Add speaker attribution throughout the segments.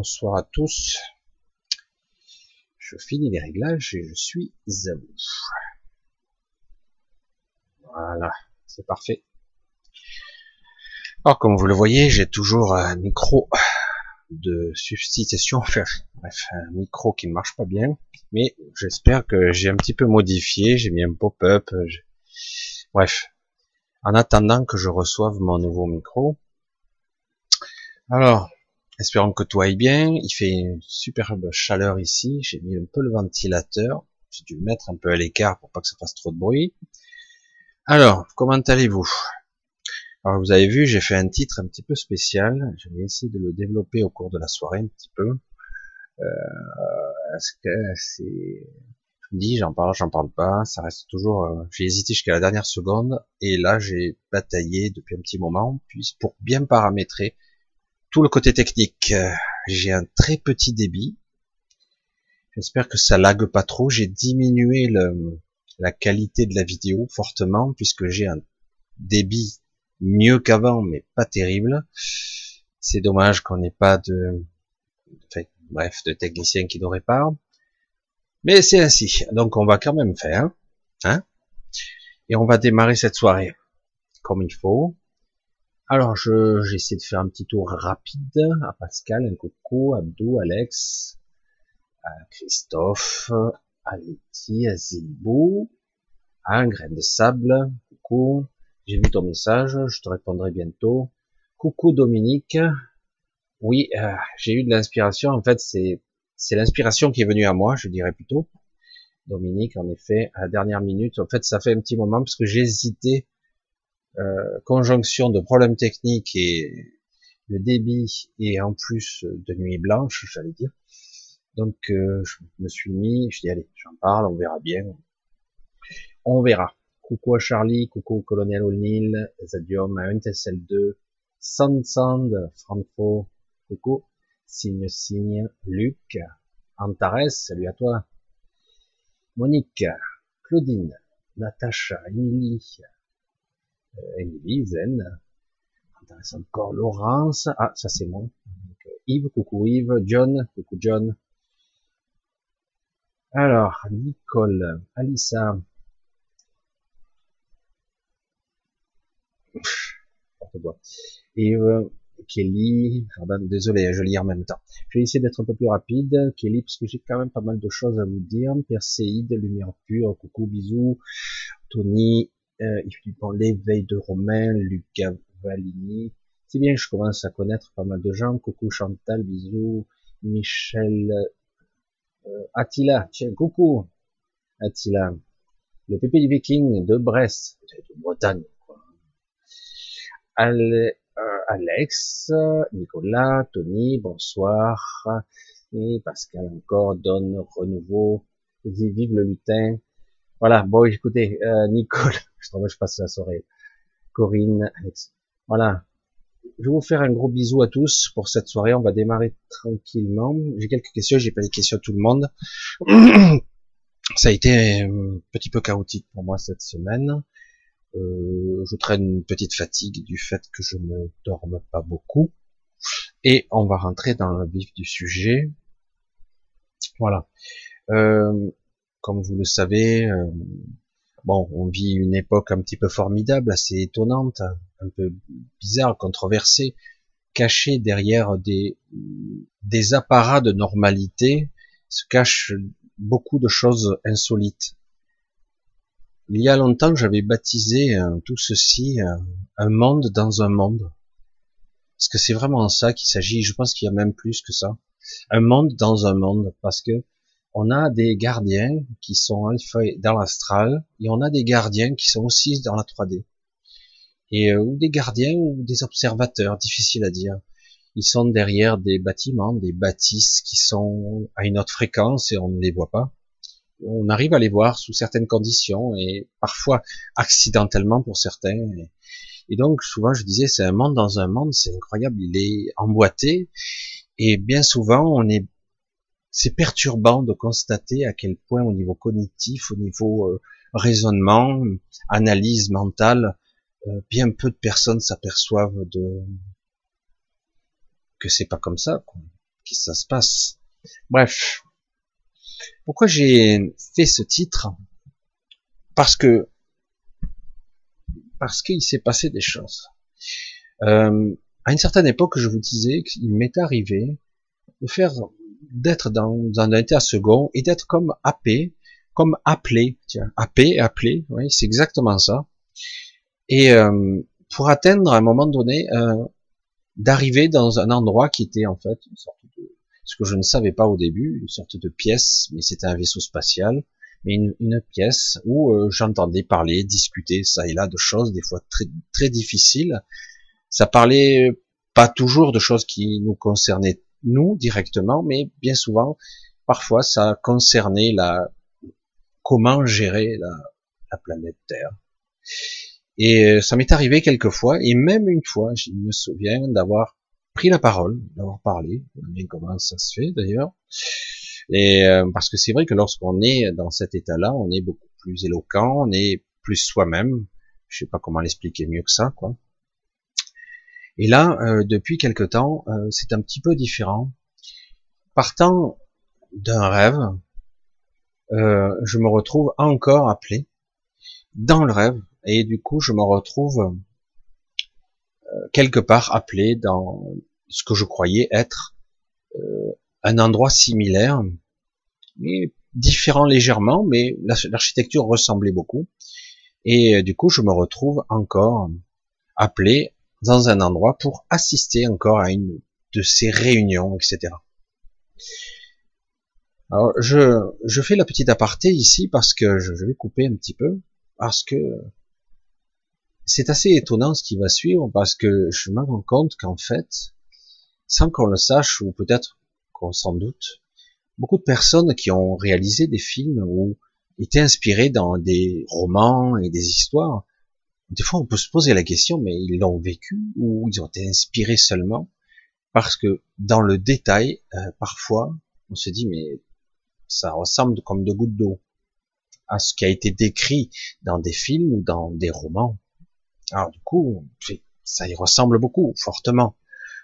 Speaker 1: Bonsoir à tous. Je finis les réglages et je suis à vous. Voilà, c'est parfait. Alors, comme vous le voyez, j'ai toujours un micro de substitution, enfin, bref, un micro qui ne marche pas bien, mais j'espère que j'ai un petit peu modifié, j'ai mis un pop-up, bref, en attendant que je reçoive mon nouveau micro. Alors, espérons que tout aille bien. Il fait une superbe chaleur ici. J'ai mis un peu le ventilateur. J'ai dû le mettre un peu à l'écart pour pas que ça fasse trop de bruit. Alors, comment allez-vous? Alors, vous avez vu, j'ai fait un titre un petit peu spécial. Je vais essayer de le développer au cours de la soirée un petit peu. Est-ce que c'est... Je me dis, j'en parle pas. Ça reste toujours... J'ai hésité jusqu'à la dernière seconde. Et là, j'ai bataillé depuis un petit moment. Puis, pour bien paramétrer tout le côté technique, j'ai un très petit débit. J'espère que ça lague pas trop. J'ai diminué la qualité de la vidéo fortement puisque j'ai un débit mieux qu'avant, mais pas terrible. C'est dommage qu'on n'ait pas de technicien qui nous répare. Mais c'est ainsi. Donc on va quand même faire, hein, et on va démarrer cette soirée comme il faut. Alors, j'essaie de faire un petit tour rapide à Pascal, un coucou, Abdou, Alex, à Christophe, à Letty, à Zibou, à un grain de sable, coucou, j'ai vu ton message, je te répondrai bientôt. Coucou Dominique, oui, j'ai eu de l'inspiration, en fait, c'est l'inspiration qui est venue à moi, je dirais plutôt. Dominique, en effet, à la dernière minute, en fait, ça fait un petit moment parce que j'ai hésité. Conjonction de problèmes techniques et de débit et en plus de nuit blanche, j'allais dire. Donc je me suis mis, je dis allez, j'en parle, on verra bien. On verra. Coucou à Charlie, coucou au Colonel O'Neill, Zadium, à NTSL2, Sand, Franco, coucou, Signe, Luc, Antares, salut à toi, Monique, Claudine, Natacha, Émilie, Zen, intéressant encore, Laurence, ah, ça c'est moi, donc, Yves, coucou Yves, John, coucou John, alors, Nicole, Alissa, Yves, Kelly, Jordan, désolé, je lis en même temps, je vais essayer d'être un peu plus rapide, Kelly, parce que j'ai quand même pas mal de choses à vous dire, Perséide, Lumière Pure, coucou, bisous, Tony, l'éveil de Romain, Lucas Valini. C'est bien, je commence à connaître pas mal de gens. Coucou Chantal, bisous. Michel, Attila, tiens, coucou Attila. Le pépé du Viking de Brest, de Bretagne, quoi. Alex, Nicolas, Tony, bonsoir. Et Pascal encore, donne renouveau. Vive le lutin. Voilà, bon, écoutez, Nicole, je passe la soirée. Corinne, Alex. Voilà. Je vais vous faire un gros bisou à tous pour cette soirée. On va démarrer tranquillement. J'ai quelques questions, j'ai pas des questions à tout le monde. Ça a été un petit peu chaotique pour moi cette semaine. Je traîne une petite fatigue du fait que je ne dorme pas beaucoup. Et on va rentrer dans le vif du sujet. Voilà. Comme vous le savez, bon, on vit une époque un petit peu formidable, assez étonnante, un peu bizarre, controversée, cachée derrière des apparats de normalité, se cachent beaucoup de choses insolites. Il y a longtemps, j'avais baptisé tout ceci un monde dans un monde. Parce que c'est vraiment ça qu'il s'agit, je pense qu'il y a même plus que ça. Un monde dans un monde, parce que on a des gardiens qui sont dans l'astral, et on a des gardiens qui sont aussi dans la 3D. Et ou des gardiens ou des observateurs, difficile à dire. Ils sont derrière des bâtiments, des bâtisses qui sont à une autre fréquence et on ne les voit pas. On arrive à les voir sous certaines conditions et parfois accidentellement pour certains. Et donc souvent je disais c'est un monde dans un monde, c'est incroyable, il est emboîté et bien souvent c'est perturbant de constater à quel point au niveau cognitif, au niveau raisonnement, analyse mentale, bien peu de personnes s'aperçoivent que c'est pas comme ça, quoi. Qu'est-ce que ça se passe? Bref. Pourquoi j'ai fait ce titre? Parce qu'il s'est passé des choses. À une certaine époque, je vous disais qu'il m'est arrivé d'être dans un état second et d'être comme happé, comme appelé, tiens, appelé, oui, c'est exactement ça. Et pour atteindre à un moment donné, d'arriver dans un endroit qui était en fait une sorte de, ce que je ne savais pas au début, une sorte de pièce, mais c'était un vaisseau spatial, mais une pièce où j'entendais parler, discuter ça et là de choses des fois très très difficiles. Ça parlait pas toujours de choses qui nous concernaient nous directement, mais bien souvent, parfois ça concernait comment gérer la planète Terre. Et ça m'est arrivé quelques fois, et même une fois, je me souviens d'avoir pris la parole, d'avoir parlé, bien comment ça se fait d'ailleurs, et parce que c'est vrai que lorsqu'on est dans cet état-là, on est beaucoup plus éloquent, on est plus soi-même, je sais pas comment l'expliquer mieux que ça, quoi. Et là, depuis quelque temps, c'est un petit peu différent. Partant d'un rêve, je me retrouve encore appelé dans le rêve, et du coup, je me retrouve quelque part appelé dans ce que je croyais être un endroit similaire, mais différent légèrement, mais l'architecture ressemblait beaucoup. Et du coup, je me retrouve encore appelé dans un endroit pour assister encore à une de ces réunions, etc. Alors, je fais la petite aparté ici parce que je vais couper un petit peu, parce que c'est assez étonnant ce qui va suivre, parce que je me rends compte qu'en fait, sans qu'on le sache, ou peut-être qu'on s'en doute, beaucoup de personnes qui ont réalisé des films ou étaient inspirés dans des romans et des histoires, des fois on peut se poser la question, mais ils l'ont vécu ou ils ont été inspirés seulement? Parce que dans le détail, parfois, on se dit, mais ça ressemble comme de gouttes d'eau à ce qui a été décrit dans des films ou dans des romans. Alors du coup, ça y ressemble beaucoup, fortement.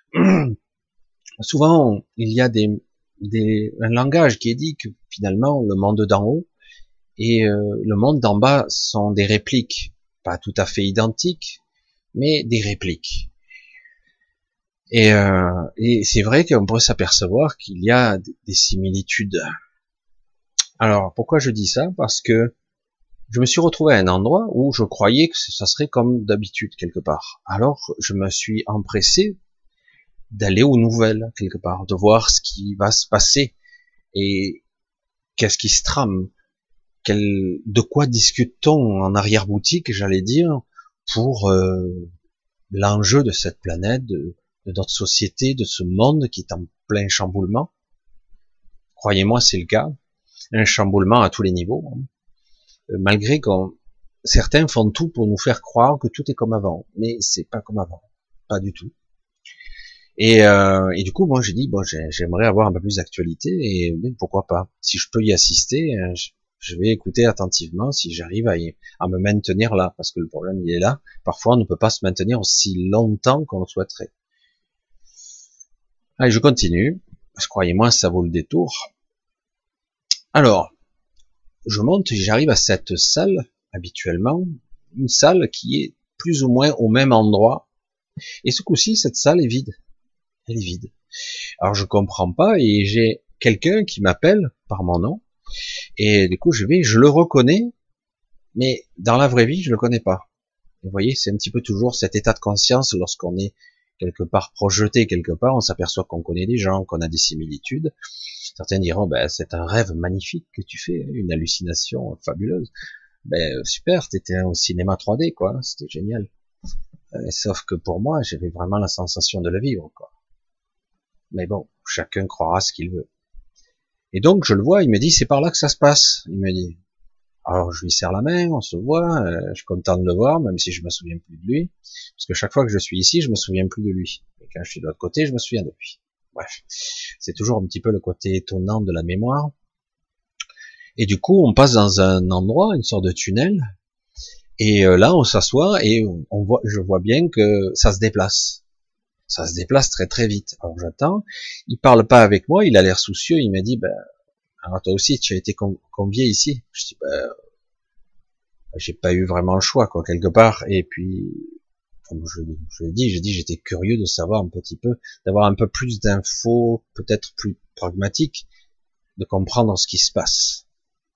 Speaker 1: Souvent, il y a un langage qui est dit que finalement, le monde d'en haut et le monde d'en bas sont des répliques, pas tout à fait identiques, mais des répliques. Et c'est vrai qu'on pourrait s'apercevoir qu'il y a des similitudes. Alors, pourquoi je dis ça? Parce que je me suis retrouvé à un endroit où je croyais que ça serait comme d'habitude quelque part. Alors, je me suis empressé d'aller aux nouvelles quelque part, de voir ce qui va se passer et qu'est-ce qui se trame, de quoi discute-t-on en arrière-boutique, j'allais dire, pour l'enjeu de cette planète, de notre société, de ce monde qui est en plein chamboulement. Croyez-moi, c'est le cas. Un chamboulement à tous les niveaux. Malgré que certains font tout pour nous faire croire que tout est comme avant. Mais c'est pas comme avant. Pas du tout. Et du coup, moi, j'ai dit, bon, j'aimerais avoir un peu plus d'actualité et pourquoi pas. Si je peux y assister, je vais écouter attentivement si j'arrive à me maintenir là. Parce que le problème, il est là. Parfois, on ne peut pas se maintenir aussi longtemps qu'on le souhaiterait. Allez, je continue. Parce que croyez-moi, ça vaut le détour. Alors, je monte et j'arrive à cette salle, habituellement, une salle qui est plus ou moins au même endroit. Et ce coup-ci, cette salle est vide. Elle est vide. Alors je comprends pas et j'ai quelqu'un qui m'appelle par mon nom. Et du coup, je le reconnais, mais dans la vraie vie, je le connais pas. Vous voyez, c'est un petit peu toujours cet état de conscience lorsqu'on est quelque part projeté quelque part, on s'aperçoit qu'on connaît des gens, qu'on a des similitudes. Certains diront, ben, c'est un rêve magnifique que tu fais, une hallucination fabuleuse. Ben, super, t'étais au cinéma 3D, quoi, c'était génial. Sauf que pour moi, j'avais vraiment la sensation de le vivre, quoi. Mais bon, chacun croira ce qu'il veut. Et donc, je le vois, il me dit, c'est par là que ça se passe, il me dit. Alors, je lui serre la main, on se voit, je suis content de le voir, même si je me souviens plus de lui. Parce que chaque fois que je suis ici, je me souviens plus de lui. Et quand je suis de l'autre côté, je me souviens de lui. Bref. C'est toujours un petit peu le côté étonnant de la mémoire. Et du coup, on passe dans un endroit, une sorte de tunnel. Et là, on s'assoit et je vois bien que ça se déplace. Ça se déplace très très vite. Alors j'attends, il parle pas avec moi, il a l'air soucieux, il m'a dit, ben, alors toi aussi, tu as été convié ici. Je dis, ben, j'ai pas eu vraiment le choix, quoi, quelque part. Et puis, comme je l'ai dit, j'ai dit, j'étais curieux de savoir un petit peu, d'avoir un peu plus d'infos, peut-être plus pragmatiques, de comprendre ce qui se passe.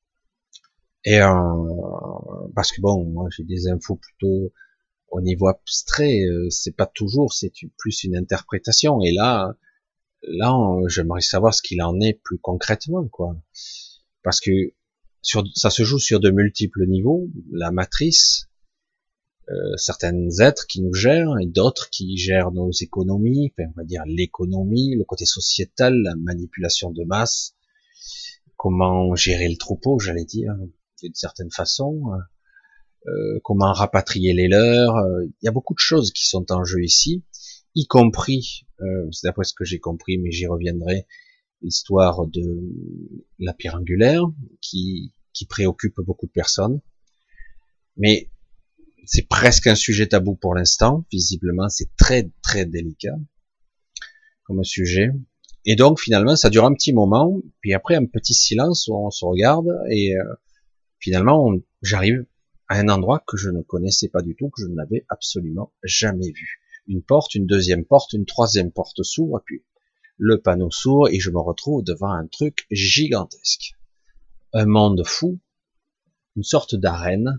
Speaker 1: Et parce que bon, moi j'ai des infos plutôt au niveau abstrait, c'est pas toujours, c'est plus une interprétation. Et là, j'aimerais savoir ce qu'il en est plus concrètement, quoi. Parce que ça se joue sur de multiples niveaux. La matrice, certains êtres qui nous gèrent et d'autres qui gèrent nos économies, enfin, on va dire l'économie, le côté sociétal, la manipulation de masse, comment gérer le troupeau, j'allais dire, d'une certaine façon, comment rapatrier les leurs. Il y a beaucoup de choses qui sont en jeu ici, y compris, c'est d'après ce que j'ai compris, mais j'y reviendrai, l'histoire de la pierre angulaire qui préoccupe beaucoup de personnes. Mais c'est presque un sujet tabou pour l'instant. Visiblement, c'est très très délicat comme sujet. Et donc finalement, ça dure un petit moment, puis après un petit silence où on se regarde et finalement, j'arrive à un endroit que je ne connaissais pas du tout, que je n'avais absolument jamais vu. Une porte, une deuxième porte, une troisième porte s'ouvre, puis le panneau s'ouvre et je me retrouve devant un truc gigantesque. Un monde fou, une sorte d'arène,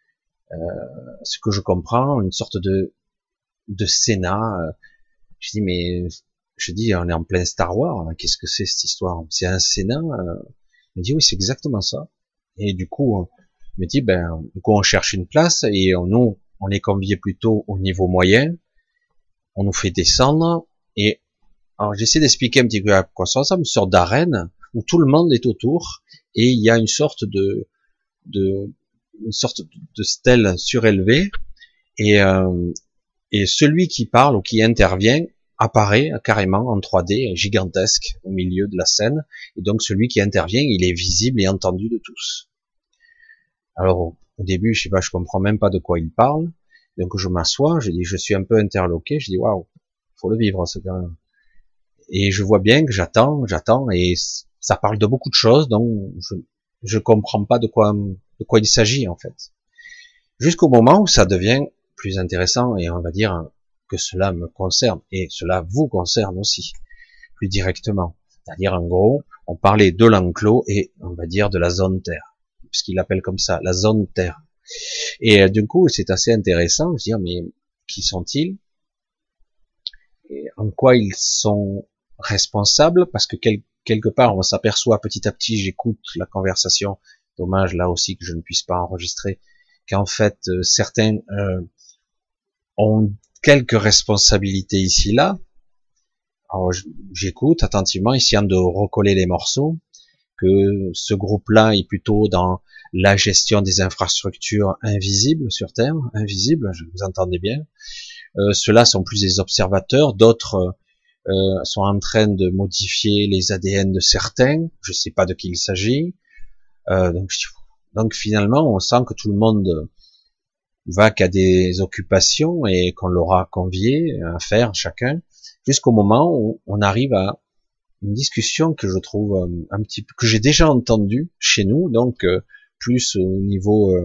Speaker 1: ce que je comprends, une sorte de Sénat. Je dis, mais je dis, on est en plein Star Wars, qu'est-ce que c'est cette histoire? C'est un Sénat? Il me dit, oui, c'est exactement ça. Et du coup, il me dit, ben, du coup, on cherche une place et nous, on est conviés plutôt au niveau moyen. On nous fait descendre et alors j'essaie d'expliquer un petit peu à quoi ça ressemble, une sorte d'arène où tout le monde est autour et il y a une sorte une sorte de stèle surélevée et celui qui parle ou qui intervient apparaît carrément en 3D, gigantesque au milieu de la scène, et donc celui qui intervient, il est visible et entendu de tous. Alors au début, je sais pas, je comprends même pas de quoi il parle, donc je m'assois, je suis un peu interloqué, je dis waouh, faut le vivre ce quand même. Et je vois bien que j'attends, et ça parle de beaucoup de choses, donc je comprends pas de quoi il s'agit en fait. Jusqu'au moment où ça devient plus intéressant et on va dire que cela me concerne et cela vous concerne aussi plus directement. C'est-à-dire en gros, on parlait de l'enclos et on va dire de la zone Terre, puisqu'il appelle comme ça la zone Terre. Et du coup, c'est assez intéressant de dire mais qui sont-ils et en quoi ils sont responsables, parce que quelque part on s'aperçoit petit à petit, j'écoute la conversation, dommage là aussi que je ne puisse pas enregistrer, qu'en fait certains ont quelques responsabilités ici là. Alors j'écoute attentivement, essayant de recoller les morceaux, que ce groupe-là est plutôt dans la gestion des infrastructures invisibles sur Terre, invisibles, vous entendez bien. Ceux-là sont plus des observateurs, d'autres sont en train de modifier les ADN de certains, je sais pas de qui il s'agit. Donc finalement, on sent que tout le monde va qu'à des occupations et qu'on l'aura convié à faire chacun, jusqu'au moment où on arrive à une discussion que je trouve un petit peu, que j'ai déjà entendue chez nous, donc plus au niveau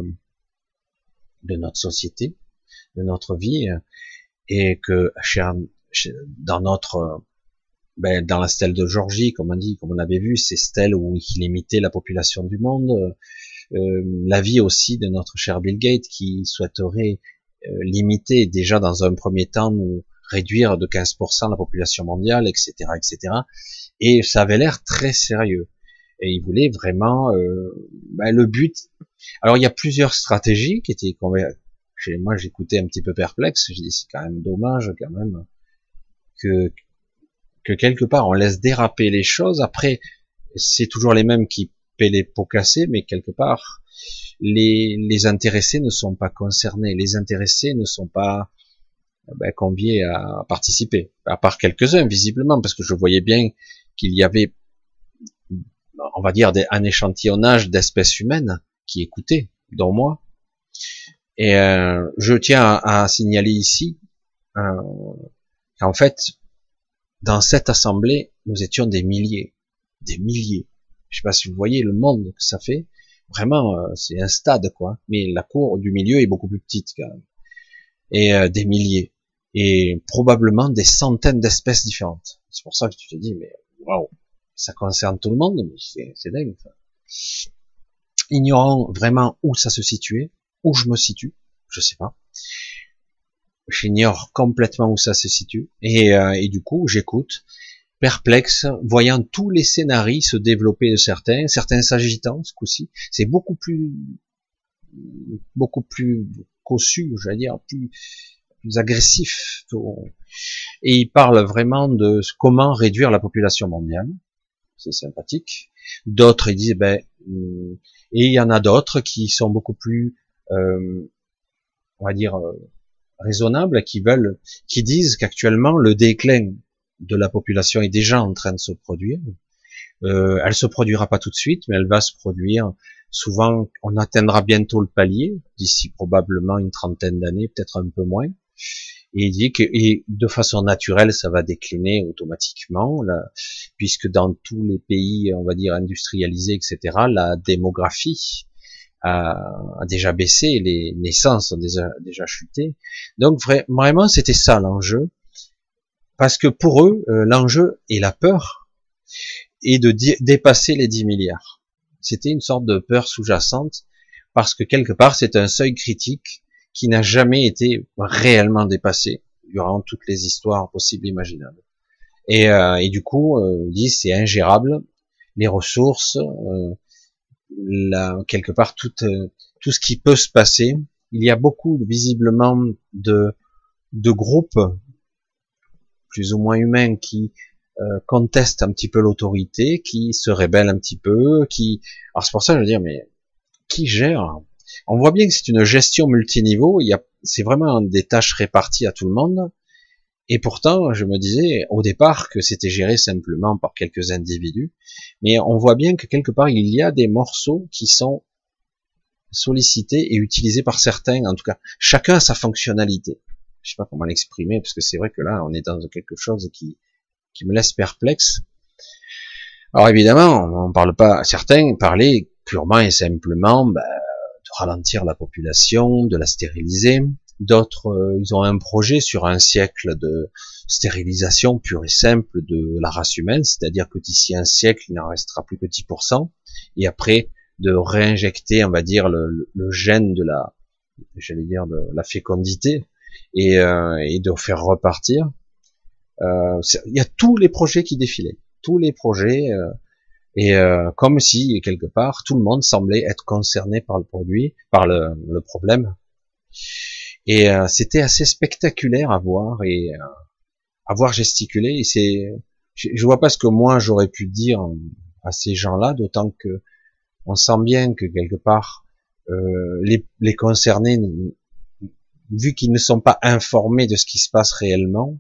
Speaker 1: de notre société, de notre vie, et que dans notre dans la stèle de Georgie, comme on dit, comme on avait vu, ces stèles où il limitait la population du monde, l'avis aussi de notre cher Bill Gates qui souhaiterait limiter déjà dans un premier temps ou réduire de 15% la population mondiale, etc., etc. Et ça avait l'air très sérieux. Et il voulait vraiment le but. Alors il y a plusieurs stratégies qui étaient. Moi j'écoutais un petit peu perplexe. J'ai dit c'est quand même dommage quand même que quelque part on laisse déraper les choses. Après c'est toujours les mêmes qui paient les pots cassés, mais quelque part les intéressés ne sont pas concernés. Les intéressés ne sont pas conviés à participer, à part quelques-uns visiblement, parce que je voyais bien qu'il y avait, on va dire, un échantillonnage d'espèces humaines qui écoutaient, dont moi. Et je tiens à signaler ici En fait, dans cette assemblée, nous étions des milliers, des milliers. Je sais pas si vous voyez le monde que ça fait. Vraiment, c'est un stade, quoi. Mais la cour du milieu est beaucoup plus petite, quand même. Et des milliers. Et probablement des centaines d'espèces différentes. C'est pour ça que tu te dis, mais waouh, ça concerne tout le monde, mais c'est dingue. Ça. Ignorant vraiment où ça se situait, où je me situe, je sais pas. J'ignore complètement où ça se situe. Et du coup, j'écoute, perplexe, voyant tous les scénarios se développer de certains s'agitant ce coup-ci. C'est beaucoup plus cossu, j'allais dire, plus agressif. Et il parle vraiment de comment réduire la population mondiale. C'est sympathique. D'autres, ils disent, et il y en a d'autres qui sont beaucoup plus, on va dire, raisonnables, qui disent qu'actuellement le déclin de la population est déjà en train de se produire. Elle se produira pas tout de suite, mais elle va se produire. Souvent, on atteindra bientôt le palier, d'ici probablement une trentaine d'années, peut-être un peu moins. Et il dit que de façon naturelle, ça va décliner automatiquement, là, puisque dans tous les pays, on va dire industrialisés, etc., la démographie a déjà baissé, les naissances ont déjà chuté. Donc vraiment, c'était ça l'enjeu, parce que pour eux, l'enjeu et la peur est de dépasser les 10 milliards. C'était une sorte de peur sous-jacente, parce que quelque part, c'est un seuil critique qui n'a jamais été réellement dépassé durant toutes les histoires possibles et imaginables. Et du coup, ils disent c'est ingérable, les ressources, quelque part tout ce qui peut se passer. Il y a beaucoup visiblement de groupes plus ou moins humains qui contestent un petit peu l'autorité, qui se rebellent un petit peu, alors c'est pour ça que je veux dire, mais qui gère? On voit bien que c'est une gestion multiniveau, c'est vraiment des tâches réparties à tout le monde, et pourtant, je me disais au départ que c'était géré simplement par quelques individus, mais on voit bien que quelque part, il y a des morceaux qui sont sollicités et utilisés par certains, en tout cas, chacun a sa fonctionnalité. Je sais pas comment l'exprimer, parce que c'est vrai que là, on est dans quelque chose qui me laisse perplexe. Alors évidemment, on parle pas, certains parlaient purement et simplement de ralentir la population, de la stériliser. D'autres, ils ont un projet sur un siècle de stérilisation pure et simple de la race humaine, c'est-à-dire que d'ici un siècle, il n'en restera plus que 10%, et après de réinjecter, on va dire, le gène de la fécondité, et de faire repartir. Il y a tous les projets qui défilaient, tous les projets, comme si quelque part tout le monde semblait être concerné par le produit, par le problème. Et c'était assez spectaculaire à voir et à voir gesticuler. Et je vois pas ce que moi j'aurais pu dire à ces gens-là, d'autant que on sent bien que quelque part les concernés, vu qu'ils ne sont pas informés de ce qui se passe réellement,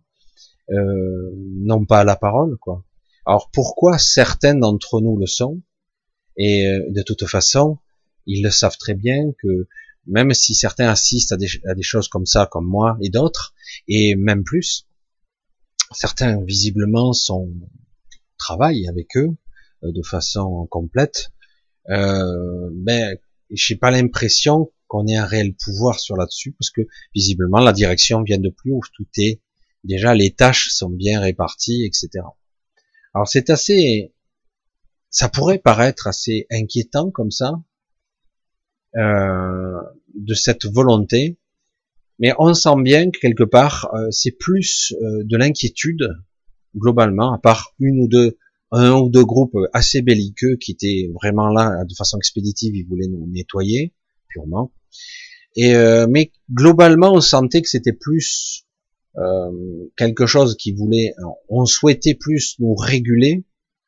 Speaker 1: n'ont pas la parole, quoi. Alors pourquoi certains d'entre nous le sont? Et de toute façon, ils le savent très bien que même si certains assistent à des choses comme ça, comme moi et d'autres, et même plus, certains visiblement travaillent avec eux de façon complète. J'ai pas l'impression qu'on ait un réel pouvoir sur là-dessus, parce que visiblement la direction vient de plus haut, tout est déjà, les tâches sont bien réparties, etc. Alors ça pourrait paraître assez inquiétant comme ça, de cette volonté, mais on sent bien que quelque part c'est plus de l'inquiétude globalement, à part un ou deux groupes assez belliqueux qui étaient vraiment là de façon expéditive, ils voulaient nous nettoyer purement. Mais globalement, on sentait que c'était plus quelque chose on souhaitait plus nous réguler,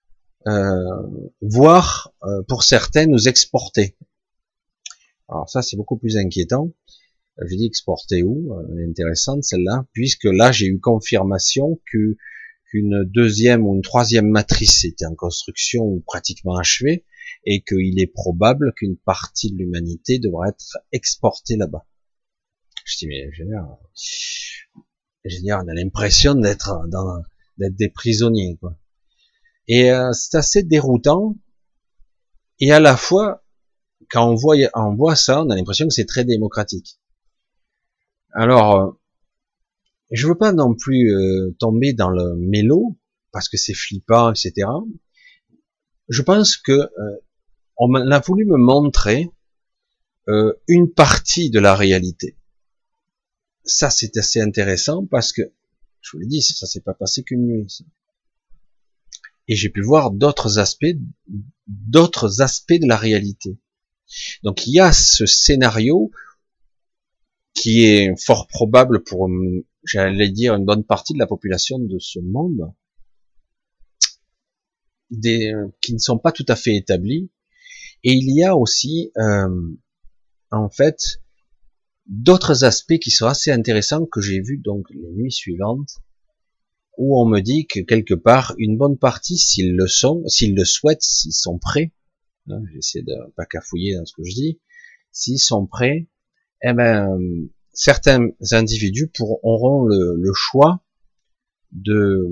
Speaker 1: voire pour certains nous exporter. Alors ça, c'est beaucoup plus inquiétant. J'ai dit exporter où? Elle est intéressante celle-là, puisque là j'ai eu confirmation qu'une deuxième ou une troisième matrice était en construction ou pratiquement achevée, et qu'il est probable qu'une partie de l'humanité devrait être exportée là-bas. Je dis mais génial. Je veux dire, on a l'impression d'être des prisonniers, quoi. Et c'est assez déroutant. Et à la fois, quand on voit ça, on a l'impression que c'est très démocratique. Alors, je veux pas non plus tomber dans le mélo, parce que c'est flippant, etc. Je pense que on a voulu me montrer une partie de la réalité. Ça, c'est assez intéressant parce que, je vous l'ai dit, ça s'est pas passé qu'une nuit. Ça. Et j'ai pu voir d'autres aspects de la réalité. Donc il y a ce scénario qui est fort probable pour, j'allais dire, une bonne partie de la population de ce monde, qui ne sont pas tout à fait établis. Et il y a aussi, en fait, d'autres aspects qui sont assez intéressants que j'ai vus donc les nuits suivantes, où on me dit que quelque part, une bonne partie, s'ils le souhaitent, s'ils sont prêts, hein, j'essaie de pas cafouiller dans ce que je dis, s'ils sont prêts, eh ben, certains individus auront le choix de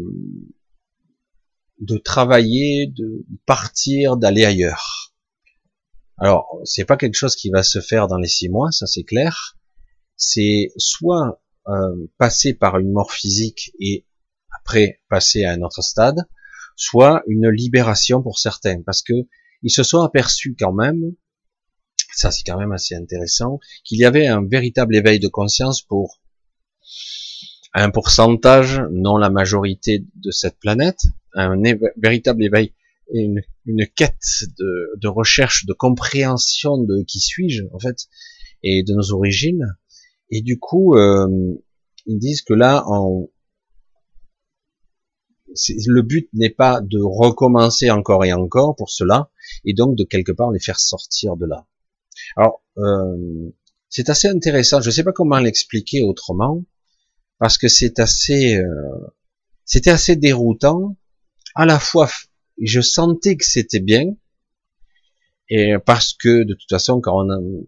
Speaker 1: travailler, de partir, d'aller ailleurs. Alors, c'est pas quelque chose qui va se faire dans les 6 mois, ça c'est clair. C'est soit passer par une mort physique et après passer à un autre stade, soit une libération pour certains, parce que ils se sont aperçus quand même, ça c'est quand même assez intéressant, qu'il y avait un véritable éveil de conscience pour un pourcentage, non la majorité de cette planète, un véritable éveil et une quête de recherche, de compréhension de qui suis-je en fait, et de nos origines. Et du coup, ils disent que là, le but n'est pas de recommencer encore et encore pour cela, et donc de quelque part les faire sortir de là. Alors, c'est assez intéressant. Je ne sais pas comment l'expliquer autrement, parce que c'était assez déroutant. À la fois, je sentais que c'était bien, et parce que de toute façon, quand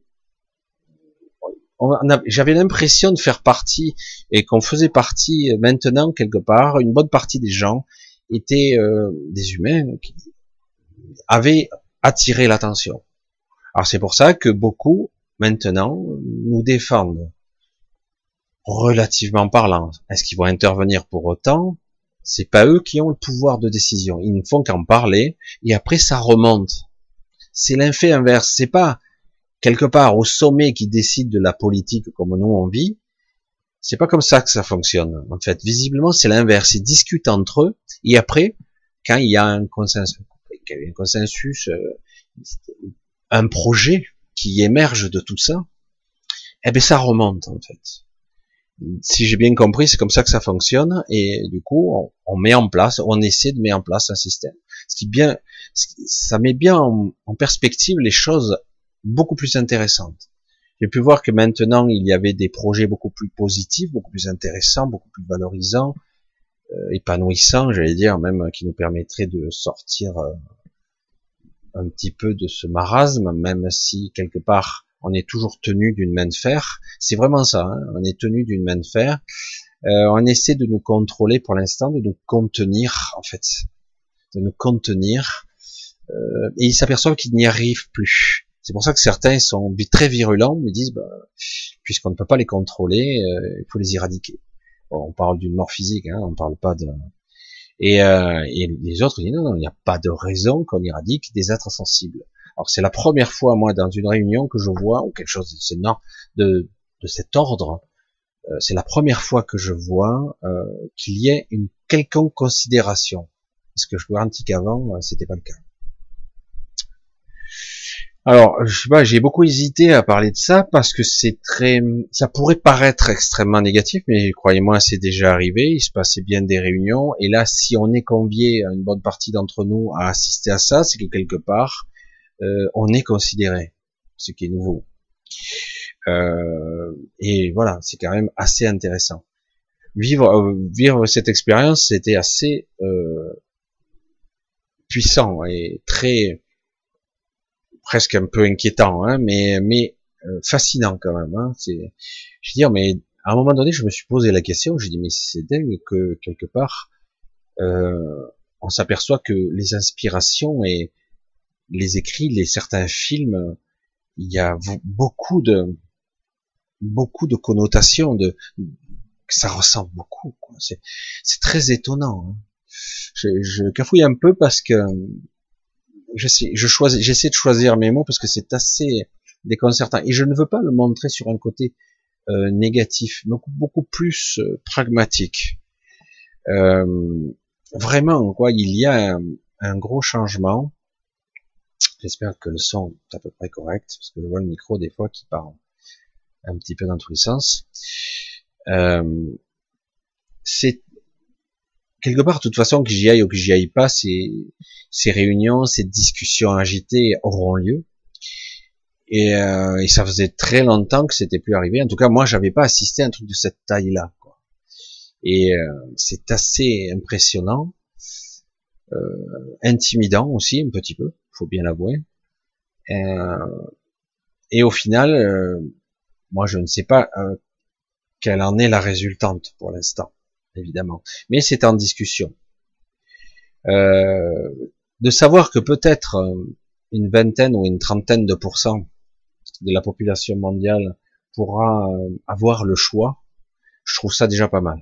Speaker 1: j'avais l'impression de faire partie et qu'on faisait partie maintenant quelque part, une bonne partie des gens étaient des humains qui avaient attiré l'attention. Alors c'est pour ça que beaucoup maintenant nous défendent, relativement parlant. Est-ce qu'ils vont intervenir pour autant? C'est pas eux qui ont le pouvoir de décision. Ils ne font qu'en parler et après ça remonte. C'est l'effet inverse. C'est pas quelque part au sommet qui décide de la politique comme nous on vit. C'est pas comme ça que ça fonctionne. En fait, visiblement, c'est l'inverse. Ils discutent entre eux et après, quand il y a un consensus, un projet qui émerge de tout ça, eh ben ça remonte en fait. Si j'ai bien compris, c'est comme ça que ça fonctionne et du coup, on met en place, on essaie de mettre en place un système. Ça met bien en perspective les choses beaucoup plus intéressantes. J'ai pu voir que maintenant, il y avait des projets beaucoup plus positifs, beaucoup plus intéressants, beaucoup plus valorisants, épanouissants, j'allais dire, même qui nous permettraient de sortir un petit peu de ce marasme, même si quelque part on est toujours tenu d'une main de fer. C'est vraiment ça, hein, on est tenu d'une main de fer. On essaie de nous contrôler pour l'instant, de nous contenir en fait, de nous contenir, et ils s'aperçoivent qu'ils n'y arrivent plus. C'est pour ça que certains sont très virulents, mais disent, bah, puisqu'on ne peut pas les contrôler, il faut les éradiquer. Bon, on parle d'une mort physique, hein, on parle pas de... Et les autres disent, non, il n'y a pas de raison qu'on éradique des êtres sensibles. Alors c'est la première fois, moi, dans une réunion que je vois, ou quelque chose de cet ordre, c'est la première fois que je vois qu'il y ait une quelconque considération. Parce que je vous garantis qu'avant, c'était pas le cas. Alors, je sais pas, j'ai beaucoup hésité à parler de ça parce que ça pourrait paraître extrêmement négatif, mais croyez-moi, c'est déjà arrivé. Il se passait bien des réunions, et là, si on est convié, une bonne partie d'entre nous, à assister à ça, c'est que quelque part, on est considéré, ce qui est nouveau. Et voilà, c'est quand même assez intéressant. Vivre cette expérience, c'était assez puissant et très presque un peu inquiétant, hein, mais fascinant quand même. Hein. Je veux dire, mais À un moment donné, je me suis posé la question, j'ai dit, mais c'est dingue que, quelque part, on s'aperçoit que les inspirations et les écrits, certains films, il y a beaucoup de connotations, ça ressemble beaucoup, quoi. C'est très étonnant, hein. Je cafouille un peu parce que j'essaie de choisir mes mots parce que c'est assez déconcertant. Et je ne veux pas le montrer sur un côté négatif, beaucoup plus pragmatique. Vraiment, quoi, il y a un gros changement. J'espère que le son est à peu près correct, parce que je vois le micro des fois qui part un petit peu dans tous les sens. C'est quelque part, de toute façon, que j'y aille ou que j'y aille pas, ces réunions, ces discussions agitées auront lieu. Et ça faisait très longtemps que c'était plus arrivé. En tout cas, moi, j'avais pas assisté à un truc de cette taille-là, quoi. Et c'est assez impressionnant, intimidant aussi un petit peu, faut bien l'avouer. Et au final, moi, je ne sais pas quelle en est la résultante pour l'instant, évidemment. Mais c'est en discussion. De savoir que peut-être une vingtaine ou une trentaine de pourcents de la population mondiale pourra avoir le choix, je trouve ça déjà pas mal.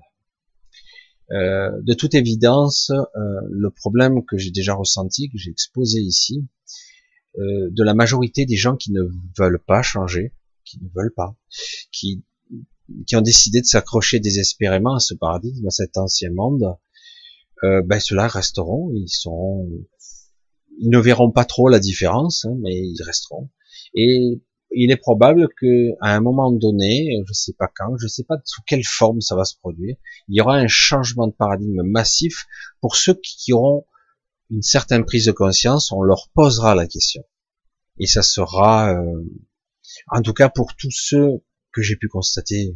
Speaker 1: De toute évidence, le problème que j'ai déjà ressenti, que j'ai exposé ici, de la majorité des gens qui ne veulent pas changer, qui ne veulent pas, qui ont décidé de s'accrocher désespérément à ce paradigme, à cet ancien monde, ben ceux-là resteront, ils ne verront pas trop la différence, hein, mais ils resteront. Et il est probable que à un moment donné, je sais pas quand, je sais pas sous quelle forme ça va se produire, il y aura un changement de paradigme massif pour ceux qui auront une certaine prise de conscience. On leur posera la question, et ça sera, en tout cas pour tous ceux que j'ai pu constater,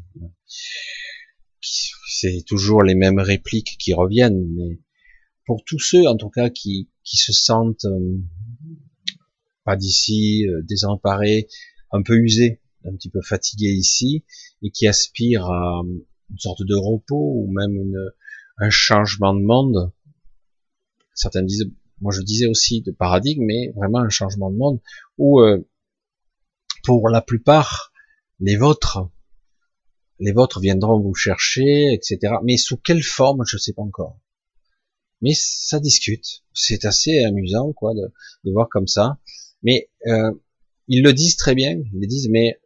Speaker 1: c'est toujours les mêmes répliques qui reviennent, mais pour tous ceux en tout cas qui se sentent pas d'ici, désemparés, un peu usés, un petit peu fatigués ici, et qui aspirent à une sorte de repos ou même un changement de monde. Certains disent, moi je disais aussi de paradigme, mais vraiment un changement de monde où pour la plupart les vôtres viendront vous chercher, etc. Mais sous quelle forme, je sais pas encore. Mais ça discute. C'est assez amusant, quoi, de voir comme ça. Mais ils le disent très bien. Ils le disent, mais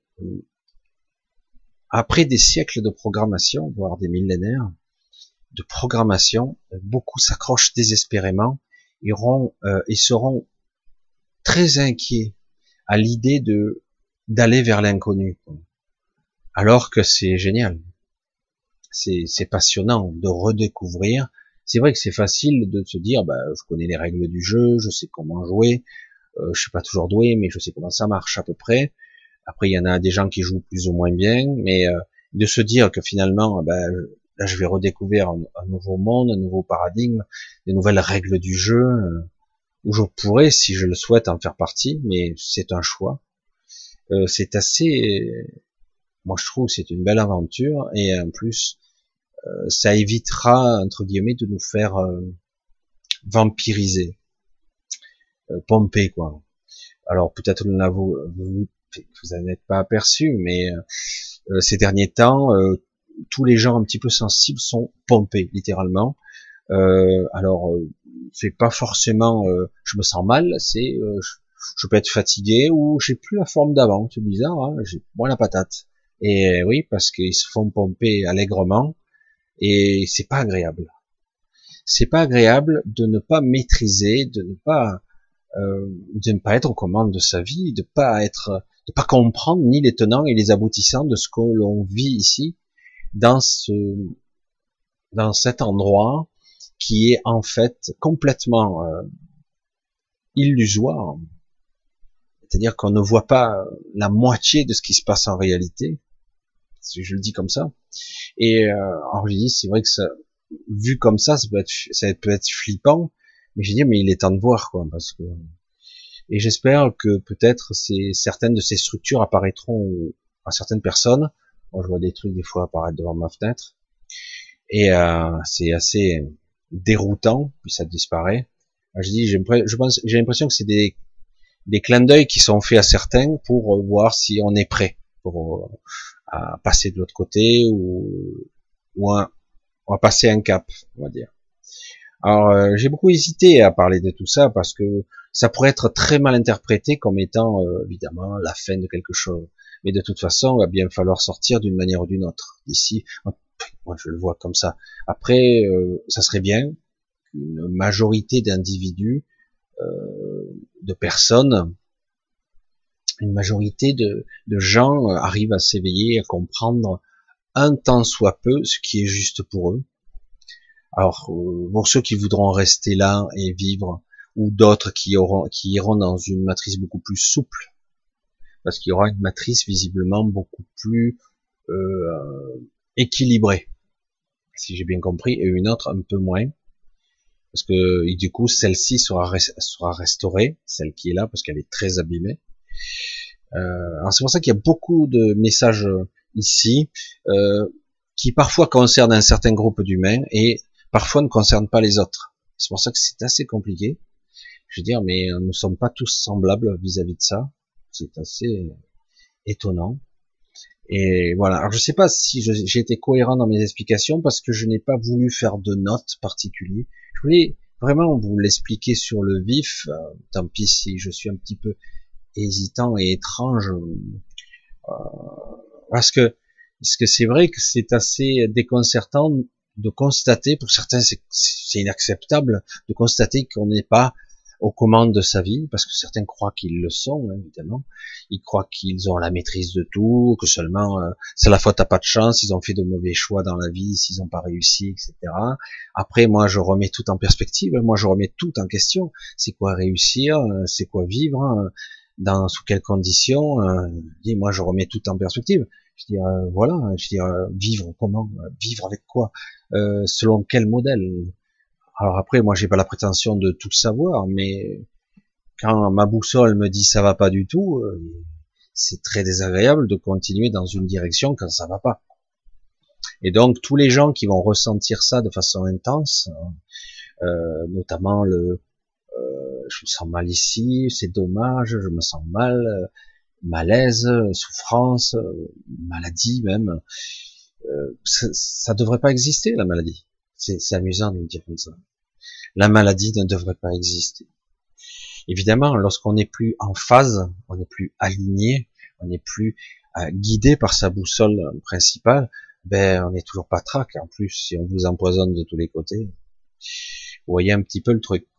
Speaker 1: après des siècles de programmation, voire des millénaires de programmation, beaucoup s'accrochent désespérément et seront très inquiets à l'idée d'aller vers l'inconnu. Alors que c'est génial. C'est passionnant de redécouvrir. C'est vrai que c'est facile de se dire, bah, je connais les règles du jeu, je sais comment jouer, je suis pas toujours doué, mais je sais comment ça marche à peu près. Après, il y en a des gens qui jouent plus ou moins bien, mais de se dire que finalement, ben, là, je vais redécouvrir un nouveau monde, un nouveau paradigme, des nouvelles règles du jeu, où je pourrais, si je le souhaite, en faire partie, mais c'est un choix. C'est assez, moi je trouve, que c'est une belle aventure, et en plus, ça évitera entre guillemets de nous faire vampiriser, pomper quoi. Alors peut-être vous en êtes pas aperçu, mais ces derniers temps, tous les gens un petit peu sensibles sont pompés littéralement. Alors c'est pas forcément je me sens mal, c'est je peux être fatigué ou j'ai plus la forme d'avant. C'est bizarre, hein, j'ai moins la patate. Et oui, parce qu'ils se font pomper allègrement. Et c'est pas agréable. C'est pas agréable de ne pas maîtriser, de ne pas être aux commandes de sa vie, de pas comprendre ni les tenants et les aboutissants de ce que l'on vit ici, dans cet endroit qui est en fait complètement illusoire. C'est-à-dire qu'on ne voit pas la moitié de ce qui se passe en réalité, si je le dis comme ça. Et alors je dis, c'est vrai que ça, vu comme ça peut être flippant, mais j'ai dit, mais il est temps de voir, quoi, parce que, et j'espère que peut-être certaines de ces structures apparaîtront à certaines personnes Moi, je vois des trucs des fois apparaître devant ma fenêtre, et c'est assez déroutant, puis ça disparaît. Je dis, j'ai l'impression que c'est des clins d'œil qui sont faits à certains pour voir si on est prêt pour à passer de l'autre côté ou on va passer un cap, on va dire. Alors j'ai beaucoup hésité à parler de tout ça parce que ça pourrait être très mal interprété comme étant évidemment la fin de quelque chose. Mais de toute façon, il va bien falloir sortir d'une manière ou d'une autre. D'ici, moi je le vois comme ça. Après, ça serait bien qu'une majorité d'individus, de personnes, une majorité de gens arrivent à s'éveiller, à comprendre un tant soit peu ce qui est juste pour eux. Alors, pour ceux qui voudront rester là et vivre, ou d'autres qui iront dans une matrice beaucoup plus souple, parce qu'il y aura une matrice visiblement beaucoup plus équilibrée, si j'ai bien compris, et une autre un peu moins, parce que et du coup celle-ci sera restaurée, celle qui est là, parce qu'elle est très abîmée. Alors c'est pour ça qu'il y a beaucoup de messages ici qui parfois concernent un certain groupe d'humains et parfois ne concernent pas les autres. C'est pour ça que c'est assez compliqué. Je veux dire, mais nous ne sommes pas tous semblables vis-à-vis de ça. C'est assez étonnant. Et voilà. Alors je sais pas si j'ai été cohérent dans mes explications parce que je n'ai pas voulu faire de notes particulières. Je voulais vraiment vous l'expliquer sur le vif. Tant pis si je suis un petit peu hésitant et étrange, parce que c'est vrai que c'est assez déconcertant de constater, pour certains c'est inacceptable de constater qu'on n'est pas aux commandes de sa vie, parce que certains croient qu'ils le sont, hein, évidemment. Ils croient qu'ils ont la maîtrise de tout, que seulement c'est la faute à pas de chance, ils ont fait de mauvais choix dans la vie, s'ils n'ont pas réussi, etc. Après, moi, je remets tout en perspective, moi, je remets tout en question. C'est quoi réussir? C'est quoi vivre? Sous quelles conditions? Moi, je remets tout en perspective. Je dis voilà, je dis vivre comment? Vivre avec quoi? Selon quel modèle? Alors après, moi, j'ai pas la prétention de tout savoir, mais quand ma boussole me dit ça va pas du tout, c'est très désagréable de continuer dans une direction quand ça va pas. Et donc, tous les gens qui vont ressentir ça de façon intense, notamment je me sens mal ici, c'est dommage, je me sens mal, malaise, souffrance, maladie même, ça devrait pas exister, la maladie. C'est amusant de le dire comme ça. La maladie ne devrait pas exister. Évidemment, lorsqu'on n'est plus en phase, on n'est plus aligné, on n'est plus guidé par sa boussole principale, ben on n'est toujours pas trac. En plus, si on vous empoisonne de tous les côtés, vous voyez un petit peu le truc.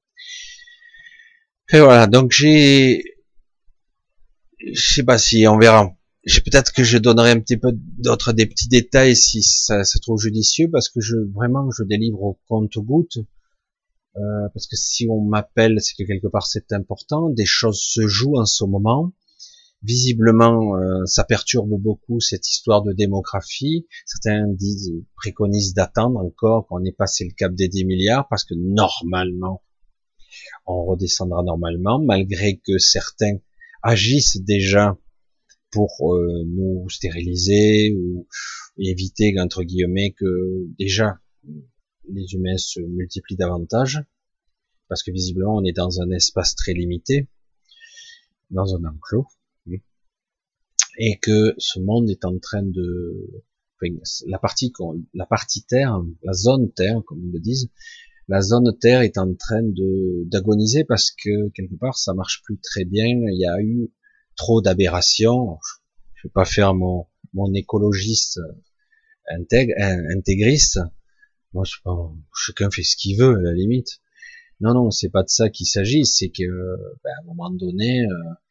Speaker 1: Et voilà, donc je sais pas si on verra. Peut-être que je donnerai un petit peu des petits détails si ça se trouve judicieux, parce que vraiment je délivre au compte-gouttes. Parce que si on m'appelle, c'est que quelque part c'est important. Des choses se jouent en ce moment. Visiblement, ça perturbe beaucoup cette histoire de démographie. Certains préconisent d'attendre encore qu'on ait passé le cap des 10 milliards, parce que normalement, on redescendra normalement, malgré que certains agissent déjà pour nous stériliser ou éviter, entre guillemets, que déjà les humains se multiplient davantage, parce que visiblement on est dans un espace très limité, dans un enclos, et que ce monde est en train de, enfin, la partie Terre, la zone Terre, comme ils le disent, la zone Terre est en train d'agoniser parce que quelque part ça marche plus très bien. Il y a eu trop d'aberrations. Je vais pas faire mon écologiste intégriste. Moi, chacun fait ce qu'il veut à la limite. Non, c'est pas de ça qu'il s'agit. C'est que, à un moment donné,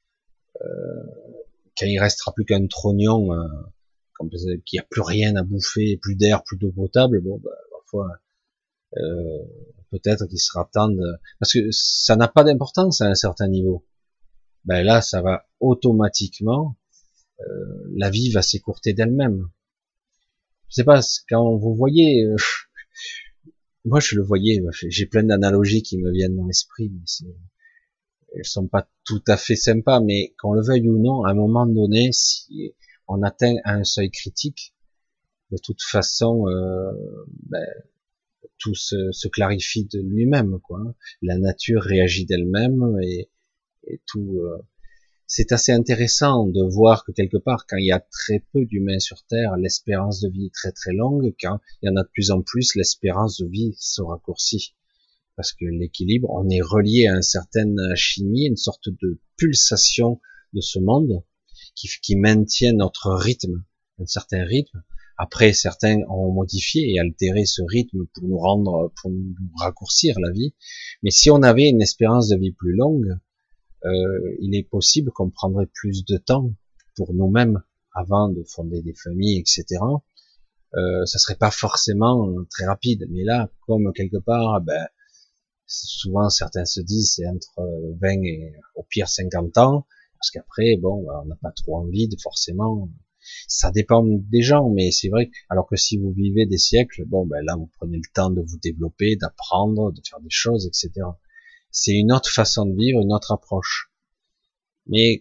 Speaker 1: quand il restera plus qu'un trognon, qu'il n'y a plus rien à bouffer, plus d'air, plus d'eau potable, bon, parfois, peut-être qu'il sera temps parce que ça n'a pas d'importance à un certain niveau. Là, ça va automatiquement, la vie va s'écourter d'elle-même. Je sais pas, quand vous voyez, moi je le voyais, j'ai plein d'analogies qui me viennent dans l'esprit, mais elles sont pas tout à fait sympas, mais qu'on le veuille ou non, à un moment donné, si on atteint un seuil critique, de toute façon, ben, tout se clarifie de lui-même, quoi. La nature réagit d'elle-même et tout. C'est assez intéressant de voir que quelque part, quand il y a très peu d'humains sur Terre, l'espérance de vie est très très longue. Quand il y en a de plus en plus, l'espérance de vie se raccourcit. Parce que l'équilibre, on est relié à une certaine chimie, une sorte de pulsation de ce monde qui maintient notre rythme, un certain rythme. Après, certains ont modifié et altéré ce rythme pour nous raccourcir la vie. Mais si on avait une espérance de vie plus longue, il est possible qu'on prendrait plus de temps pour nous-mêmes avant de fonder des familles, etc. Ça serait pas forcément très rapide. Mais là, comme quelque part, ben, souvent certains se disent c'est entre 20 et au pire 50 ans, parce qu'après, bon, on n'a pas trop envie de forcément. Ça dépend des gens, mais c'est vrai. Alors que si vous vivez des siècles, bon, ben là, vous prenez le temps de vous développer, d'apprendre, de faire des choses, etc. C'est une autre façon de vivre, une autre approche. Mais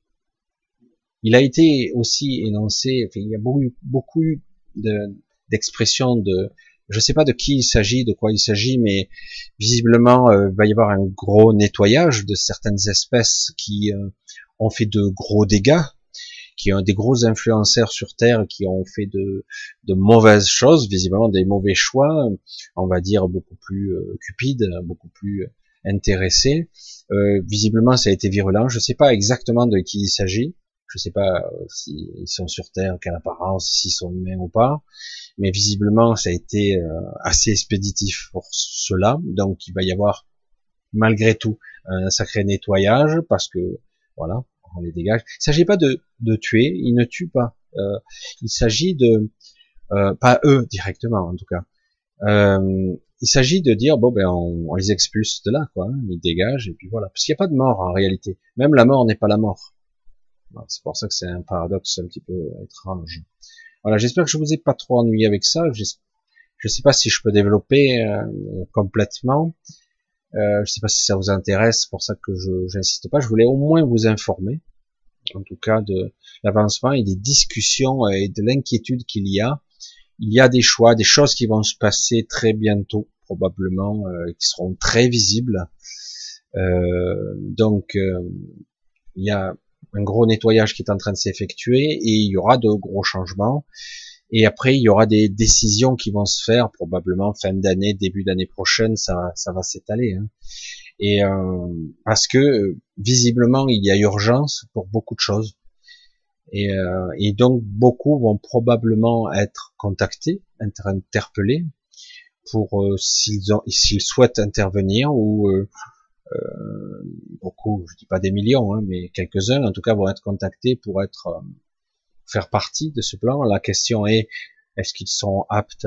Speaker 1: il a été aussi énoncé, enfin, il y a beaucoup d'expressions de, je sais pas de qui il s'agit, de quoi il s'agit, mais visiblement, il va y avoir un gros nettoyage de certaines espèces qui ont fait de gros dégâts, qui ont des gros influenceurs sur Terre, qui ont fait de mauvaises choses, visiblement des mauvais choix, on va dire beaucoup plus cupides, beaucoup plus intéressés. Visiblement, ça a été virulent. Je ne sais pas exactement de qui il s'agit. Je ne sais pas s'ils sont sur Terre, quelle apparence, s'ils sont humains ou pas. Mais visiblement, ça a été assez expéditif pour cela. Donc, il va y avoir, malgré tout, un sacré nettoyage, parce que, voilà, on les dégage. Il ne s'agit pas de tuer, ils ne tuent pas. Il s'agit de, pas eux directement en tout cas. Il s'agit de dire bon ben on les expulse de là, quoi, hein, ils dégagent et puis voilà. Parce qu'il n'y a pas de mort en réalité. Même la mort n'est pas la mort. C'est pour ça que c'est un paradoxe un petit peu étrange. Voilà, j'espère que je vous ai pas trop ennuyé avec ça. Je sais pas si je peux développer complètement. Je sais pas si ça vous intéresse, c'est pour ça que j'insiste pas. Je voulais au moins vous informer, en tout cas, de l'avancement et des discussions et de l'inquiétude qu'il y a. Il y a des choix, des choses qui vont se passer très bientôt, probablement, qui seront très visibles. Donc, il y a un gros nettoyage qui est en train de s'effectuer et il y aura de gros changements. Et après, il y aura des décisions qui vont se faire, probablement fin d'année, début d'année prochaine, ça va s'étaler. Hein. Et parce que visiblement, il y a urgence pour beaucoup de choses. Et donc, beaucoup vont probablement être contactés, interpellés, pour s'ils souhaitent intervenir ou beaucoup, je dis pas des millions, hein, mais quelques-uns en tout cas vont être contactés pour être faire partie de ce plan. La question est, est-ce qu'ils sont aptes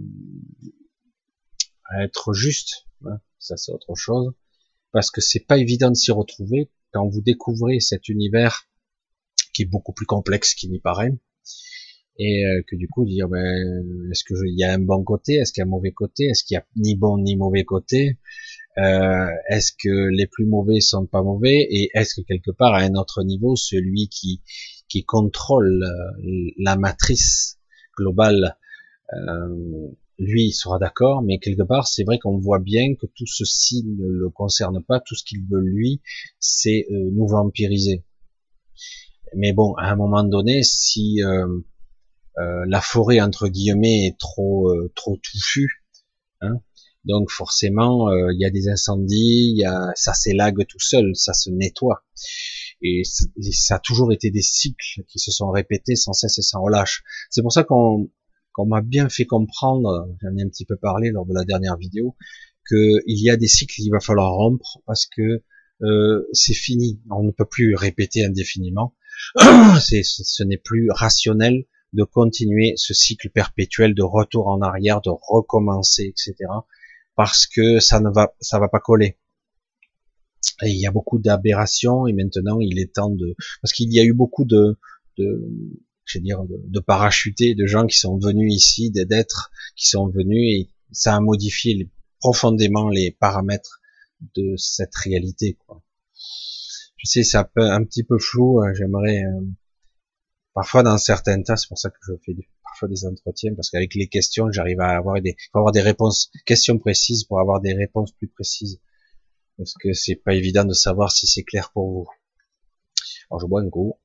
Speaker 1: à être justes, hein, ça c'est autre chose, parce que c'est pas évident de s'y retrouver quand vous découvrez cet univers qui est beaucoup plus complexe qu'il n'y paraît, et que du coup dire est-ce que il y a un bon côté, est-ce qu'il y a un mauvais côté, est-ce qu'il y a ni bon ni mauvais côté, est-ce que les plus mauvais sont pas mauvais, et est-ce que quelque part à un autre niveau celui qui contrôle la matrice globale, lui il sera d'accord, mais quelque part c'est vrai qu'on voit bien que tout ceci ne le concerne pas, tout ce qu'il veut lui c'est nous vampiriser. Mais bon, à un moment donné, si la forêt entre guillemets est trop touffue, hein, donc forcément il y a des incendies, ça s'élague tout seul, ça se nettoie. Et ça a toujours été des cycles qui se sont répétés sans cesse et sans relâche. C'est pour ça qu'on m'a bien fait comprendre, j'en ai un petit peu parlé lors de la dernière vidéo, qu'il y a des cycles qu'il va falloir rompre parce que c'est fini, on ne peut plus répéter indéfiniment. Ce n'est plus rationnel de continuer ce cycle perpétuel de retour en arrière, de recommencer, etc. Parce que ça va pas coller. Et il y a beaucoup d'aberrations et maintenant il est temps parce qu'il y a eu beaucoup je veux dire, de parachutés, de gens qui sont venus ici, d'êtres qui sont venus et ça a modifié profondément les paramètres de cette réalité, quoi. Je sais, c'est un petit peu flou, j'aimerais Parfois, dans certains tas, c'est pour ça que je fais parfois des entretiens, parce qu'avec les questions, j'arrive à avoir faut avoir des réponses, questions précises pour avoir des réponses plus précises. Parce que c'est pas évident de savoir si c'est clair pour vous. Alors, je bois un coup.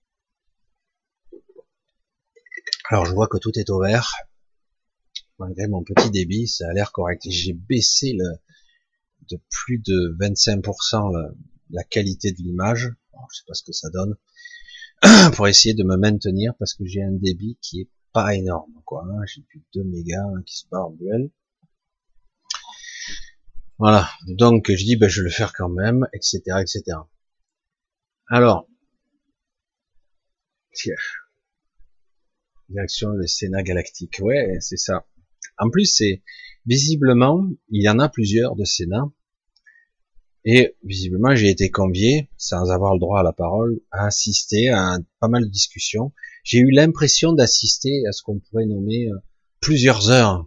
Speaker 1: Alors, je vois que tout est au vert. Malgré mon petit débit, ça a l'air correct. J'ai baissé de plus de 25% la qualité de l'image. Je sais pas ce que ça donne. Pour essayer de me maintenir, parce que j'ai un débit qui est pas énorme, quoi. J'ai plus de 2 mégas qui se barre en duel. Voilà. Donc, je dis, ben, je vais le faire quand même, etc., etc. Alors, tiens, direction le Sénat galactique. Ouais, c'est ça. En plus, c'est visiblement, il y en a plusieurs de Sénat, et visiblement, j'ai été convié, sans avoir le droit à la parole, à assister à pas mal de discussions. J'ai eu l'impression d'assister à ce qu'on pourrait nommer plusieurs heures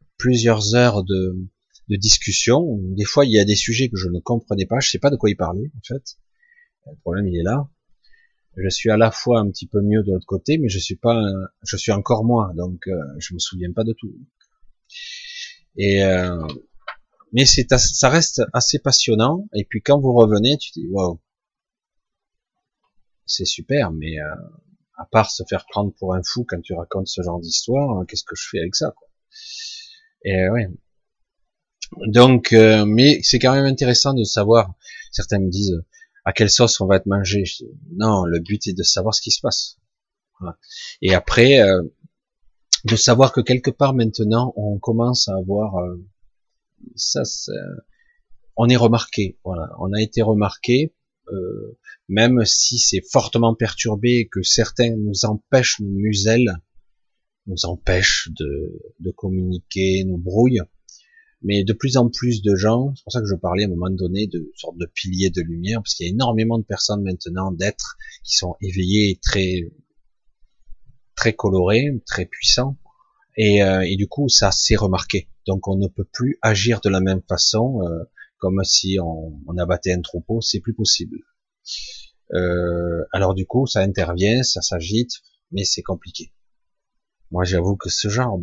Speaker 1: de discussion. Des fois, il y a des sujets que je ne comprenais pas, je sais pas de quoi ils parlaient, en fait. Le problème, il est là. Je suis à la fois un petit peu mieux de l'autre côté, mais je suis encore moi, donc je me souviens pas de tout. Et mais ça reste assez passionnant. Et puis quand vous revenez, tu dis waouh, c'est super, mais à part se faire prendre pour un fou quand tu racontes ce genre d'histoire, qu'est-ce que je fais avec ça, quoi. Et ouais. Donc, mais c'est quand même intéressant de savoir. Certains me disent à quelle sauce on va être mangé. Non, le but est de savoir ce qui se passe. Voilà. Et après, de savoir que quelque part maintenant, on commence à avoir ça. On est remarqué. Voilà, on a été remarqué. Même si c'est fortement perturbé, que certains nous empêchent, nous musellent, nous empêchent de communiquer, nous brouillent. Mais de plus en plus de gens, c'est pour ça que je parlais à un moment donné de sorte de piliers de lumière, parce qu'il y a énormément de personnes maintenant, d'êtres qui sont éveillés et très très colorés, très puissants, et du coup ça s'est remarqué. Donc on ne peut plus agir de la même façon, comme si on abattait un troupeau, c'est plus possible. Alors du coup ça intervient, ça s'agite, mais c'est compliqué. Moi j'avoue que ce genre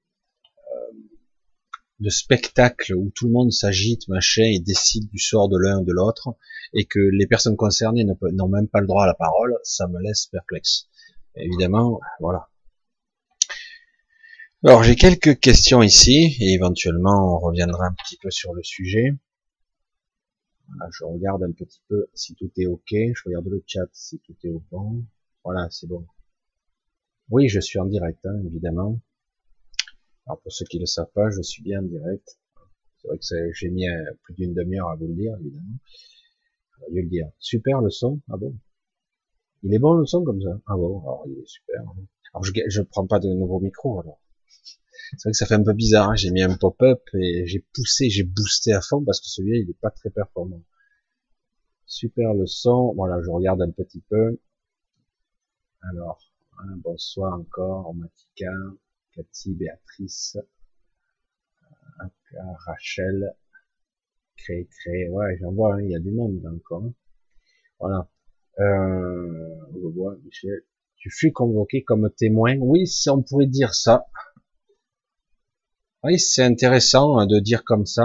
Speaker 1: de spectacle où tout le monde s'agite, machin, et décide du sort de l'un de l'autre, et que les personnes concernées n'ont même pas le droit à la parole, ça me laisse perplexe. Évidemment, voilà. Alors j'ai quelques questions ici, et éventuellement on reviendra un petit peu sur le sujet. Voilà, je regarde un petit peu si tout est ok, je regarde le chat si tout est au bon. Voilà, c'est bon. Oui, je suis en direct, hein, évidemment. Alors pour ceux qui ne le savent pas, je suis bien en direct. C'est vrai que j'ai mis plus d'une demi-heure à vous le dire, évidemment. Je vais le dire. Super le son. Ah bon? Il est bon le son comme ça? Ah bon, alors il est super. Alors je prends pas de nouveau micro alors. C'est vrai que ça fait un peu bizarre, hein. J'ai mis un pop-up et j'ai boosté à fond parce que celui-là il est pas très performant. Super le son. Voilà, je regarde un petit peu. Alors, hein, bonsoir encore, Matika, Cathy, Béatrice, Rachel, Cré, ouais, j'en vois, hein, il y a du monde là encore. Voilà. Je vois, Michel. Tu fus convoqué comme témoin. Oui, on pourrait dire ça. Oui, c'est intéressant de dire comme ça.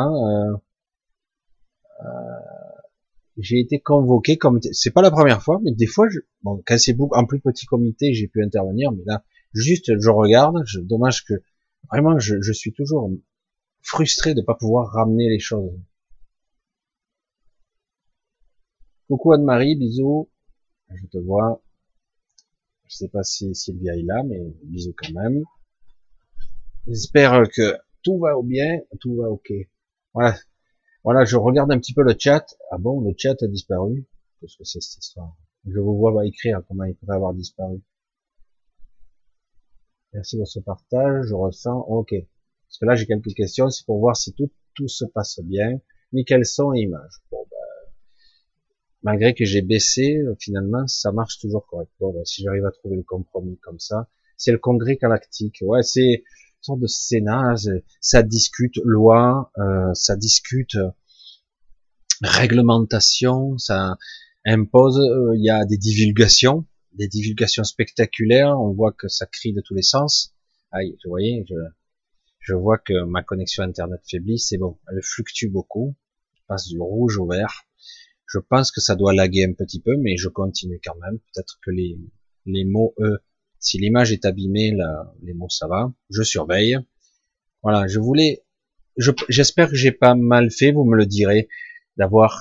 Speaker 1: J'ai été convoqué comme, c'est pas la première fois, mais des fois, bon, quand c'est en plus petit comité, j'ai pu intervenir, mais là, juste, je regarde. Dommage que, vraiment, je suis toujours frustré de pas pouvoir ramener les choses. Coucou Anne-Marie, bisous. Je te vois. Je sais pas si Sylvia est là, mais bisous quand même. J'espère que tout va bien, tout va ok. Voilà. Voilà, je regarde un petit peu le chat. Ah bon, le chat a disparu. Qu'est-ce que c'est cette histoire? Je vous vois écrire comment il pourrait avoir disparu. Merci pour ce partage, je ressens, ok. Parce que là, j'ai quelques questions, c'est pour voir si tout se passe bien. Nickel son et image. Bon, ben, malgré que j'ai baissé, finalement, ça marche toujours correct. Bon, ben, si j'arrive à trouver le compromis comme ça, c'est le congrès galactique. Ouais, c'est une sorte de Sénat, ça discute loi, ça discute réglementation, ça impose, il y a des divulgations, des divulgations spectaculaires, on voit que ça crie de tous les sens. Aïe, vous voyez, je vois que ma connexion internet faiblit, c'est bon, elle fluctue beaucoup, je passe du rouge au vert. Je pense que ça doit laguer un petit peu, mais je continue quand même. Peut-être que les mots, si l'image est abîmée, là, les mots ça va. Je surveille. Voilà, j'espère que j'ai pas mal fait, vous me le direz, d'avoir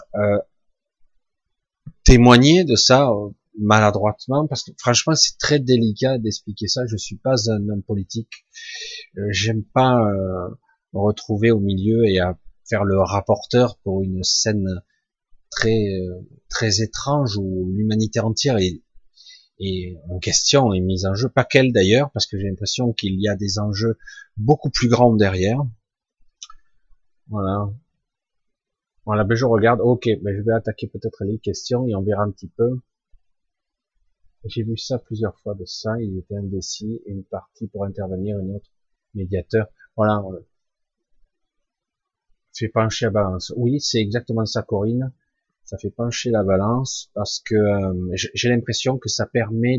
Speaker 1: témoigné de ça maladroitement, parce que franchement c'est très délicat d'expliquer ça. Je suis pas un homme politique. J'aime pas me retrouver au milieu et à faire le rapporteur pour une scène très étrange où l'humanité entière est en question, est mise en jeu. Pas qu'elle d'ailleurs, parce que j'ai l'impression qu'il y a des enjeux beaucoup plus grands derrière. Voilà. Voilà, ben je regarde. Ok, ben je vais attaquer peut-être les questions et on verra un petit peu. J'ai vu ça plusieurs fois de ça. Il était indécis, une partie pour intervenir, une autre médiateur. Voilà. Fait pencher la balance. Oui, c'est exactement ça, Corinne. Ça fait pencher la balance parce que j'ai l'impression que ça permet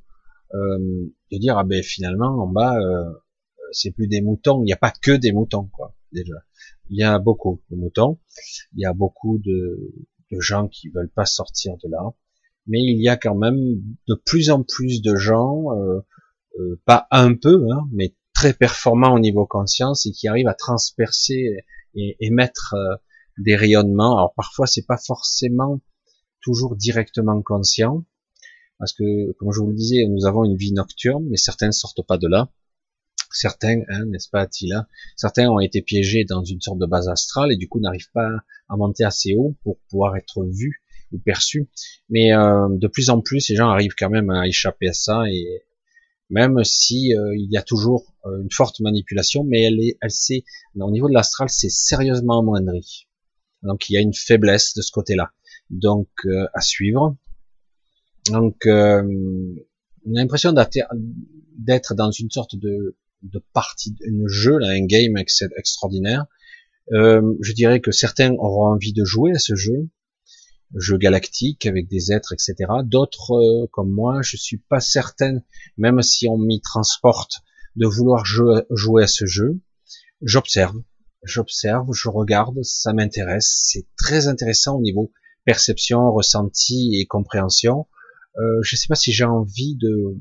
Speaker 1: de dire ah ben finalement en bas c'est plus des moutons, il n'y a pas que des moutons quoi déjà. Il y a beaucoup de moutons, il y a beaucoup de gens qui veulent pas sortir de là, mais il y a quand même de plus en plus de gens, pas un peu, hein, mais très performants au niveau conscience et qui arrivent à transpercer et émettre des rayonnements. Alors parfois c'est pas forcément toujours directement conscient, parce que comme je vous le disais, nous avons une vie nocturne, mais certains ne sortent pas de là. Certains, hein, n'est-ce pas Attila, certains ont été piégés dans une sorte de base astrale et du coup n'arrivent pas à monter assez haut pour pouvoir être vus ou perçus. Mais de plus en plus, ces gens arrivent quand même à échapper à ça, et même si il y a toujours une forte manipulation, mais elle s'est, au niveau de l'astral, c'est sérieusement amoindri. Donc il y a une faiblesse de ce côté-là. Donc à suivre. Donc on a l'impression d'être dans une sorte de partie, un jeu, là, un game extraordinaire. Je dirais que certains auront envie de jouer à ce jeu galactique avec des êtres, etc. D'autres, comme moi, je suis pas certain, même si on m'y transporte, de vouloir jouer à ce jeu. J'observe, je regarde, ça m'intéresse, c'est très intéressant au niveau perception, ressenti et compréhension. Je sais pas si j'ai envie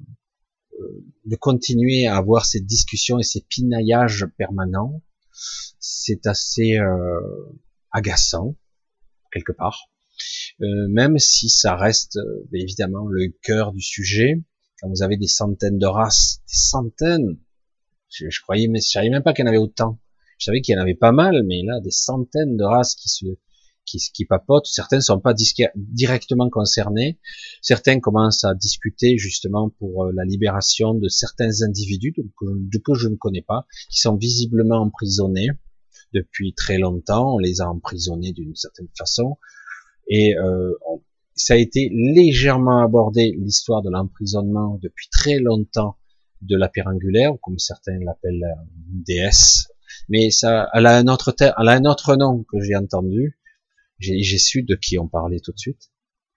Speaker 1: de continuer à avoir ces discussions et ces pinaillages permanents. C'est assez agaçant quelque part, même si ça reste évidemment le cœur du sujet. Quand vous avez des centaines de races, des centaines, je croyais, mais je savais même pas qu'il y en avait autant. Je savais qu'il y en avait pas mal, mais là des centaines de races qui papotent. Certains ne sont pas directement concernés. Certains commencent à discuter justement pour la libération de certains individus que je ne connais pas, qui sont visiblement emprisonnés depuis très longtemps. On les a emprisonnés d'une certaine façon. Et ça a été légèrement abordé, l'histoire de l'emprisonnement depuis très longtemps de la pierre angulaire, ou comme certains l'appellent la déesse. Mais ça, elle a un autre nom que j'ai entendu. J'ai su de qui on parlait tout de suite.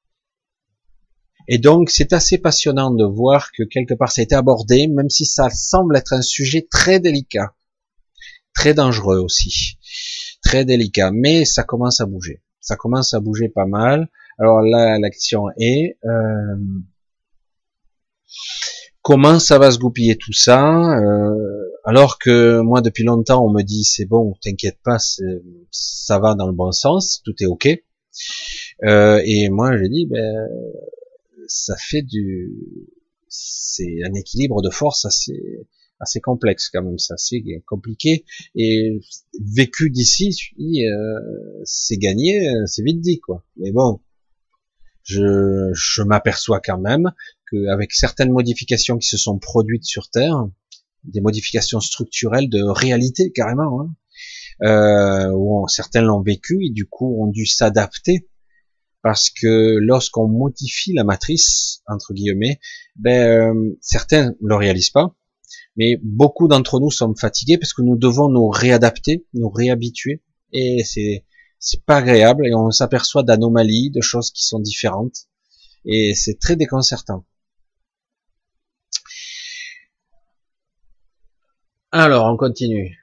Speaker 1: Et donc, c'est assez passionnant de voir que quelque part ça a été abordé, même si ça semble être un sujet très délicat, très dangereux aussi, très délicat, mais ça commence à bouger. Ça commence à bouger pas mal. Alors là, l'action est comment ça va se goupiller tout ça, alors que moi depuis longtemps on me dit c'est bon, t'inquiète pas, ça va dans le bon sens, tout est ok. Et moi je dis ça fait c'est un équilibre de force assez complexe quand même, c'est assez compliqué, et vécu d'ici, c'est gagné, c'est vite dit quoi. Mais bon, je m'aperçois quand même qu'avec certaines modifications qui se sont produites sur Terre, des modifications structurelles de réalité carrément, hein, où certains l'ont vécu et du coup ont dû s'adapter, parce que lorsqu'on modifie la matrice entre guillemets, certains ne le réalisent pas, mais beaucoup d'entre nous sommes fatigués parce que nous devons nous réadapter, nous réhabituer, et c'est pas agréable, et on s'aperçoit d'anomalies, de choses qui sont différentes, et c'est très déconcertant. Alors, on continue.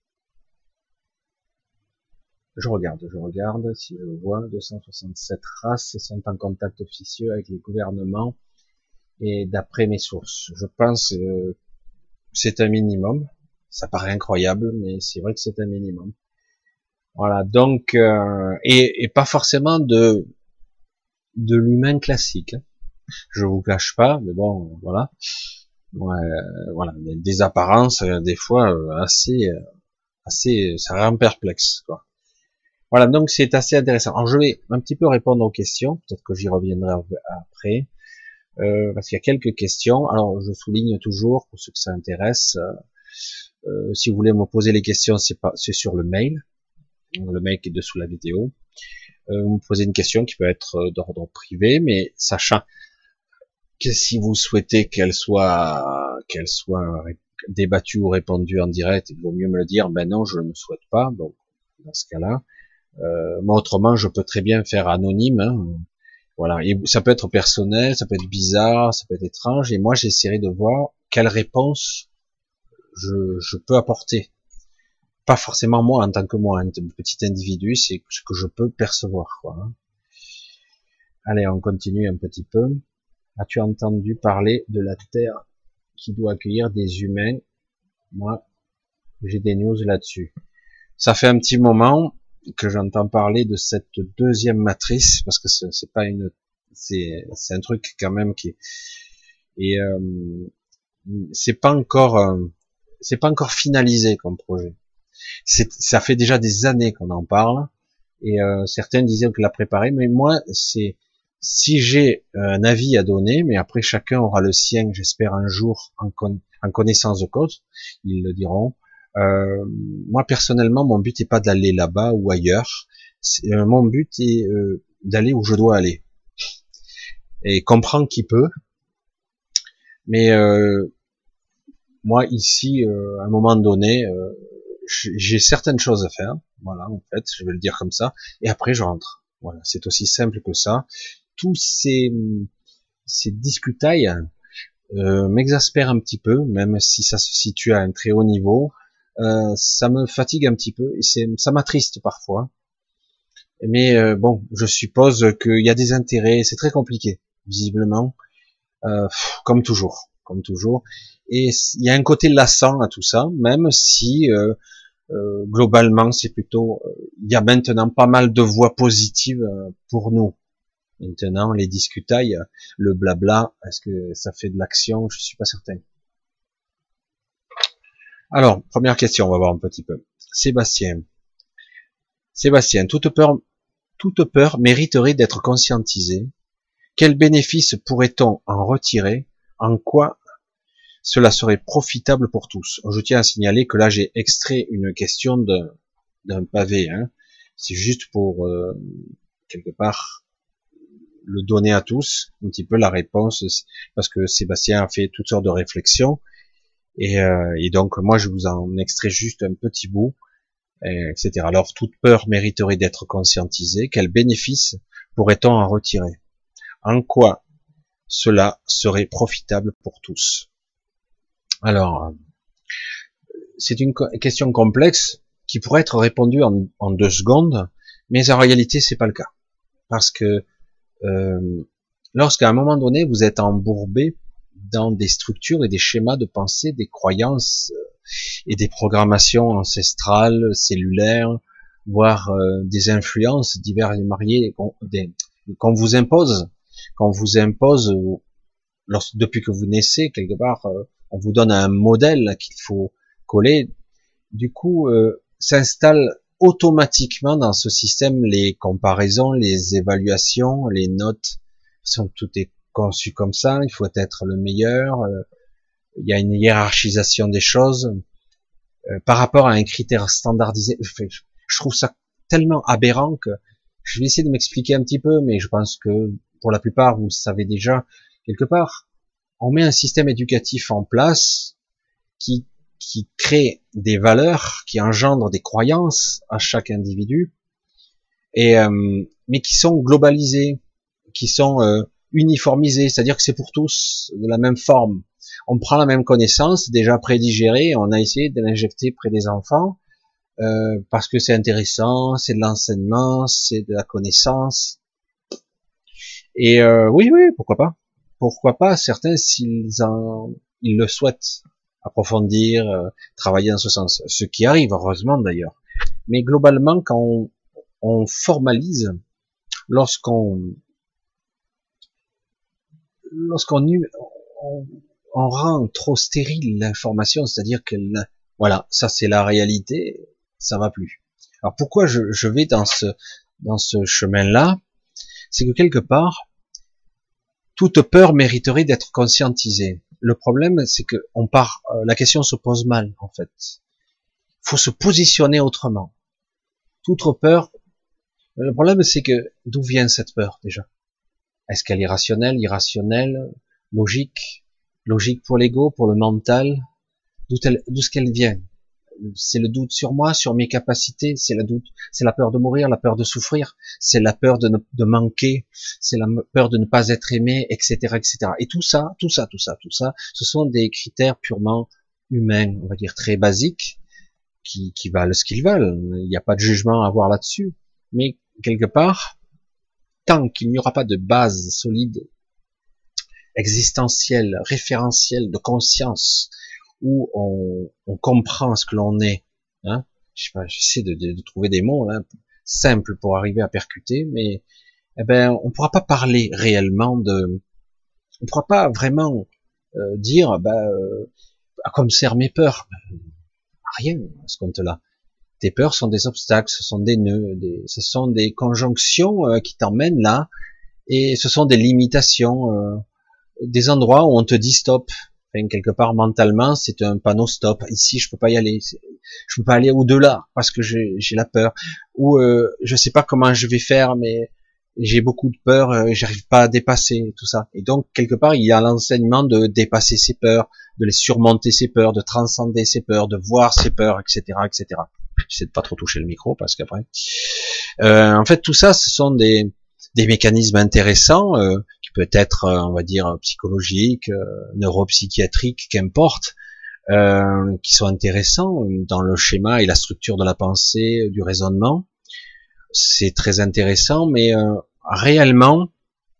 Speaker 1: Je regarde si je vois 267 races sont en contact officieux avec les gouvernements et d'après mes sources. Je pense que c'est un minimum. Ça paraît incroyable, mais c'est vrai que c'est un minimum. Voilà, donc et pas forcément de l'humain classique. Je vous cache pas, mais bon, voilà. Ouais, voilà, des apparences des fois assez, ça rend perplexe, quoi. Voilà, donc c'est assez intéressant. Alors je vais un petit peu répondre aux questions, peut-être que j'y reviendrai après, parce qu'il y a quelques questions. Alors je souligne toujours, pour ceux que ça intéresse, si vous voulez me poser les questions, c'est sur le mail qui est dessous la vidéo. Vous me posez une question qui peut être d'ordre privé, mais sachant que si vous souhaitez qu'elle soit débattue ou répondue en direct, il vaut mieux me le dire. Ben non, je ne souhaite pas. Donc dans ce cas-là, moi autrement, je peux très bien faire anonyme. Hein. Voilà. Et ça peut être personnel, ça peut être bizarre, ça peut être étrange. Et moi, j'essaierai de voir quelle réponse je peux apporter. Pas forcément moi en tant que moi, un petit individu, c'est ce que je peux percevoir. Quoi. Hein. Allez, on continue un petit peu. As-tu entendu parler de la Terre qui doit accueillir des humains? Moi, j'ai des news là-dessus. Ça fait un petit moment que j'entends parler de cette deuxième matrice, parce que c'est pas une, c'est un truc quand même qui et c'est pas encore finalisé comme projet. Ça fait déjà des années qu'on en parle et certains disaient que l'a préparé, mais moi si j'ai un avis à donner, mais après chacun aura le sien, j'espère un jour en connaissance de cause, ils le diront. Moi personnellement, mon but n'est pas d'aller là-bas ou ailleurs. Mon but est d'aller où je dois aller et comprendre qui peut. Mais moi ici, à un moment donné, j'ai certaines choses à faire. Voilà, en fait, je vais le dire comme ça. Et après, je rentre. Voilà, c'est aussi simple que ça. Tous ces discutailles m'exaspèrent un petit peu, même si ça se situe à un très haut niveau. Ça me fatigue un petit peu et ça m'attriste parfois. Mais bon, je suppose qu'il y a des intérêts. C'est très compliqué, visiblement, comme toujours, comme toujours. Et il y a un côté lassant à tout ça, même si globalement, c'est plutôt, il y a maintenant pas mal de voix positives pour nous. Maintenant, les discutailles, le blabla, est-ce que ça fait de l'action? Je suis pas certain. Alors, première question, on va voir un petit peu. Sébastien, toute peur mériterait d'être conscientisée. Quel bénéfice pourrait-on en retirer? En quoi cela serait profitable pour tous? Je tiens à signaler que là, j'ai extrait une question d'un pavé. Hein. C'est juste pour, quelque part, le donner à tous, un petit peu la réponse, parce que Sébastien a fait toutes sortes de réflexions, et donc moi je vous en extrais juste un petit bout, etc. Alors toute peur mériterait d'être conscientisée. Quel bénéfice pourrait-on en retirer? En quoi cela serait profitable pour tous? Alors, c'est une question complexe qui pourrait être répondue en 2 secondes, mais en réalité c'est pas le cas, parce que lorsqu'à un moment donné vous êtes embourbé dans des structures et des schémas de pensée, des croyances et des programmations ancestrales, cellulaires, voire des influences diverses et variées qu'on vous impose, depuis que vous naissez quelque part, on vous donne un modèle qu'il faut coller. Du coup, s'installe automatiquement dans ce système les comparaisons, les évaluations, les notes, tout est conçu comme ça, il faut être le meilleur, il y a une hiérarchisation des choses, par rapport à un critère standardisé. Je trouve ça tellement aberrant que je vais essayer de m'expliquer un petit peu, mais je pense que pour la plupart, vous le savez déjà, quelque part, on met un système éducatif en place qui crée des valeurs, qui engendre des croyances à chaque individu, et mais qui sont globalisées, qui sont uniformisées, c'est-à-dire que c'est pour tous de la même forme. On prend la même connaissance déjà prédigérée, on a essayé de l'injecter près des enfants parce que c'est intéressant, c'est de l'enseignement, c'est de la connaissance. Et oui, oui, pourquoi pas. Certains, ils le souhaitent approfondir, travailler dans ce sens, ce qui arrive heureusement d'ailleurs. Mais globalement, quand on formalise, lorsqu'on on rend trop stérile l'information, c'est-à-dire que voilà, ça c'est la réalité, ça va plus. Alors pourquoi je vais dans ce chemin-là, c'est que quelque part, toute peur mériterait d'être conscientisée. Le problème, c'est que la question se pose mal en fait. Il faut se positionner autrement. Toute peur. Le problème, c'est que d'où vient cette peur déjà? Est-ce qu'elle est rationnelle, irrationnelle, logique? Logique pour l'ego, pour le mental? D'où ce qu'elle vient? C'est le doute sur moi, sur mes capacités, c'est la peur de mourir, la peur de souffrir, c'est la peur de manquer, c'est la peur de ne pas être aimé, etc., etc. Et tout ça, ce sont des critères purement humains, on va dire très basiques, qui valent ce qu'ils valent. Il n'y a pas de jugement à avoir là-dessus. Mais quelque part, tant qu'il n'y aura pas de base solide, existentielle, référentielle, de conscience, où on comprend ce que l'on est, hein, je sais pas, j'essaie de trouver des mots là, simples pour arriver à percuter, mais eh ben on pourra pas parler réellement on pourra pas vraiment dire à quoi me servent mes peurs, rien à ce compte-là. Tes peurs sont des obstacles, ce sont des nœuds, ce sont des conjonctions qui t'emmènent là, et ce sont des limitations, des endroits où on te dit stop. Enfin, quelque part mentalement, c'est un panneau stop. Ici, je peux pas y aller. Je peux pas aller au-delà parce que j'ai la peur. Ou je sais pas comment je vais faire, mais j'ai beaucoup de peur. J'arrive pas à dépasser tout ça. Et donc quelque part, il y a l'enseignement de dépasser ses peurs, de les surmonter ses peurs, de transcender ses peurs, de voir ses peurs, etc., etc. J'essaie de pas trop toucher le micro parce qu'après, en fait, tout ça, ce sont des mécanismes intéressants qui peut être, on va dire, psychologiques, neuropsychiatriques, qu'importe, qui sont intéressants dans le schéma et la structure de la pensée, du raisonnement. C'est très intéressant, mais réellement,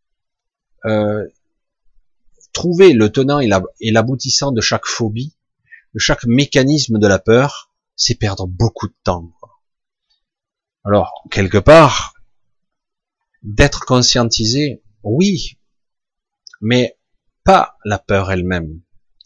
Speaker 1: trouver le tenant et l'aboutissant de chaque phobie, de chaque mécanisme de la peur, c'est perdre beaucoup de temps. Alors, quelque part, d'être conscientisé, oui, mais pas la peur elle-même.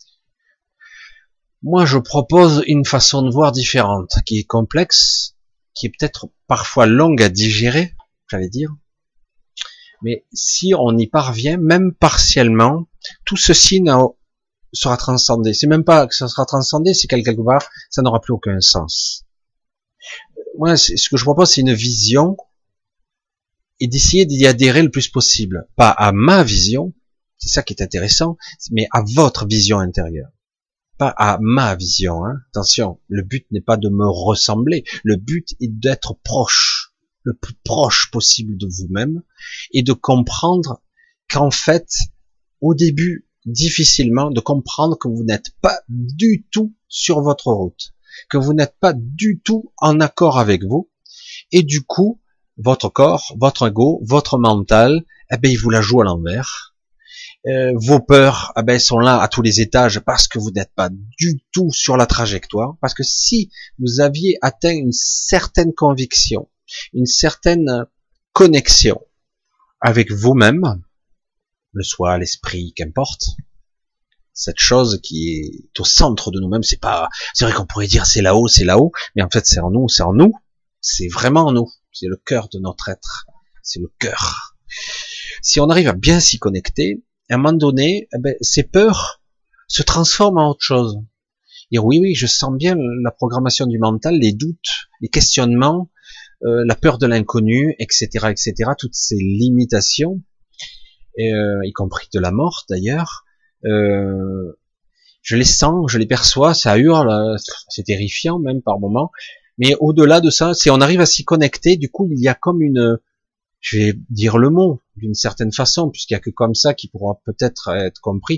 Speaker 1: Moi, je propose une façon de voir différente, qui est complexe, qui est peut-être parfois longue à digérer, j'allais dire, mais si on y parvient, même partiellement, tout ceci sera transcendé. C'est même pas que ça sera transcendé, c'est quelque part, ça n'aura plus aucun sens. Moi, ce que je propose, c'est une vision, et d'essayer d'y adhérer le plus possible. Pas à ma vision, c'est ça qui est intéressant, mais à votre vision intérieure. Pas à ma vision, hein. Attention, le but n'est pas de me ressembler, le but est d'être proche, le plus proche possible de vous-même, et de comprendre qu'en fait, au début, difficilement, de comprendre que vous n'êtes pas du tout sur votre route, que vous n'êtes pas du tout en accord avec vous, et du coup, votre corps, votre ego, votre mental, eh ben, il vous la joue à l'envers. Vos peurs, eh ben, sont là à tous les étages parce que vous n'êtes pas du tout sur la trajectoire. Parce que si vous aviez atteint une certaine conviction, une certaine connexion avec vous-même, le soi, l'esprit, qu'importe, cette chose qui est au centre de nous-mêmes, c'est vrai qu'on pourrait dire c'est là-haut, mais en fait c'est en nous, c'est vraiment en nous. C'est le cœur de notre être. C'est le cœur. Si on arrive à bien s'y connecter, à un moment donné, eh ben, ces peurs se transforment en autre chose. Et oui, je sens bien la programmation du mental, les doutes, les questionnements, la peur de l'inconnu, etc., etc., toutes ces limitations, y compris de la mort d'ailleurs, je les sens, je les perçois, ça hurle, c'est terrifiant même par moments. Mais au-delà de ça, si on arrive à s'y connecter, du coup, il y a comme je vais dire le mot d'une certaine façon, puisqu'il y a que comme ça qui pourra peut-être être compris,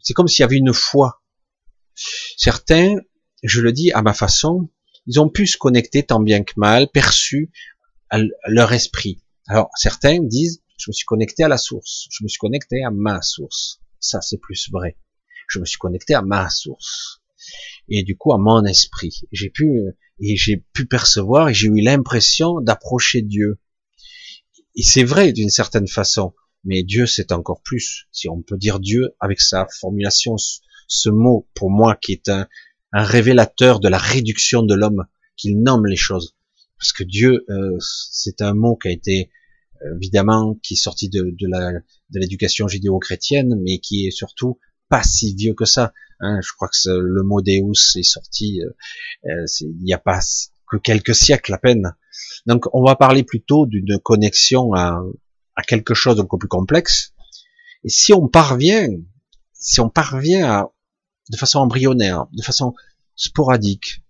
Speaker 1: c'est comme s'il y avait une foi. Certains, je le dis à ma façon, ils ont pu se connecter tant bien que mal, perçu à leur esprit. Alors certains disent, je me suis connecté à la source, je me suis connecté à ma source. Ça c'est plus vrai. Je me suis connecté à ma source. Et du coup à mon esprit. J'ai pu percevoir et j'ai eu l'impression d'approcher Dieu. Et c'est vrai d'une certaine façon. Mais Dieu c'est encore plus. Si on peut dire Dieu avec sa formulation, ce mot pour moi qui est un révélateur de la réduction de l'homme, qu'il nomme les choses. Parce que Dieu, c'est un mot qui a été évidemment qui est sorti de l'éducation judéo-chrétienne, mais qui est surtout pas si vieux que ça. Hein, je crois que le mot Deus est sorti il n'y a pas que quelques siècles à peine. Donc on va parler plutôt d'une connexion à quelque chose de beaucoup plus complexe. Et si on parvient de façon embryonnaire, de façon sporadique,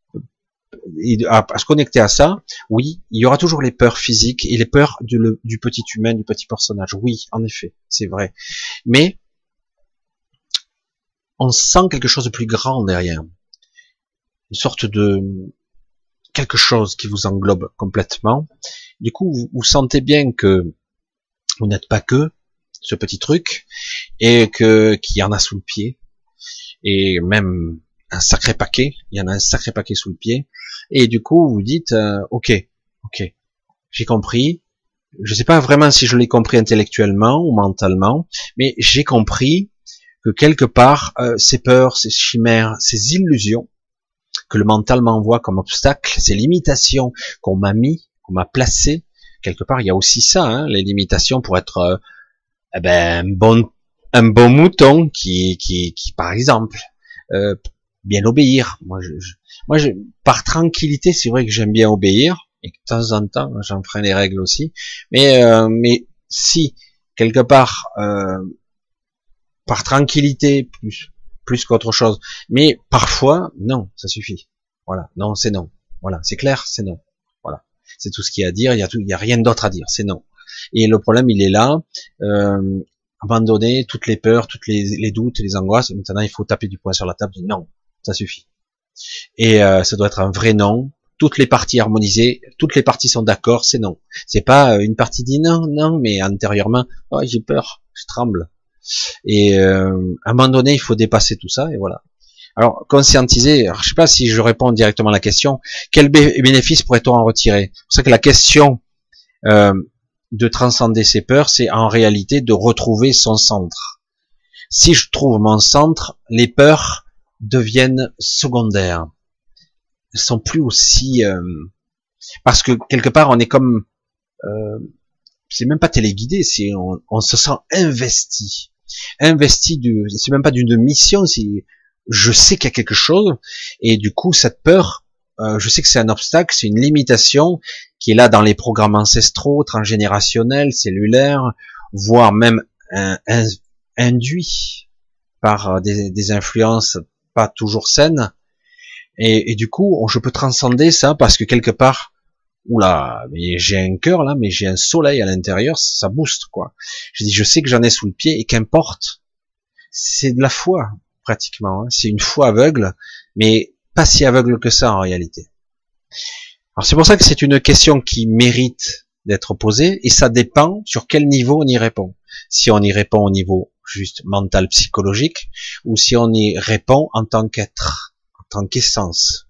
Speaker 1: à se connecter à ça, oui, il y aura toujours les peurs physiques et les peurs du petit humain, du petit personnage. Oui, en effet, c'est vrai. Mais on sent quelque chose de plus grand derrière. Une sorte de quelque chose qui vous englobe complètement. Du coup, vous sentez bien que vous n'êtes pas que ce petit truc et qu'il y en a sous le pied. Et même un sacré paquet, il y en a un sacré paquet sous le pied, et du coup vous dites ok, j'ai compris, je sais pas vraiment si je l'ai compris intellectuellement ou mentalement, mais j'ai compris que quelque part ces peurs, ces chimères, ces illusions que le mental m'envoie comme obstacle, ces limitations qu'on m'a placées, quelque part il y a aussi ça, hein, les limitations pour être un bon mouton qui par exemple bien obéir. Moi, par tranquillité, c'est vrai que j'aime bien obéir, et de temps en temps, j'en ferai les règles aussi. Mais si quelque part, par tranquillité plus qu'autre chose, mais parfois, non, ça suffit. Voilà, non, c'est non. Voilà, c'est clair, c'est non. Voilà, c'est tout ce qu'il y a à dire. Il y a rien d'autre à dire, c'est non. Et le problème, il est là. Abandonner toutes les peurs, toutes les doutes, les angoisses. Maintenant, il faut taper du poing sur la table. Non, ça suffit. Et ça doit être un vrai non. Toutes les parties harmonisées, toutes les parties sont d'accord, c'est non. C'est pas une partie dit non, mais intérieurement, oh, j'ai peur, je tremble. Et à un moment donné, il faut dépasser tout ça, et voilà. Alors, conscientiser, je sais pas si je réponds directement à la question, quel bénéfice pourrait-on en retirer? C'est pour ça que la question de transcender ses peurs, c'est en réalité de retrouver son centre. Si je trouve mon centre, les peurs deviennent secondaires. Elles sont plus aussi parce que quelque part on est comme c'est même pas téléguidé, c'est on se sent investi c'est même pas d'une mission, c'est je sais qu'il y a quelque chose, et du coup cette peur, je sais que c'est un obstacle, c'est une limitation qui est là dans les programmes ancestraux, transgénérationnels, cellulaires, voire même induit par des influences pas toujours saines. Et du coup, je peux transcender ça parce que quelque part, oula, mais j'ai un cœur là, mais j'ai un soleil à l'intérieur, ça booste quoi. Je dis, je sais que j'en ai sous le pied et qu'importe, c'est de la foi pratiquement. Hein. C'est une foi aveugle, mais pas si aveugle que ça en réalité. Alors c'est pour ça que c'est une question qui mérite d'être posée et ça dépend sur quel niveau on y répond. Si on y répond au niveau juste mental, psychologique, ou si on y répond en tant qu'être, en tant qu'essence.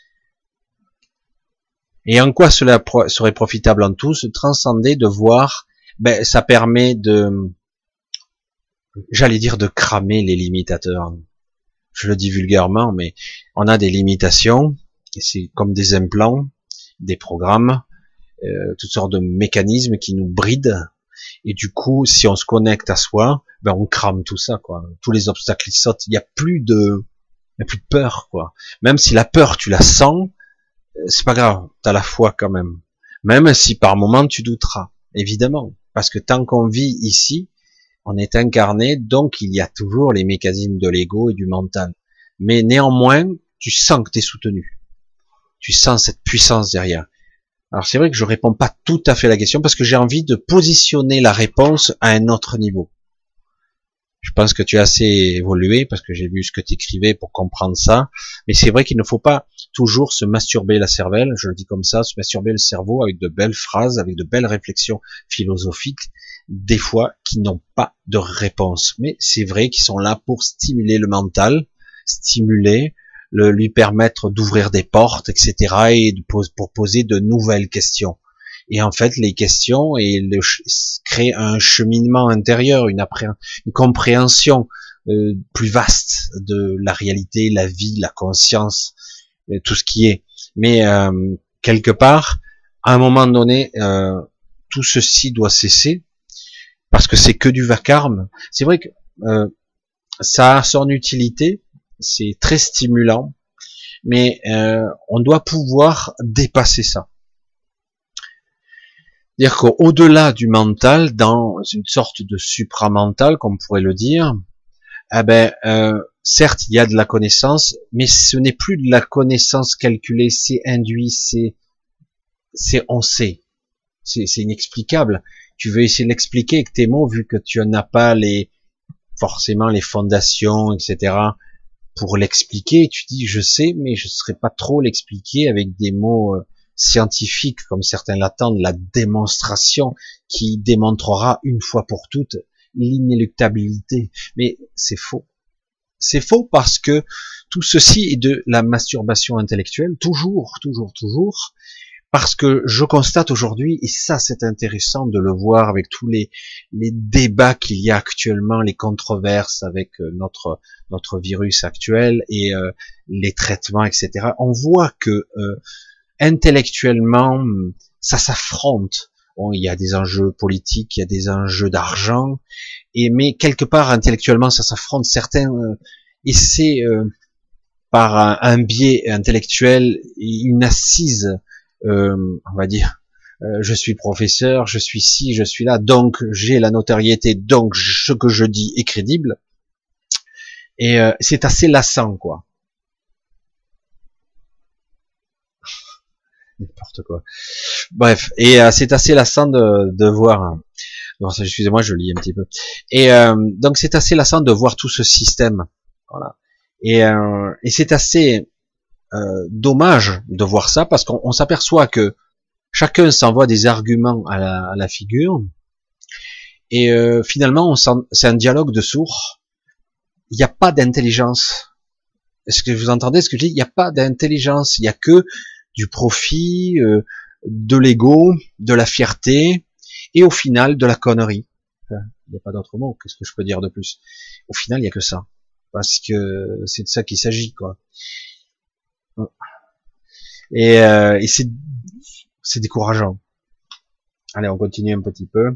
Speaker 1: Et en quoi cela serait profitable en tous, transcender, de voir, ben ça permet de, j'allais dire de cramer les limitateurs. Je le dis vulgairement, mais on a des limitations, et c'est comme des implants, des programmes, toutes sortes de mécanismes qui nous brident, et du coup, si on se connecte à soi, ben on crame tout ça, quoi. Tous les obstacles qui sautent, il y a plus de peur, quoi. Même si la peur, tu la sens, c'est pas grave, t'as la foi quand même. Même si par moment tu douteras, évidemment, parce que tant qu'on vit ici, on est incarné, donc il y a toujours les mécanismes de l'ego et du mental. Mais néanmoins, tu sens que t'es soutenu. Tu sens cette puissance derrière. Alors c'est vrai que je réponds pas tout à fait à la question parce que j'ai envie de positionner la réponse à un autre niveau. Je pense que tu as assez évolué parce que j'ai vu ce que tu écrivais pour comprendre ça. Mais c'est vrai qu'il ne faut pas toujours se masturber la cervelle, je le dis comme ça, se masturber le cerveau avec de belles phrases, avec de belles réflexions philosophiques, des fois qui n'ont pas de réponse. Mais c'est vrai qu'ils sont là pour stimuler le mental, stimuler, lui permettre d'ouvrir des portes, etc. et pour poser de nouvelles questions. Et en fait, les questions créent un cheminement intérieur, une compréhension plus vaste de la réalité, la vie, la conscience, tout ce qui est. Mais quelque part, à un moment donné, tout ceci doit cesser parce que c'est que du vacarme. C'est vrai que ça a son utilité, c'est très stimulant, mais on doit pouvoir dépasser ça. C'est-à-dire qu'au-delà du mental, dans une sorte de supramental, comme on pourrait le dire, certes, il y a de la connaissance, mais ce n'est plus de la connaissance calculée, c'est induit, on sait. C'est inexplicable. Tu veux essayer de l'expliquer avec tes mots, vu que tu n'as pas forcément les fondations, etc., pour l'expliquer. Tu dis, je sais, mais je ne saurais pas trop l'expliquer avec des mots scientifique, comme certains l'attendent, la démonstration qui démontrera une fois pour toutes l'inéluctabilité. Mais c'est faux. C'est faux parce que tout ceci est de la masturbation intellectuelle, toujours, parce que je constate aujourd'hui, et ça c'est intéressant de le voir avec tous les débats qu'il y a actuellement, les controverses avec notre virus actuel et les traitements, etc. On voit que intellectuellement, ça s'affronte. Bon, il y a des enjeux politiques, il y a des enjeux d'argent, mais quelque part intellectuellement, ça s'affronte. Certains essaient par un biais intellectuel, une assise, on va dire, je suis professeur, je suis ci, je suis là, donc j'ai la notoriété, donc ce que je dis est crédible. Et c'est assez lassant, quoi. N'importe quoi. Bref, et c'est assez lassant de voir. Non, excusez-moi, je lis un petit peu. Et donc c'est assez lassant de voir tout ce système. Voilà. Et c'est assez dommage de voir ça parce qu'on s'aperçoit que chacun s'envoie des arguments à la figure. Et finalement, c'est un dialogue de sourds. Il n'y a pas d'intelligence. Est-ce que vous entendez ce que je dis? Il n'y a pas d'intelligence. Il n'y a que du profit, de l'ego, de la fierté, et au final de la connerie. Enfin, il n'y a pas d'autre mot, qu'est-ce que je peux dire de plus? Au final, il n'y a que ça. Parce que c'est de ça qu'il s'agit, quoi. Et c'est décourageant. Allez, on continue un petit peu.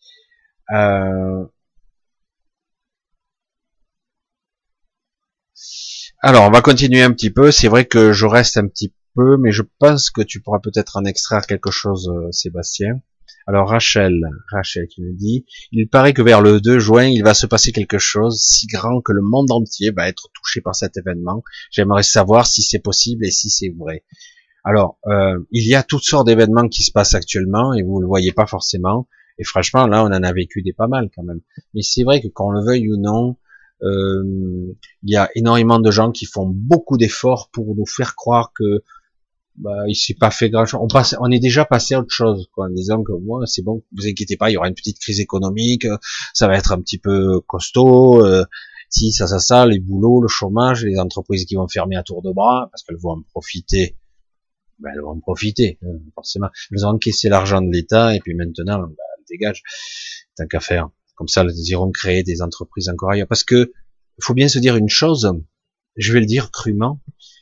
Speaker 1: Alors, on va continuer un petit peu. C'est vrai que je reste un petit peu, mais je pense que tu pourras peut-être en extraire quelque chose, Sébastien. Alors Rachel qui nous dit, il paraît que vers le 2 juin, il va se passer quelque chose si grand que le monde entier va être touché par cet événement. J'aimerais savoir si c'est possible et si c'est vrai. Alors, il y a toutes sortes d'événements qui se passent actuellement et vous le voyez pas forcément. Et franchement, là, on en a vécu des pas mal quand même. Mais c'est vrai que qu'on le veuille ou non, il y a énormément de gens qui font beaucoup d'efforts pour nous faire croire que il s'est pas fait grand chose. On est déjà passé à autre chose, quoi, en disant que moi, c'est bon, vous inquiétez pas, il y aura une petite crise économique, ça va être un petit peu costaud, si ça, les boulots, le chômage, les entreprises qui vont fermer à tour de bras parce qu'elles vont en profiter. Elles vont en profiter, forcément. Elles ont encaissé l'argent de l'État et puis maintenant, elles dégagent. Tant qu'à faire. Comme ça, elles iront créer des entreprises encore ailleurs. Parce que, faut bien se dire une chose, je vais le dire crûment,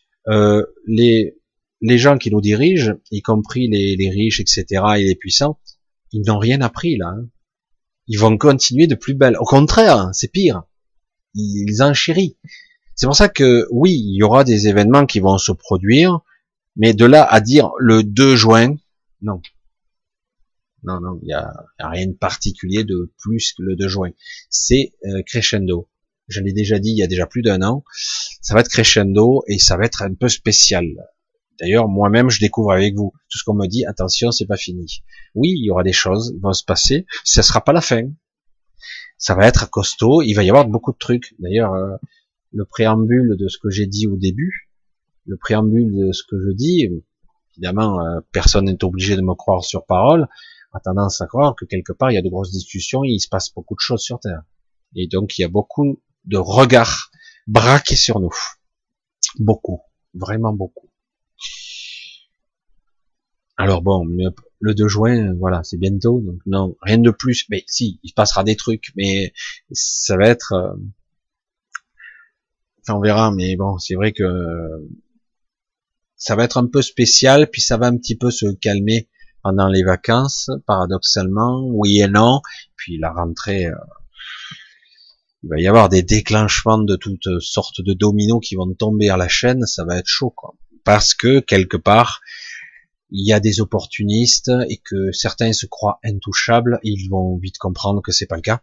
Speaker 1: les gens qui nous dirigent, y compris les riches, etc., et les puissants, ils n'ont rien appris, là. Hein. Ils vont continuer de plus belle. Au contraire, c'est pire. Ils enchérissent. C'est pour ça que, oui, il y aura des événements qui vont se produire, mais de là à dire le 2 juin, non. Non, il y a rien de particulier de plus que le 2 juin. C'est crescendo. Je l'ai déjà dit il y a déjà plus d'1 an. Ça va être crescendo et ça va être un peu spécial. D'ailleurs, moi-même, je découvre avec vous tout ce qu'on me dit. Attention, c'est pas fini. Oui, il y aura des choses qui vont se passer. Ça sera pas la fin. Ça va être costaud, il va y avoir beaucoup de trucs. D'ailleurs, le préambule de ce que j'ai dit au début, le préambule de ce que je dis, évidemment, personne n'est obligé de me croire sur parole, a tendance à croire que quelque part, il y a de grosses discussions, et il se passe beaucoup de choses sur Terre. Et donc, il y a beaucoup de regards braqués sur nous. Beaucoup. Vraiment beaucoup. Alors bon, le 2 juin, voilà, c'est bientôt, donc non, rien de plus. Mais si, il se passera des trucs, mais ça va être... enfin, on verra, mais bon, c'est vrai que ça va être un peu spécial, puis ça va un petit peu se calmer pendant les vacances, paradoxalement, oui et non. Puis la rentrée, il va y avoir des déclenchements de toutes sortes de dominos qui vont tomber à la chaîne, ça va être chaud, quoi. Parce que, quelque part, il y a des opportunistes et que certains se croient intouchables, ils vont vite comprendre que c'est pas le cas.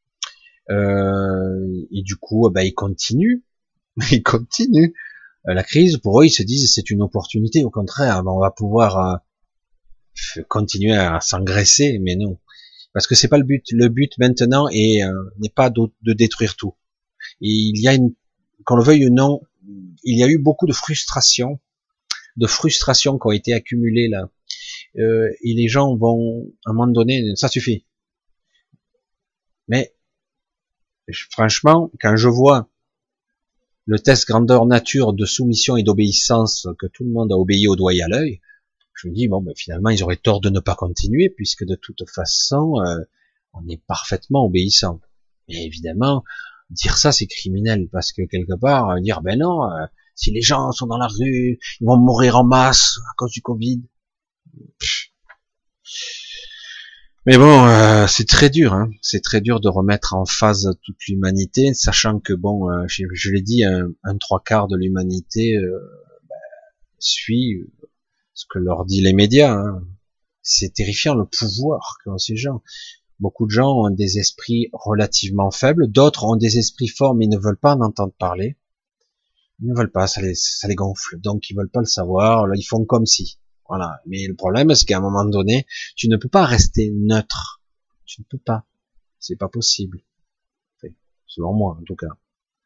Speaker 1: Et du coup, ils continuent. Ils continuent. La crise, pour eux, ils se disent c'est une opportunité. Au contraire, on va pouvoir continuer à s'engraisser, mais non. Parce que c'est pas le but. Le but maintenant n'est pas de détruire tout. Et il y a qu'on le veuille ou non, il y a eu beaucoup de frustrations qui ont été accumulées là. Et les gens vont, à un moment donné, ça suffit. Mais, franchement, quand je vois le test grandeur nature de soumission et d'obéissance que tout le monde a obéi au doigt et à l'œil, je me dis, bon, finalement, ils auraient tort de ne pas continuer, puisque de toute façon, on est parfaitement obéissant. Et évidemment, dire ça, c'est criminel, parce que quelque part, dire, ben non, si les gens sont dans la rue, ils vont mourir en masse à cause du Covid. Mais bon, c'est très dur, hein. C'est très dur de remettre en phase toute l'humanité, sachant que bon, je l'ai dit, un 3/4 de l'humanité suit ce que leur dit les médias. Hein. C'est terrifiant le pouvoir qu'ont ces gens. Beaucoup de gens ont des esprits relativement faibles, d'autres ont des esprits forts mais ils ne veulent pas en entendre parler. Ils ne veulent pas, ça les gonfle, donc ils veulent pas le savoir. Là, ils font comme si. Voilà. Mais le problème, c'est qu'à un moment donné, tu ne peux pas rester neutre. Tu ne peux pas. C'est pas possible. Enfin, selon moi, en tout cas.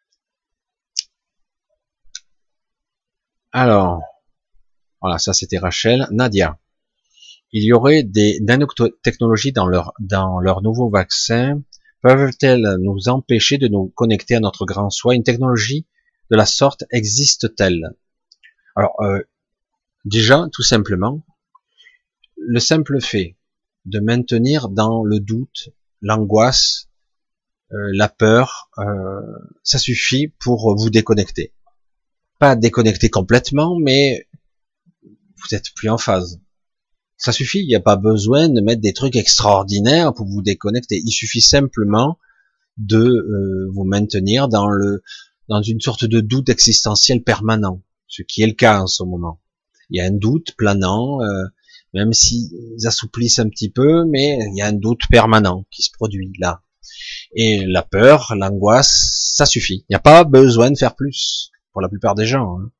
Speaker 1: Alors, voilà, ça c'était Rachel. Nadia. Il y aurait des nanotechnologies dans leur nouveau vaccin. Peuvent-elles nous empêcher de nous connecter à notre grand soi? Une technologie de la sorte existe-t-elle? Alors, déjà, tout simplement, le simple fait de maintenir dans le doute, l'angoisse, la peur, ça suffit pour vous déconnecter. Pas déconnecter complètement, mais vous êtes plus en phase. Ça suffit, il n'y a pas besoin de mettre des trucs extraordinaires pour vous déconnecter. Il suffit simplement de vous maintenir dans une sorte de doute existentiel permanent, ce qui est le cas en ce moment. Il y a un doute planant, même s'ils assouplissent un petit peu, mais il y a un doute permanent qui se produit là. Et la peur, l'angoisse, ça suffit. Il n'y a pas besoin de faire plus pour la plupart des gens. Hein.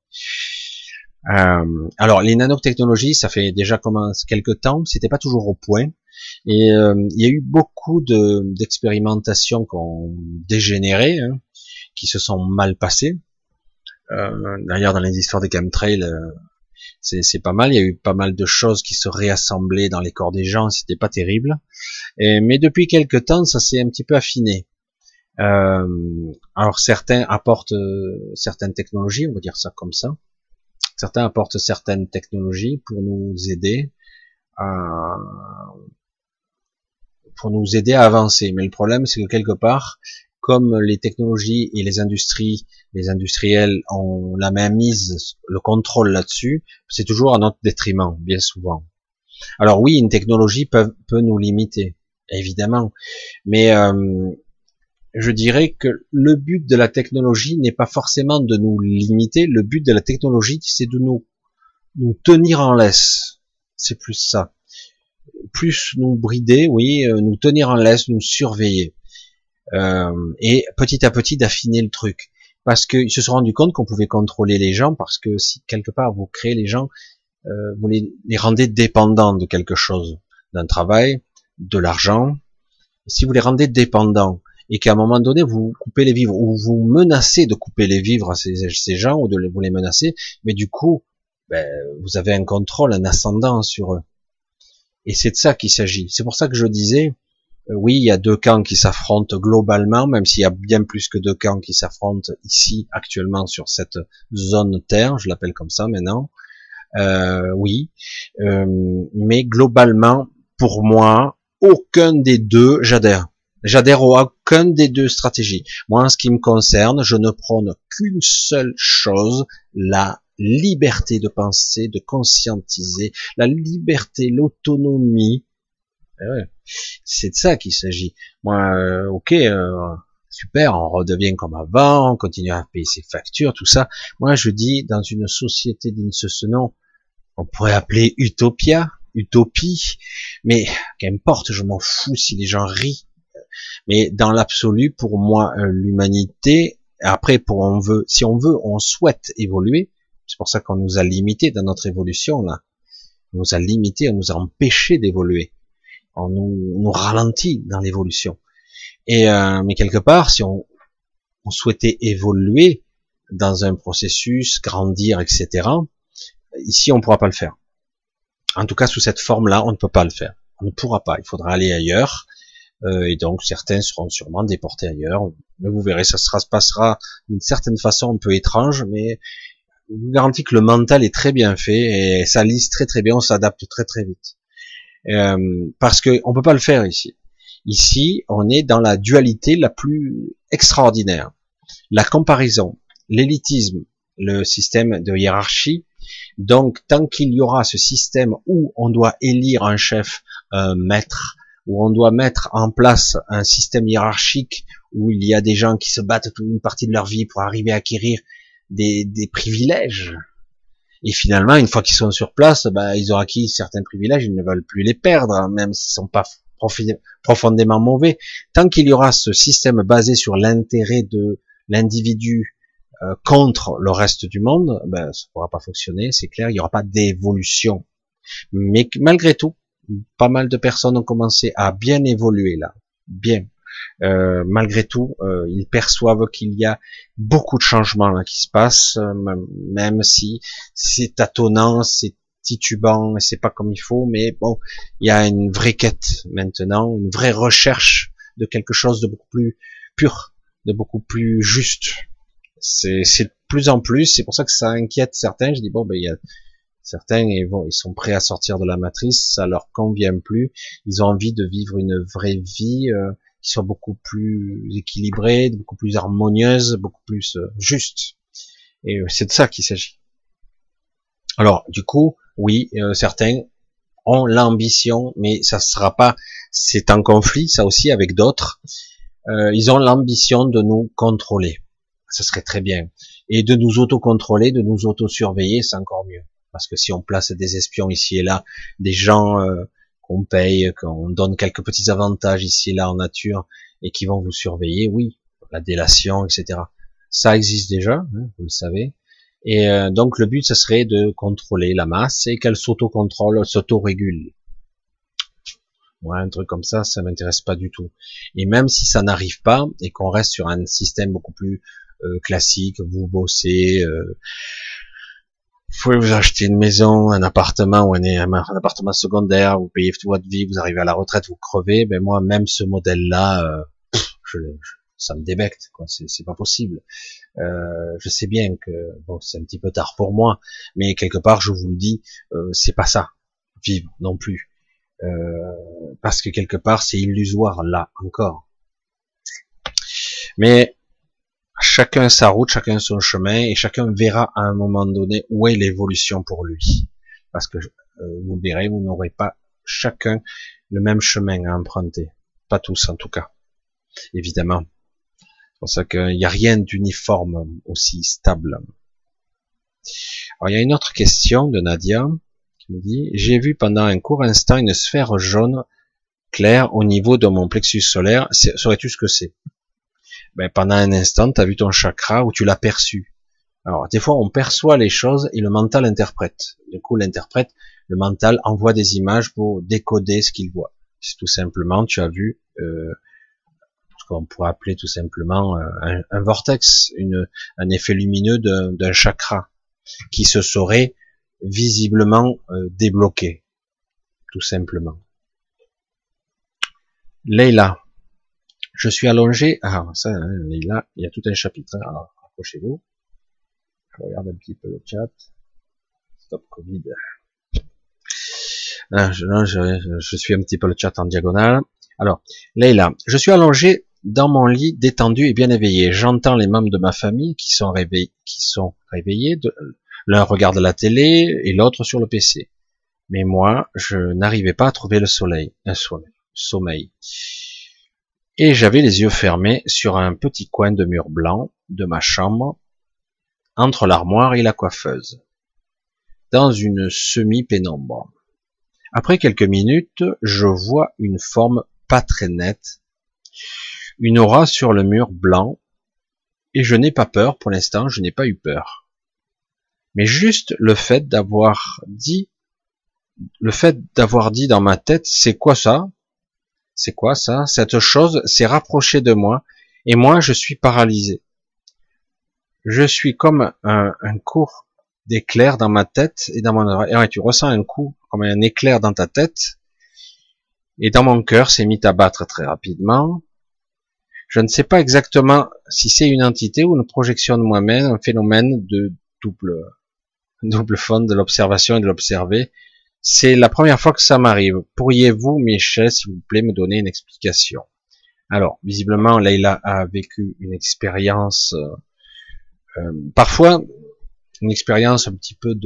Speaker 1: Alors les nanotechnologies, ça fait déjà quelques temps, c'était pas toujours au point, et il y a eu beaucoup d'expérimentations qui ont dégénéré, hein, qui se sont mal passées. D'ailleurs, dans les histoires des chemtrails, c'est pas mal. Il y a eu pas mal de choses qui se réassemblaient dans les corps des gens, c'était pas terrible. Mais depuis quelques temps, ça s'est un petit peu affiné. Alors certains apportent certaines technologies, on va dire ça comme ça. Certains apportent certaines technologies pour nous aider à avancer. Mais le problème, c'est que quelque part, comme les technologies et les industriels ont la main mise, le contrôle là-dessus, c'est toujours à notre détriment, bien souvent. Alors oui, une technologie peut nous limiter, évidemment, mais je dirais que le but de la technologie n'est pas forcément de nous limiter. Le but de la technologie, c'est de nous tenir en laisse. C'est plus ça. Plus nous brider, oui, nous tenir en laisse, nous surveiller. Et petit à petit d'affiner le truc. Parce qu'ils se sont rendus compte qu'on pouvait contrôler les gens, parce que si quelque part vous créez les gens, vous les rendez dépendants de quelque chose, d'un travail, de l'argent. si vous les rendez dépendants, et qu'à un moment donné, vous coupez les vivres, ou vous menacez de couper les vivres à ces gens, ou de vous les menacer, mais du coup, ben, vous avez un contrôle, un ascendant sur eux. Et c'est de ça qu'il s'agit. C'est pour ça que je disais, oui, il y a deux camps qui s'affrontent globalement, même s'il y a bien plus que deux camps qui s'affrontent ici, actuellement, sur cette zone Terre, je l'appelle comme ça maintenant. Oui, mais globalement, pour moi, aucun des deux, j'adhère. J'adhère à aucun des deux stratégies. Moi, en ce qui me concerne, je ne prône qu'une seule chose, la liberté de penser, de conscientiser, la liberté, l'autonomie. Ouais, c'est de ça qu'il s'agit. Moi, ok, super, on redevient comme avant, on continue à payer ses factures, tout ça. Moi, je dis, dans une société digne de ce nom, on pourrait appeler Utopia, Utopie, mais qu'importe, je m'en fous si les gens rient. Mais dans l'absolu, pour moi, l'humanité, après, si on veut, on souhaite évoluer. C'est pour ça qu'on nous a limités dans notre évolution, là. On nous a limités, on nous a empêchés d'évoluer. On nous ralentit dans l'évolution. Et mais quelque part, si on souhaitait évoluer dans un processus, grandir, etc., ici, on ne pourra pas le faire. En tout cas, sous cette forme-là, on ne peut pas le faire. On ne pourra pas. Il faudra aller ailleurs. Et donc, certains seront sûrement déportés ailleurs. Mais vous verrez, ça se passera d'une certaine façon un peu étrange, mais je vous garantis que le mental est très bien fait et ça lise très très bien, on s'adapte très très vite. Parce que on peut pas le faire ici. Ici, on est dans la dualité la plus extraordinaire. La comparaison, l'élitisme, le système de hiérarchie. Donc, tant qu'il y aura ce système où on doit élire un chef, un maître, où on doit mettre en place un système hiérarchique où il y a des gens qui se battent toute une partie de leur vie pour arriver à acquérir des privilèges. Et finalement, une fois qu'ils sont sur place, ils ont acquis certains privilèges, ils ne veulent plus les perdre, hein, même s'ils sont pas profondément mauvais. Tant qu'il y aura ce système basé sur l'intérêt de l'individu contre le reste du monde, ça ne pourra pas fonctionner, c'est clair, il n'y aura pas d'évolution. Mais malgré tout, pas mal de personnes ont commencé à bien évoluer là, bien. Malgré tout, ils perçoivent qu'il y a beaucoup de changements là qui se passent, même si c'est tâtonnant, c'est titubant, et c'est pas comme il faut, mais bon, il y a une vraie quête maintenant, une vraie recherche de quelque chose de beaucoup plus pur, de beaucoup plus juste. C'est de plus en plus, c'est pour ça que ça inquiète certains. Je dis il y a certains, ils sont prêts à sortir de la matrice, ça leur convient plus, ils ont envie de vivre une vraie vie qui soit beaucoup plus équilibrée, beaucoup plus harmonieuse, beaucoup plus juste. Et c'est de ça qu'il s'agit. Alors, du coup, oui, certains ont l'ambition, mais ça sera pas, c'est en conflit, ça aussi, avec d'autres. Ils ont l'ambition de nous contrôler. Ça serait très bien. Et de nous auto-contrôler, de nous auto-surveiller, c'est encore mieux. Parce que si on place des espions ici et là, des gens qu'on paye, qu'on donne quelques petits avantages ici et là en nature, et qui vont vous surveiller, oui, la délation, etc. Ça existe déjà, hein, vous le savez. Et donc le but, ce serait de contrôler la masse et qu'elle s'auto-contrôle, s'auto-régule. Ouais, un truc comme ça m'intéresse pas du tout. Et même si ça n'arrive pas, et qu'on reste sur un système beaucoup plus classique, vous bossez, vous pouvez vous acheter une maison, un appartement ou un appartement secondaire, vous payez toute votre vie, vous arrivez à la retraite, vous crevez, moi même ce modèle-là, ça me débecte, quoi. C'est pas possible. Je sais bien que c'est un petit peu tard pour moi, mais quelque part je vous le dis, c'est pas ça, vivre non plus, parce que quelque part c'est illusoire là encore. Mais chacun sa route, chacun son chemin, et chacun verra à un moment donné où est l'évolution pour lui. Parce que vous le verrez, vous n'aurez pas chacun le même chemin à emprunter. Pas tous en tout cas, évidemment. C'est pour ça qu'il n'y a rien d'uniforme aussi stable. Alors il y a une autre question de Nadia qui me dit: j'ai vu pendant un court instant une sphère jaune claire au niveau de mon plexus solaire. Saurais-tu ce que c'est? Pendant un instant, tu as vu ton chakra ou tu l'as perçu. Alors, des fois, on perçoit les choses et le mental interprète. Du coup, le mental envoie des images pour décoder ce qu'il voit. C'est tout simplement, tu as vu, ce qu'on pourrait appeler tout simplement un vortex, un effet lumineux d'un chakra qui se serait visiblement débloqué, tout simplement. Leïla, je suis allongé. Ah, ça, hein, Leïla, il y a tout un chapitre. Hein. Alors, accrochez-vous. Je regarde un petit peu le chat. Stop Covid. Ah, je suis un petit peu le chat en diagonale. Alors, Leïla, je suis allongé dans mon lit, détendu et bien éveillé. J'entends les membres de ma famille qui sont réveillés. L'un regarde la télé et l'autre sur le PC. Mais moi, je n'arrivais pas à trouver le sommeil. Et j'avais les yeux fermés sur un petit coin de mur blanc de ma chambre, entre l'armoire et la coiffeuse, dans une semi-pénombre. Après quelques minutes, je vois une forme pas très nette, une aura sur le mur blanc, et je n'ai pas peur, pour l'instant, je n'ai pas eu peur. Mais juste le fait d'avoir dit dans ma tête, c'est quoi ça? C'est quoi ça? Cette chose s'est rapprochée de moi, et moi je suis paralysé. Je suis comme un court d'éclair dans ma tête et dans mon oreille. Et ouais, tu ressens un coup comme un éclair dans ta tête, et dans mon cœur s'est mis à battre très rapidement. Je ne sais pas exactement si c'est une entité ou une projection de moi-même, un phénomène de double fond de l'observation et de l'observer. C'est la première fois que ça m'arrive. Pourriez-vous, Michel, s'il vous plaît, me donner une explication? Alors, visiblement, Leïla a vécu une expérience, parfois, une expérience un petit peu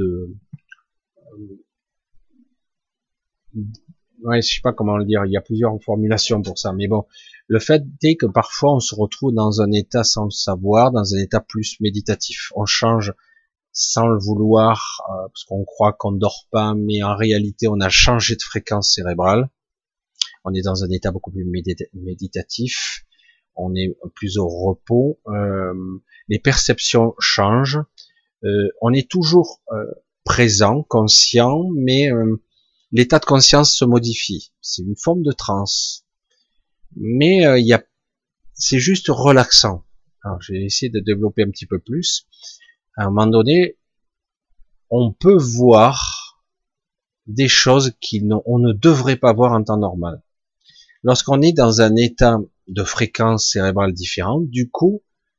Speaker 1: ouais, je sais pas comment le dire, il y a plusieurs formulations pour ça, mais bon, le fait est que parfois on se retrouve dans un état sans le savoir, dans un état plus méditatif. On change sans le vouloir, parce qu'on croit qu'on ne dort pas, mais en réalité on a changé de fréquence cérébrale. On est dans un état beaucoup plus méditatif, on est plus au repos, les perceptions changent, on est toujours présent, conscient, mais l'état de conscience se modifie. C'est une forme de transe, mais c'est juste relaxant. Alors, je vais essayer de développer un petit peu plus. À un moment donné, on peut voir des choses on ne devrait pas voir en temps normal. Lorsqu'on est dans un état de fréquence cérébrale différente, du coup,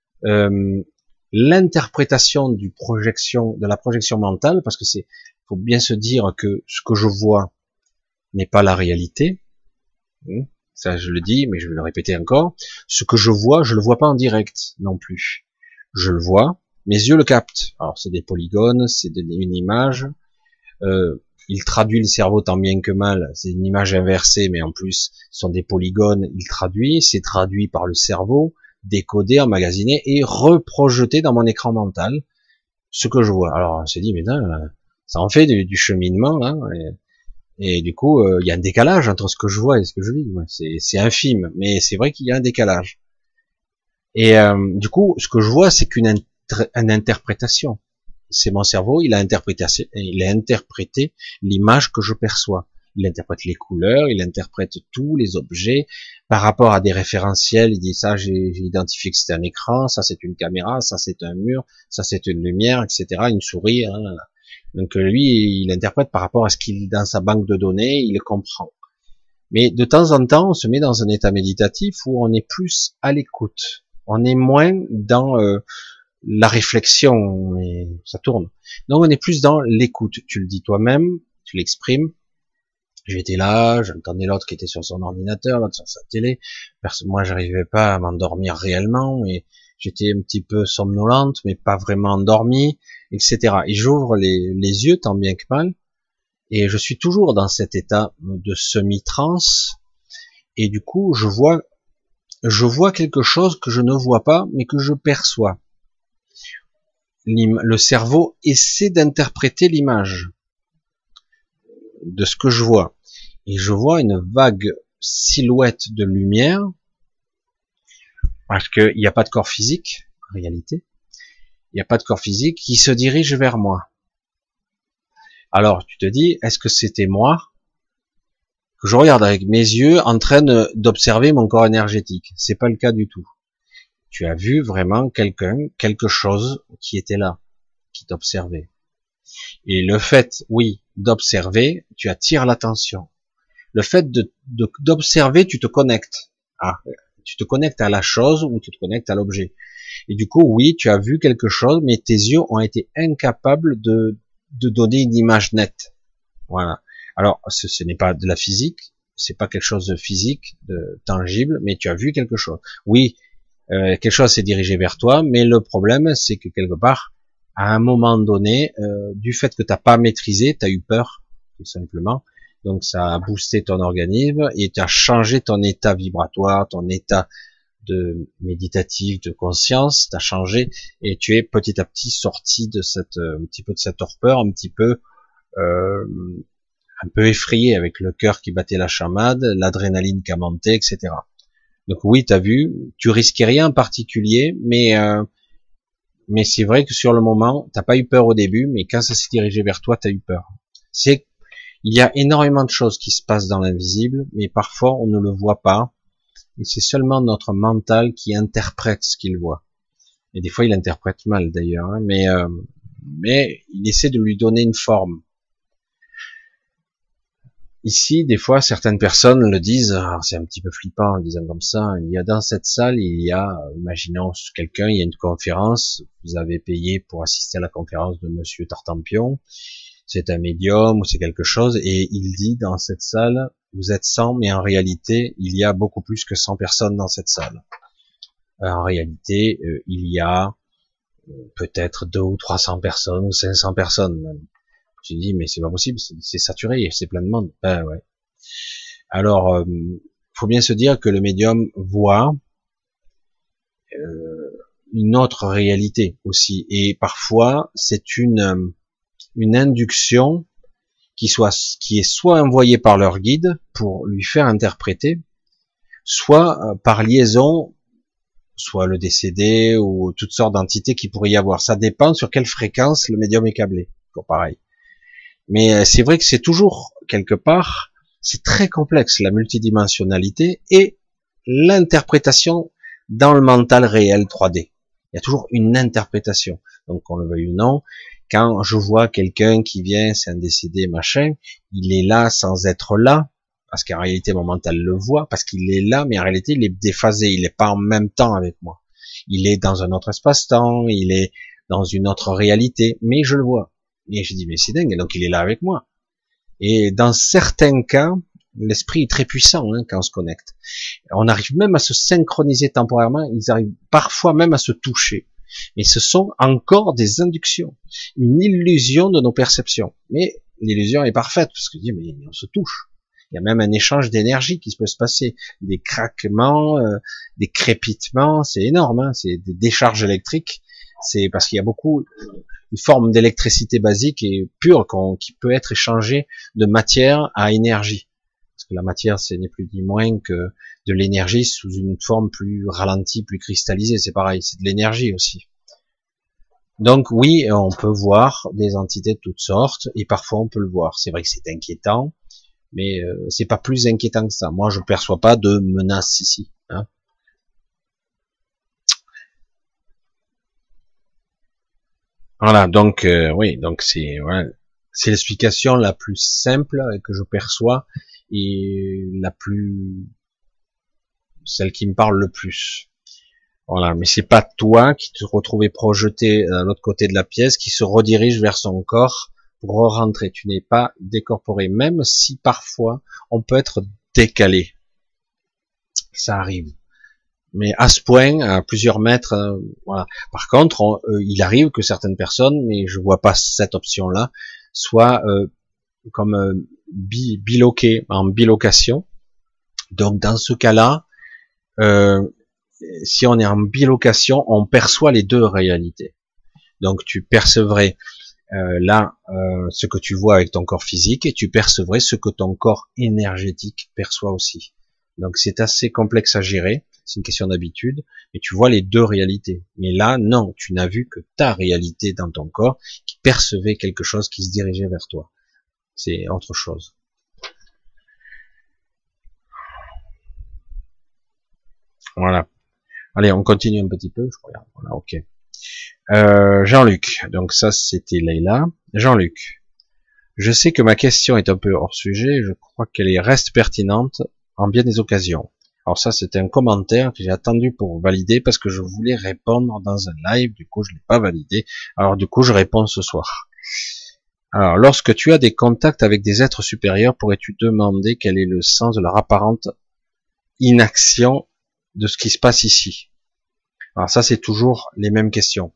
Speaker 1: l'interprétation de la projection mentale, parce que faut bien se dire que ce que je vois n'est pas la réalité. Ça, je le dis, mais je vais le répéter encore. Ce que je le vois pas en direct non plus. Je le vois, mes yeux le captent. Alors c'est des polygones, c'est une image. Il traduit le cerveau tant bien que mal. C'est une image inversée, mais en plus, ce sont des polygones. Il traduit, c'est traduit par le cerveau, décodé, emmagasiné et reprojeté dans mon écran mental. Ce que je vois. Alors on s'est dit, mais non, ça en fait du cheminement, hein. Et du coup, il y a un décalage entre ce que je vois et ce que je vis. Ouais, c'est infime, mais c'est vrai qu'il y a un décalage. Et du coup, ce que je vois, c'est une interprétation. C'est mon cerveau, il a interprété l'image que je perçois. Il interprète les couleurs, il interprète tous les objets par rapport à des référentiels. Il dit ça, j'ai identifié que c'était un écran, ça c'est une caméra, ça c'est un mur, ça c'est une lumière, etc. Une souris. Hein. Donc lui, il interprète par rapport à ce qu'il dans sa banque de données, il comprend. Mais de temps en temps, on se met dans un état méditatif où on est plus à l'écoute. On est moins dans la réflexion, mais ça tourne. Donc on est plus dans l'écoute. Tu le dis toi-même, tu l'exprimes. J'étais là, j'entendais l'autre qui était sur son ordinateur, l'autre sur sa télé. Moi, j'arrivais pas à m'endormir réellement, et j'étais un petit peu somnolente, mais pas vraiment endormi, etc. Et j'ouvre les yeux tant bien que mal, et je suis toujours dans cet état de semi-transe, et du coup, je vois quelque chose que je ne vois pas, mais que je perçois. Le cerveau essaie d'interpréter l'image de ce que je vois. Et je vois une vague silhouette de lumière, parce qu'il n'y a pas de corps physique, en réalité. Il n'y a pas de corps physique qui se dirige vers moi. Alors, tu te dis, est-ce que c'était moi que je regarde avec mes yeux en train d'observer mon corps énergétique. C'est pas le cas du tout. Tu as vu vraiment quelqu'un, quelque chose qui était là, qui t'observait. Et le fait, oui, d'observer, tu attires l'attention. Le fait d'observer, tu te connectes. Ah, tu te connectes à la chose ou tu te connectes à l'objet. Et du coup, oui, tu as vu quelque chose, mais tes yeux ont été incapables de donner une image nette. Voilà. Alors, ce n'est pas de la physique, c'est pas quelque chose de physique, de tangible, mais tu as vu quelque chose. Oui, quelque chose s'est dirigé vers toi, mais le problème, c'est que quelque part, à un moment donné, du fait que t'as pas maîtrisé, tu as eu peur, tout simplement. Donc ça a boosté ton organisme et tu as changé ton état vibratoire, ton état de méditatif, de conscience, t'as changé et tu es petit à petit sorti de cette, un petit peu de cette torpeur, un peu effrayé avec le cœur qui battait la chamade, l'adrénaline qui a monté, etc. Donc oui, t'as vu, tu risquais rien en particulier, mais c'est vrai que sur le moment, t'as pas eu peur au début, mais quand ça s'est dirigé vers toi, t'as eu peur. Il y a énormément de choses qui se passent dans l'invisible, mais parfois on ne le voit pas, et c'est seulement notre mental qui interprète ce qu'il voit. Et des fois, il interprète mal d'ailleurs, hein, mais il essaie de lui donner une forme. Ici, des fois, certaines personnes le disent, c'est un petit peu flippant en disant comme ça, il y a dans cette salle, imaginons quelqu'un, il y a une conférence, vous avez payé pour assister à la conférence de Monsieur Tartampion, c'est un médium ou c'est quelque chose, et il dit dans cette salle, vous êtes 100, mais en réalité, il y a beaucoup plus que 100 personnes dans cette salle. En réalité, il y a peut-être 200 ou 300 personnes, ou 500 personnes même. J'ai dit, mais c'est pas possible, c'est saturé, c'est plein de monde. Ben ouais. Alors, faut bien se dire que le médium voit une autre réalité aussi, et parfois c'est une induction qui est soit envoyée par leur guide pour lui faire interpréter, soit par liaison, soit le décédé ou toutes sortes d'entités qui pourrait y avoir. Ça dépend sur quelle fréquence le médium est câblé. Toujours pareil. Mais c'est vrai que c'est toujours, quelque part, c'est très complexe, la multidimensionnalité et l'interprétation dans le mental réel 3D. Il y a toujours une interprétation. Donc, qu'on le veuille ou non, quand je vois quelqu'un qui vient, c'est un décédé, machin, il est là sans être là, parce qu'en réalité, mon mental le voit, parce qu'il est là, mais en réalité, il est déphasé, il n'est pas en même temps avec moi. Il est dans un autre espace-temps, il est dans une autre réalité, mais je le vois. Et je dis, mais c'est dingue, donc il est là avec moi. Et dans certains cas, l'esprit est très puissant hein, quand on se connecte. On arrive même à se synchroniser temporairement, ils arrivent parfois même à se toucher. Mais ce sont encore des inductions, une illusion de nos perceptions. Mais l'illusion est parfaite, parce que mais on se touche. Il y a même un échange d'énergie qui peut se passer, des craquements, des crépitements, c'est énorme, hein, c'est des décharges électriques. C'est parce qu'il y a beaucoup une forme d'électricité basique et pure qui peut être échangée de matière à énergie. Parce que la matière, ce n'est plus ni moins que de l'énergie sous une forme plus ralentie, plus cristallisée. C'est pareil, c'est de l'énergie aussi. Donc oui, on peut voir des entités de toutes sortes et parfois on peut le voir. C'est vrai que c'est inquiétant, mais c'est pas plus inquiétant que ça. Moi, je perçois pas de menace ici. Hein. Voilà, donc oui, donc c'est voilà, c'est l'explication la plus simple que je perçois et celle qui me parle le plus. Voilà, mais c'est pas toi qui te retrouvais projeté à l'autre côté de la pièce, qui se redirige vers son corps pour rentrer. Tu n'es pas décorporé, même si parfois on peut être décalé. Ça arrive. Mais à ce point, à plusieurs mètres, voilà. Par contre, il arrive que certaines personnes, mais je vois pas cette option-là, soient comme biloquées, en bilocation. Donc dans ce cas-là, si on est en bilocation, on perçoit les deux réalités. Donc tu percevrais ce que tu vois avec ton corps physique et tu percevrais ce que ton corps énergétique perçoit aussi. Donc c'est assez complexe à gérer, c'est une question d'habitude, mais tu vois les deux réalités. Mais là, non, tu n'as vu que ta réalité dans ton corps qui percevait quelque chose qui se dirigeait vers toi. C'est autre chose. Voilà. Allez, on continue un petit peu, je regarde. Voilà, ok. Jean-Luc. Donc ça, c'était Leïla. Jean-Luc. Je sais que ma question est un peu hors sujet. Je crois qu'elle reste pertinente en bien des occasions. Alors ça, c'était un commentaire que j'ai attendu pour valider parce que je voulais répondre dans un live. Du coup, je l'ai pas validé. Alors du coup, je réponds ce soir. Alors, lorsque tu as des contacts avec des êtres supérieurs, pourrais-tu demander quel est le sens de leur apparente inaction de ce qui se passe ici? Alors ça, c'est toujours les mêmes questions.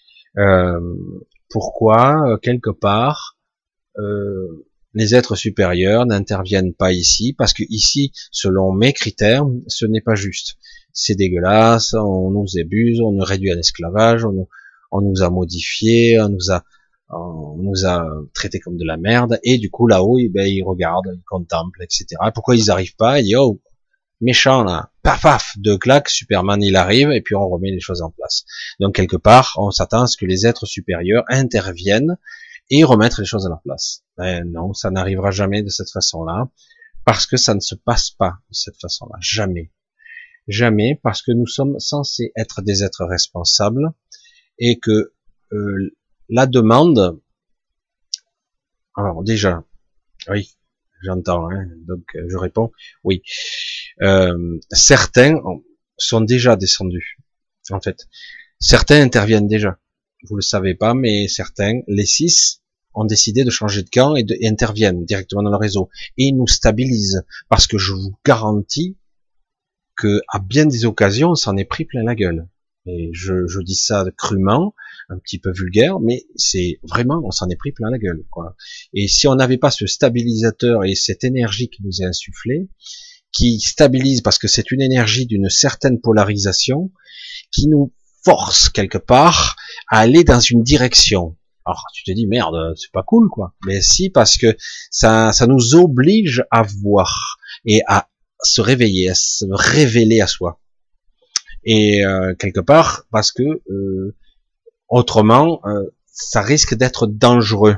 Speaker 1: Pourquoi, quelque part, les êtres supérieurs n'interviennent pas ici? Parce que ici, selon mes critères, ce n'est pas juste. C'est dégueulasse, on nous abuse, on nous réduit à l'esclavage, on nous a modifiés, on nous a traités comme de la merde, et du coup là-haut, ils regardent, ils contemplent, etc. Pourquoi ils arrivent pas? Ils disent, oh, méchant là, paf paf, deux claques, Superman il arrive, et puis on remet les choses en place. Donc quelque part, on s'attend à ce que les êtres supérieurs interviennent et remettre les choses à leur place. Non, ça n'arrivera jamais de cette façon-là, parce que ça ne se passe pas de cette façon-là, jamais. Jamais, parce que nous sommes censés être des êtres responsables, et que la demande, alors déjà, oui, j'entends, hein, donc je réponds, oui. Certains sont déjà descendus, en fait. Certains interviennent déjà. Vous le savez pas, mais certains, les 6, ont décidé de changer de camp et interviennent directement dans le réseau. Et ils nous stabilisent. Parce que je vous garantis que, à bien des occasions, on s'en est pris plein la gueule. Et je dis ça crûment, un petit peu vulgaire, mais c'est vraiment, on s'en est pris plein la gueule, quoi. Et si on n'avait pas ce stabilisateur et cette énergie qui nous est insufflée, qui stabilise parce que c'est une énergie d'une certaine polarisation, qui nous force quelque part à aller dans une direction. Alors tu te dis merde, c'est pas cool quoi. Mais si, parce que ça nous oblige à voir et à se réveiller, à se révéler à soi. Et quelque part parce que autrement, ça risque d'être dangereux.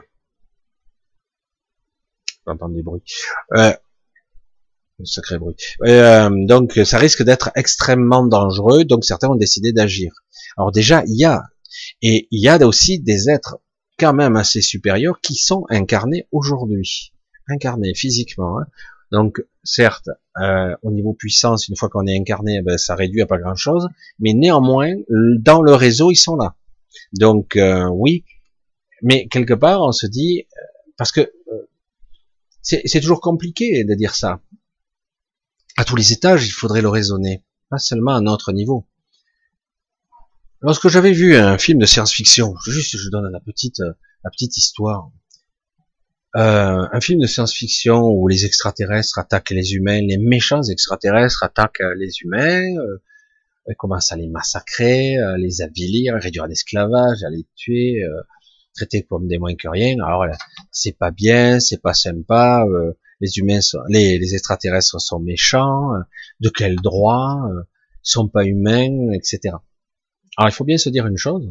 Speaker 1: J'entends des bruits. Un sacré bruit. Donc ça risque d'être extrêmement dangereux. Donc certains ont décidé d'agir. Alors déjà il y a aussi des êtres quand même assez supérieurs qui sont incarnés aujourd'hui, incarnés physiquement. Hein. Donc certes, au niveau puissance, une fois qu'on est incarné, ça réduit à pas grand chose, mais néanmoins dans le réseau ils sont là. Donc oui, mais quelque part on se dit parce que c'est toujours compliqué de dire ça. À tous les étages, il faudrait le raisonner, pas seulement à notre niveau. Lorsque j'avais vu un film de science-fiction, je donne la petite histoire, un film de science-fiction où les extraterrestres attaquent les humains, les méchants extraterrestres attaquent les humains, commencent à les massacrer, à les avilir, à réduire à l'esclavage, à les tuer, traiter comme des moins que rien. Alors c'est pas bien, c'est pas sympa. Les humains, les extraterrestres sont méchants. De quel droit? Ils sont pas humains, etc. Alors il faut bien se dire une chose.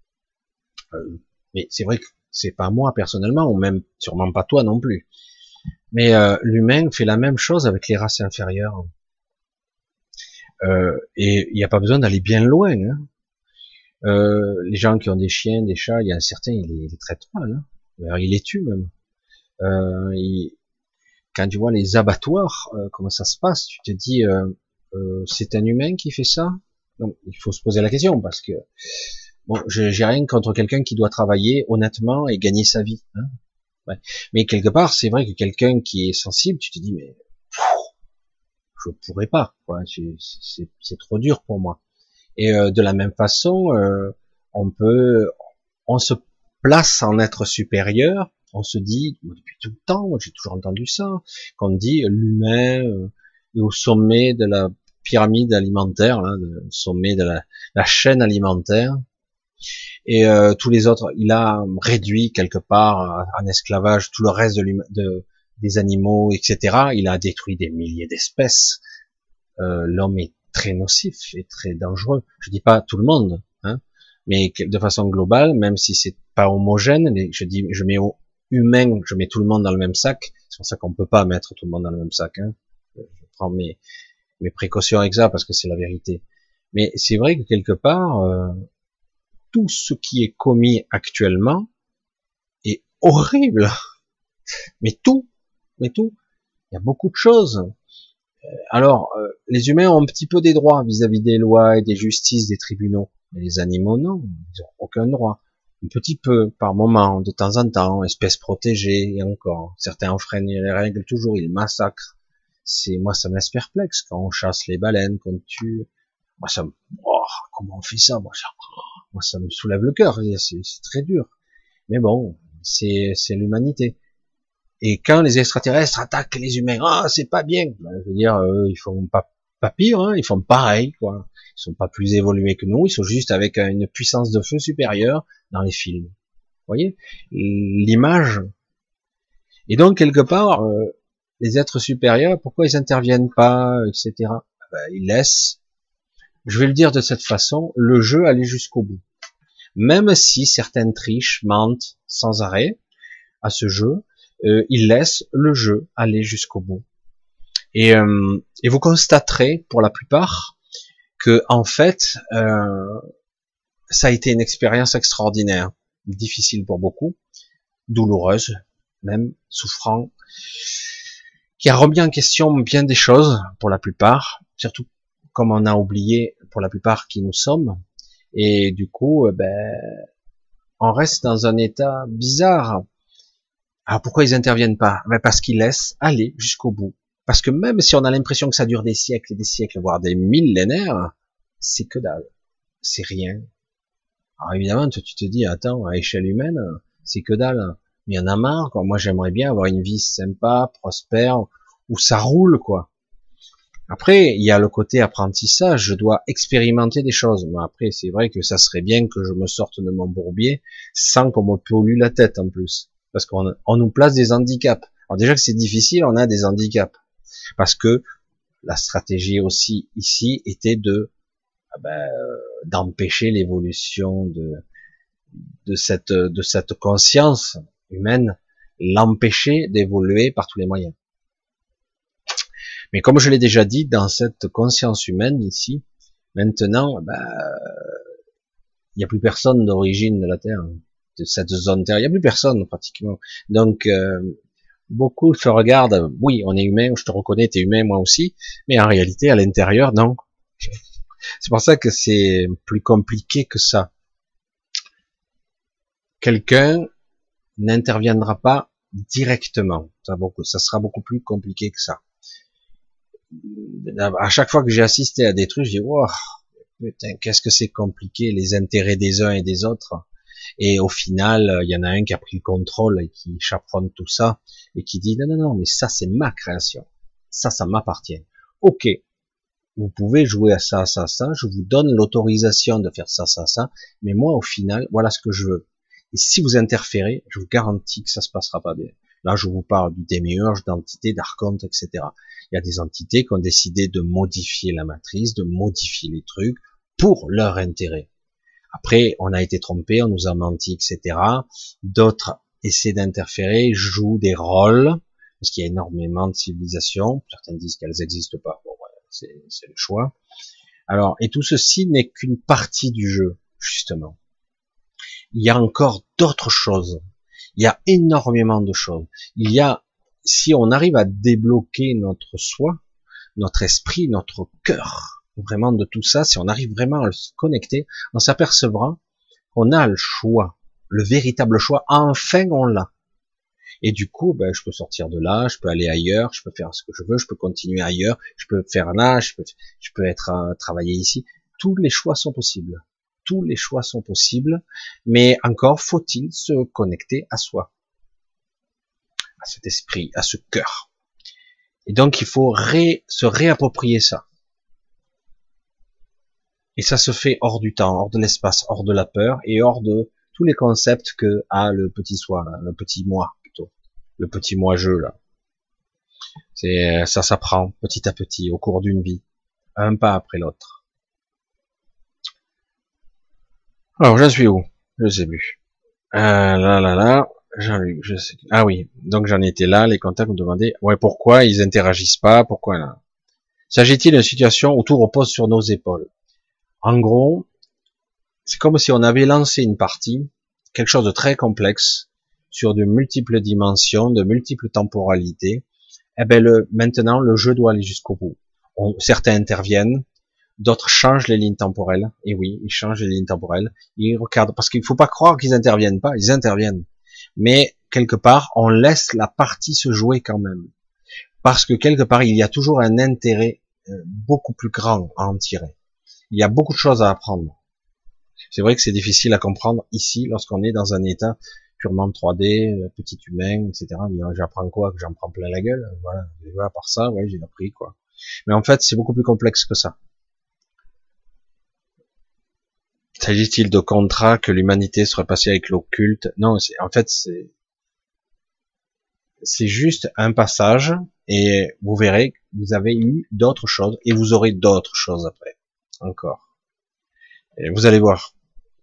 Speaker 1: Mais c'est vrai que c'est pas moi personnellement, ou même sûrement pas toi non plus. Mais l'humain fait la même chose avec les races inférieures. Et il n'y a pas besoin d'aller bien loin. Hein. Les gens qui ont des chiens, des chats, il y a un certain, il les traite mal. Hein. D'ailleurs, il les tue même. Quand tu vois les abattoirs, comment ça se passe, tu te dis, c'est un humain qui fait ça? Donc, il faut se poser la question parce que bon, j'ai rien contre quelqu'un qui doit travailler honnêtement et gagner sa vie. Hein. Ouais. Mais quelque part, c'est vrai que quelqu'un qui est sensible, tu te dis, mais je pourrais pas. C'est trop dur pour moi. Et de la même façon, on se place en être supérieur. On se dit, depuis tout le temps, j'ai toujours entendu ça, qu'on dit l'humain est au sommet de la pyramide alimentaire, là, au sommet de la chaîne alimentaire, et tous les autres, il a réduit quelque part en esclavage tout le reste des animaux, etc. Il a détruit des milliers d'espèces. L'homme est très nocif et très dangereux. Je dis pas tout le monde, hein, mais de façon globale, même si c'est pas homogène, je mets humain, je mets tout le monde dans le même sac. C'est pour ça qu'on peut pas mettre tout le monde dans le même sac. Hein. Je prends mes précautions avec ça parce que c'est la vérité. Mais c'est vrai que quelque part, tout ce qui est commis actuellement est horrible. Mais tout, mais tout. Il y a beaucoup de choses. Alors, les humains ont un petit peu des droits vis-à-vis des lois et des justices, des tribunaux. Mais les animaux, non, ils ont aucun droit. Un petit peu, par moment, de temps en temps, espèces protégées, et encore. Certains enfreignent les règles toujours, ils massacrent. Moi, ça me laisse perplexe quand on chasse les baleines, qu'on tue. Moi, comment on fait ça? Moi, ça me soulève le cœur. C'est très dur. Mais bon, c'est l'humanité. Et quand les extraterrestres attaquent les humains, c'est pas bien. Ben, je veux dire, ils font pas pire, hein, ils font pareil, quoi. Ils sont pas plus évolués que nous, ils sont juste avec une puissance de feu supérieure dans les films. Vous voyez l'image. Et donc quelque part, les êtres supérieurs, pourquoi ils interviennent pas, etc. Ben, ils laissent. Je vais le dire de cette façon, le jeu aller jusqu'au bout. Même si certaines trichent, mentent sans arrêt à ce jeu, ils laissent le jeu aller jusqu'au bout. Et vous constaterez, pour la plupart, que en fait, ça a été une expérience extraordinaire, difficile pour beaucoup, douloureuse, même souffrant, qui a remis en question bien des choses pour la plupart, surtout comme on a oublié pour la plupart qui nous sommes, et du coup, on reste dans un état bizarre. Alors pourquoi ils interviennent pas? Parce qu'ils laissent aller jusqu'au bout. Parce que même si on a l'impression que ça dure des siècles et des siècles, voire des millénaires, c'est que dalle. C'est rien. Alors évidemment, tu te dis, attends, à échelle humaine, c'est que dalle. Mais il y en a marre, quoi. Moi, j'aimerais bien avoir une vie sympa, prospère, où ça roule, quoi. Après, il y a le côté apprentissage, je dois expérimenter des choses. Mais après, c'est vrai que ça serait bien que je me sorte de mon bourbier sans qu'on me pollue la tête, en plus. Parce qu'on nous place des handicaps. Alors déjà que c'est difficile, on a des handicaps. Parce que la stratégie aussi ici était d'empêcher l'évolution de cette conscience humaine, l'empêcher d'évoluer par tous les moyens. Mais comme je l'ai déjà dit, dans cette conscience humaine ici, maintenant, il n'y a plus personne d'origine de la Terre, de cette zone Terre. Il n'y a plus personne pratiquement. Donc beaucoup se regardent. Oui, on est humain. Je te reconnais, t'es humain, moi aussi. Mais en réalité, à l'intérieur, non. C'est pour ça que c'est plus compliqué que ça. Quelqu'un n'interviendra pas directement. Ça sera beaucoup plus compliqué que ça. À chaque fois que j'ai assisté à des trucs, je dis, wow, putain, qu'est-ce que c'est compliqué, les intérêts des uns et des autres. Et au final, il y en a un qui a pris le contrôle et qui chaperonne tout ça et qui dit, non, mais ça, c'est ma création. Ça m'appartient. Ok. Vous pouvez jouer à ça, je vous donne l'autorisation de faire ça, mais moi, au final, voilà ce que je veux. Et si vous interférez, je vous garantis que ça se passera pas bien. Là, je vous parle du démiurge, d'entités, d'archontes, etc. Il y a des entités qui ont décidé de modifier la matrice, de modifier les trucs pour leur intérêt. Après, on a été trompé, on nous a menti, etc. D'autres essaient d'interférer, jouent des rôles, parce qu'il y a énormément de civilisations. Certains disent qu'elles n'existent pas. Bon, voilà, c'est le choix. Alors, et tout ceci n'est qu'une partie du jeu, justement. Il y a encore d'autres choses. Il y a énormément de choses. Si on arrive à débloquer notre soi, notre esprit, notre cœur, vraiment de tout ça, si on arrive vraiment à se connecter, on s'apercevra qu'on a le choix, le véritable choix. Enfin, on l'a. Et du coup, je peux sortir de là, je peux aller ailleurs, je peux faire ce que je veux, je peux continuer ailleurs, je peux faire là, je peux travailler ici. Tous les choix sont possibles. Tous les choix sont possibles, mais encore faut-il se connecter à soi, à cet esprit, à ce cœur. Et donc il faut se réapproprier ça. Et ça se fait hors du temps, hors de l'espace, hors de la peur et hors de tous les concepts que a le petit soi, là, le petit moi plutôt, le petit moi-je là. Ça s'apprend petit à petit au cours d'une vie, un pas après l'autre. Alors, j'en suis où? Je sais plus. Je sais. Ah oui, donc j'en étais là, les contacts me demandaient, ouais, pourquoi ils interagissent pas, pourquoi là? S'agit-il d'une situation où tout repose sur nos épaules? En gros, c'est comme si on avait lancé une partie, quelque chose de très complexe, sur de multiples dimensions, de multiples temporalités. Eh ben maintenant, le jeu doit aller jusqu'au bout. Certains interviennent, d'autres changent les lignes temporelles. Et oui, ils changent les lignes temporelles. Ils regardent, parce qu'il faut pas croire qu'ils interviennent pas, ils interviennent. Mais quelque part, on laisse la partie se jouer quand même. Parce que quelque part, il y a toujours un intérêt beaucoup plus grand à en tirer. Il y a beaucoup de choses à apprendre. C'est vrai que c'est difficile à comprendre ici, lorsqu'on est dans un état purement 3D, petit humain, etc. J'apprends quoi? Que j'en prends plein la gueule. Voilà. À part ça, ouais, j'ai appris, quoi. Mais en fait, c'est beaucoup plus complexe que ça. S'agit-il de contrats que l'humanité serait passée avec l'occulte? Non, en fait, c'est juste un passage, et vous verrez que vous avez eu d'autres choses, et vous aurez d'autres choses après. Encore. Et vous allez voir.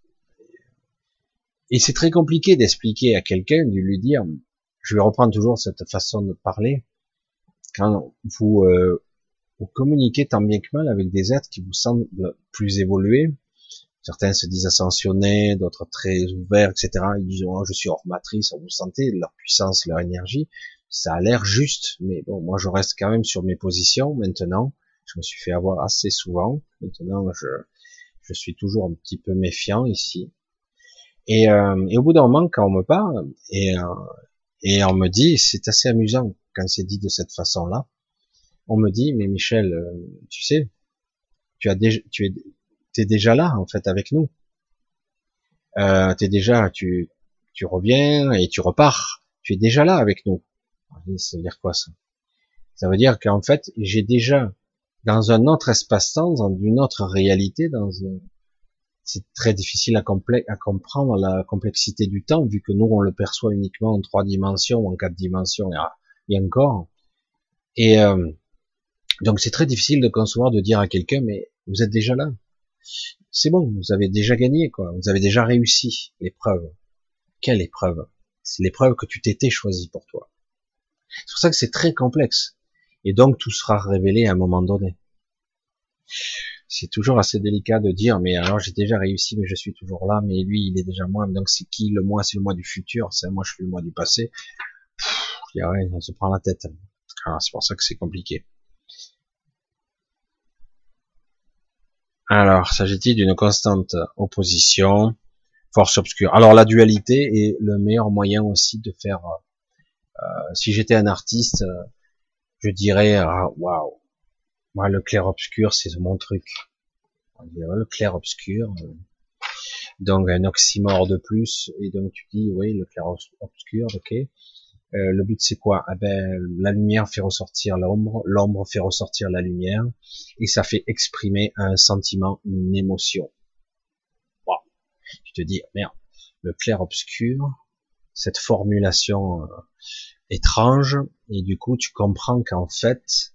Speaker 1: Et c'est très compliqué d'expliquer à quelqu'un, de lui dire, je vais reprendre toujours cette façon de parler, quand vous communiquez tant bien que mal avec des êtres qui vous semblent plus évolués, certains se disent ascensionnés, d'autres très ouverts, etc. Ils disent, oh, je suis hors matrice, vous sentez leur puissance, leur énergie, ça a l'air juste, mais bon, moi je reste quand même sur mes positions maintenant, je me suis fait avoir assez souvent, maintenant je suis toujours un petit peu méfiant ici. Et au bout d'un moment, quand on me parle, et on me dit, c'est assez amusant quand c'est dit de cette façon-là, on me dit, mais Michel, tu sais, t'es déjà là en fait avec nous. Tu reviens et tu repars. Tu es déjà là avec nous. Ça veut dire quoi ça? Ça veut dire qu'en fait, j'ai déjà dans un autre espace-temps, dans une autre réalité, c'est très difficile à comprendre la complexité du temps, vu que nous, on le perçoit uniquement en 3 dimensions, ou en 4 dimensions, et encore. Et donc, c'est très difficile de concevoir, de dire à quelqu'un, mais vous êtes déjà là. C'est bon, vous avez déjà gagné, quoi. Vous avez déjà réussi l'épreuve. Quelle épreuve? C'est l'épreuve que tu t'étais choisi pour toi. C'est pour ça que c'est très complexe. Et donc, tout sera révélé à un moment donné. C'est toujours assez délicat de dire, mais alors j'ai déjà réussi, mais je suis toujours là, mais lui, il est déjà moi, donc c'est qui le moi? C'est le moi du futur, c'est moi, je suis le moi du passé. Ouais, on se prend la tête. Alors, c'est pour ça que c'est compliqué. Alors, s'agit-il d'une constante opposition, force obscure? Alors, la dualité est le meilleur moyen aussi de faire, si j'étais un artiste, je dirais, waouh, moi, le clair-obscur, c'est mon truc. On dirait, le clair-obscur, donc un oxymore de plus, et donc tu dis, oui, le clair-obscur, ok. Le but c'est quoi? Ah ben, la lumière fait ressortir l'ombre, l'ombre fait ressortir la lumière, et ça fait exprimer un sentiment, une émotion. Wow. Tu te dis, merde, le clair-obscur, cette formulation étrange, et du coup tu comprends qu'en fait,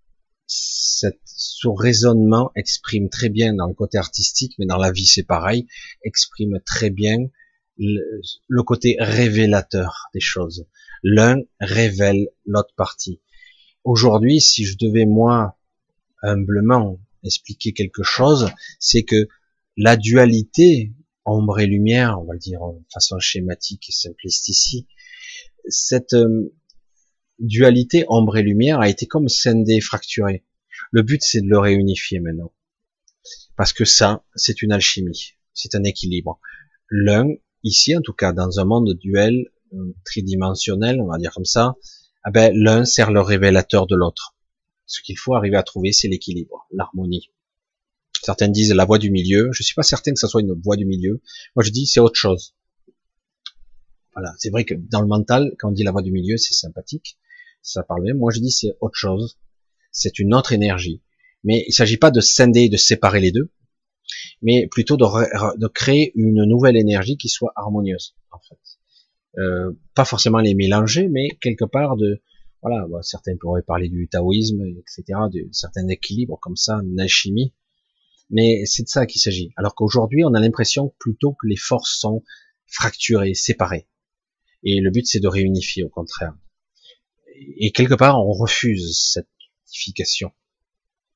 Speaker 1: ce raisonnement exprime très bien dans le côté artistique, mais dans la vie c'est pareil, exprime très bien le côté révélateur des choses. L'un révèle l'autre partie. Aujourd'hui, si je devais moi humblement expliquer quelque chose, c'est que la dualité ombre et lumière, on va le dire de façon schématique et simpliste ici, cette dualité ombre et lumière a été comme scindée, fracturée. Le but, c'est de le réunifier maintenant. Parce que ça, c'est une alchimie. C'est un équilibre. L'un, ici, en tout cas, dans un monde duel, tridimensionnel, on va dire comme ça, ah ben, l'un sert le révélateur de l'autre. Ce qu'il faut arriver à trouver, c'est l'équilibre, l'harmonie. Certains disent la voie du milieu. Je suis pas certain que ça soit une voie du milieu. Moi, je dis c'est autre chose. Voilà. C'est vrai que dans le mental, quand on dit la voie du milieu, c'est sympathique. Ça parle bien. Moi, je dis c'est autre chose. C'est une autre énergie. Mais il s'agit pas de scinder, de séparer les deux, mais plutôt de créer une nouvelle énergie qui soit harmonieuse, en fait. Pas forcément les mélanger, mais quelque part voilà, certains pourraient parler du taoïsme, etc., de certains équilibres comme ça, une alchimie, mais c'est de ça qu'il s'agit. Alors qu'aujourd'hui, on a l'impression plutôt que les forces sont fracturées, séparées, et le but c'est de réunifier, au contraire. Et quelque part, on refuse cette unification.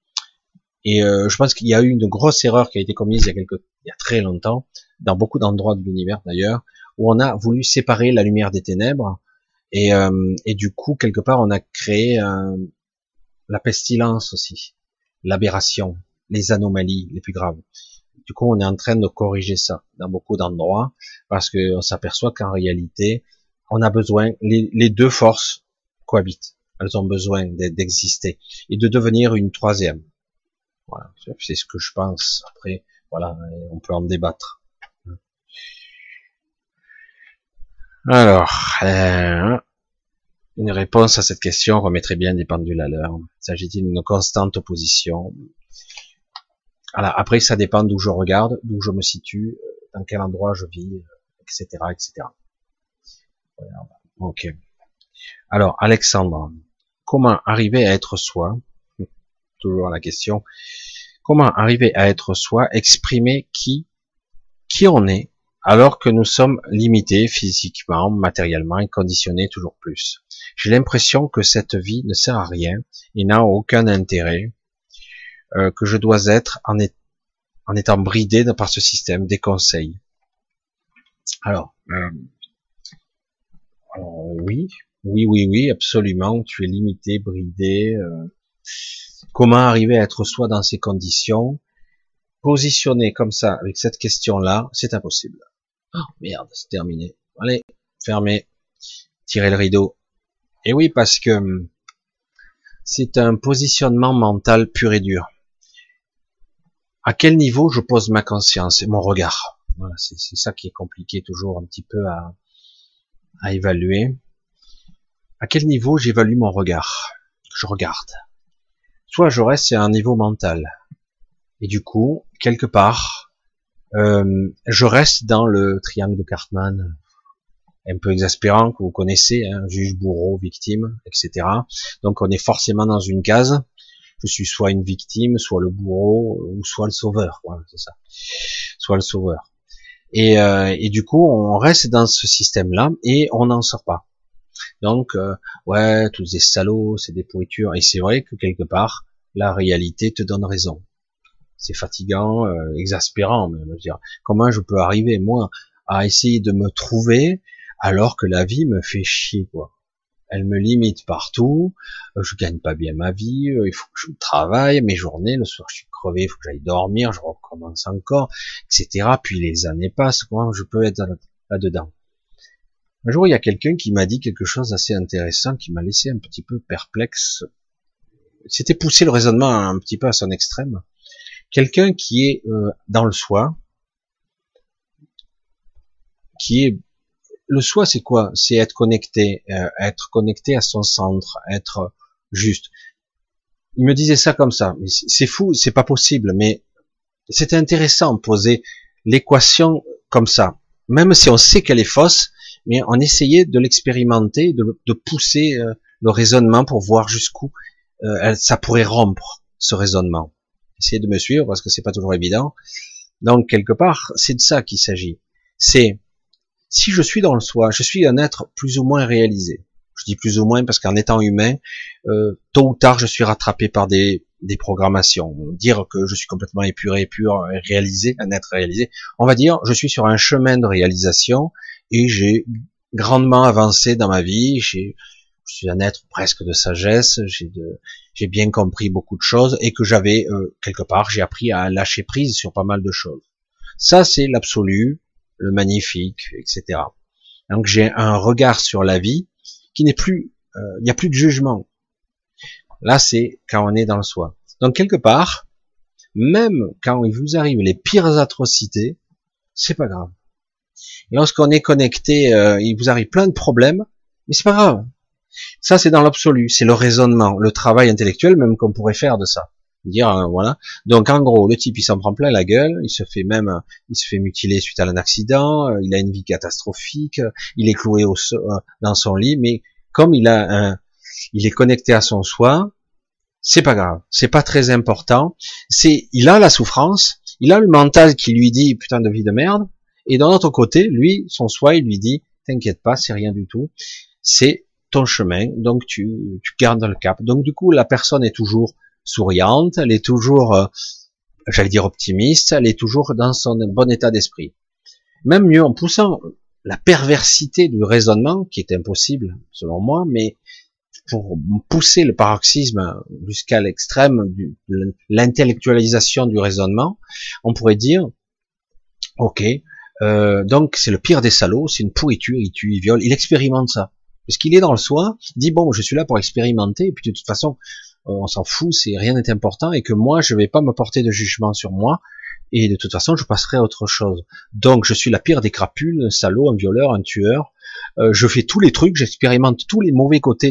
Speaker 1: Et je pense qu'il y a eu une grosse erreur qui a été commise il y a très longtemps, dans beaucoup d'endroits de l'univers d'ailleurs, où on a voulu séparer la lumière des ténèbres, et du coup, quelque part, on a créé la pestilence aussi, l'aberration, les anomalies les plus graves. Du coup, on est en train de corriger ça dans beaucoup d'endroits, parce qu'on s'aperçoit qu'en réalité, on a besoin, les deux forces cohabitent. Elles ont besoin d'exister et de devenir une troisième. Voilà, c'est ce que je pense. Après, voilà, on peut en débattre. Alors, une réponse à cette question remettrait bien des pendules à l'heure. S'agit-il d'une constante opposition? Voilà, après, ça dépend d'où je regarde, d'où je me situe, dans quel endroit je vis, etc., etc. Voilà. Ok. Alors, Alexandre, comment arriver à être soi? Toujours la question. Comment arriver à être soi, exprimer qui on est, alors que nous sommes limités physiquement, matériellement et conditionnés toujours plus. J'ai l'impression que cette vie ne sert à rien et n'a aucun intérêt, que je dois être en étant bridé par ce système, des conseils. Alors oui, absolument, tu es limité, bridé. Comment arriver à être soi dans ces conditions? Positionné comme ça, avec cette question-là, c'est impossible. Oh, merde, c'est terminé. Allez, fermez, tirez le rideau. Et oui, parce que c'est un positionnement mental pur et dur. À quel niveau je pose ma conscience et mon regard? Voilà, c'est ça qui est compliqué toujours un petit peu à évaluer. À quel niveau j'évalue mon regard? Je regarde. Soit je reste à un niveau mental. Et du coup, quelque part, je reste dans le triangle de Cartman, un peu exaspérant, que vous connaissez, hein, juge, bourreau, victime, etc. Donc on est forcément dans une case. Je suis soit une victime, soit le bourreau, ou soit le sauveur. Voilà, c'est ça. Soit le sauveur. Et du coup, on reste dans ce système-là et on n'en sort pas. Donc, ouais, tous ces salauds, c'est des pourritures. Et c'est vrai que quelque part, la réalité te donne raison. C'est fatigant, exaspérant, même. Je veux dire, comment je peux arriver, moi, à essayer de me trouver alors que la vie me fait chier, quoi. Elle me limite partout, je gagne pas bien ma vie, il faut que je travaille, mes journées, le soir je suis crevé, il faut que j'aille dormir, je recommence encore, etc. Puis les années passent, comment je peux être là-dedans? Un jour, il y a quelqu'un qui m'a dit quelque chose d'assez intéressant, qui m'a laissé un petit peu perplexe. C'était pousser le raisonnement un petit peu à son extrême. Quelqu'un qui est dans le soi, qui est le soi, c'est quoi? C'est être connecté à son centre, être juste. Il me disait ça comme ça. Mais c'est fou, c'est pas possible. Mais c'était intéressant de poser l'équation comme ça, même si on sait qu'elle est fausse, mais on essayait de l'expérimenter, de pousser le raisonnement pour voir jusqu'où ça pourrait rompre ce raisonnement. Essayez de me suivre parce que c'est pas toujours évident. Donc quelque part, c'est de ça qu'il s'agit. C'est si je suis dans le soi, je suis un être plus ou moins réalisé. Je dis plus ou moins parce qu'en étant humain, tôt ou tard, je suis rattrapé par des programmations. Dire que je suis complètement épuré, pur, réalisé, un être réalisé, on va dire, je suis sur un chemin de réalisation et j'ai grandement avancé dans ma vie. Je suis un être presque de sagesse. J'ai bien compris beaucoup de choses et que j'avais quelque part, j'ai appris à lâcher prise sur pas mal de choses. Ça, c'est l'absolu, le magnifique, etc. Donc j'ai un regard sur la vie qui n'est plus, il n'y a plus de jugement. Là, c'est quand on est dans le soi. Donc quelque part, même quand il vous arrive les pires atrocités, c'est pas grave. Et lorsqu'on est connecté, il vous arrive plein de problèmes, mais c'est pas grave. Ça, c'est dans l'absolu, c'est le raisonnement, le travail intellectuel même qu'on pourrait faire de ça. Dire voilà. Donc en gros, le type il s'en prend plein la gueule, il se fait mutiler suite à un accident, il a une vie catastrophique, il est cloué dans son lit, mais comme il est connecté à son soi, c'est pas grave, c'est pas très important. Il a la souffrance, il a le mental qui lui dit putain de vie de merde, et d'un autre côté, lui, son soi, il lui dit t'inquiète pas, c'est rien du tout, c'est ton chemin, donc tu gardes le cap. Donc du coup, la personne est toujours souriante, elle est toujours, j'allais dire optimiste, elle est toujours dans son bon état d'esprit. Même mieux, en poussant la perversité du raisonnement, qui est impossible selon moi, mais pour pousser le paroxysme jusqu'à l'extrême de l'intellectualisation du raisonnement, on pourrait dire, ok, donc c'est le pire des salauds, c'est une pourriture, il tue, il viole, il expérimente ça. Parce qu'il est dans le soi, il dit bon, je suis là pour expérimenter, et puis de toute façon, on s'en fout, c'est rien n'est important, et que moi, je vais pas me porter de jugement sur moi, et de toute façon, je passerai à autre chose. Donc, je suis la pire des crapules, un salaud, un violeur, un tueur. Je fais tous les trucs, j'expérimente tous les mauvais côtés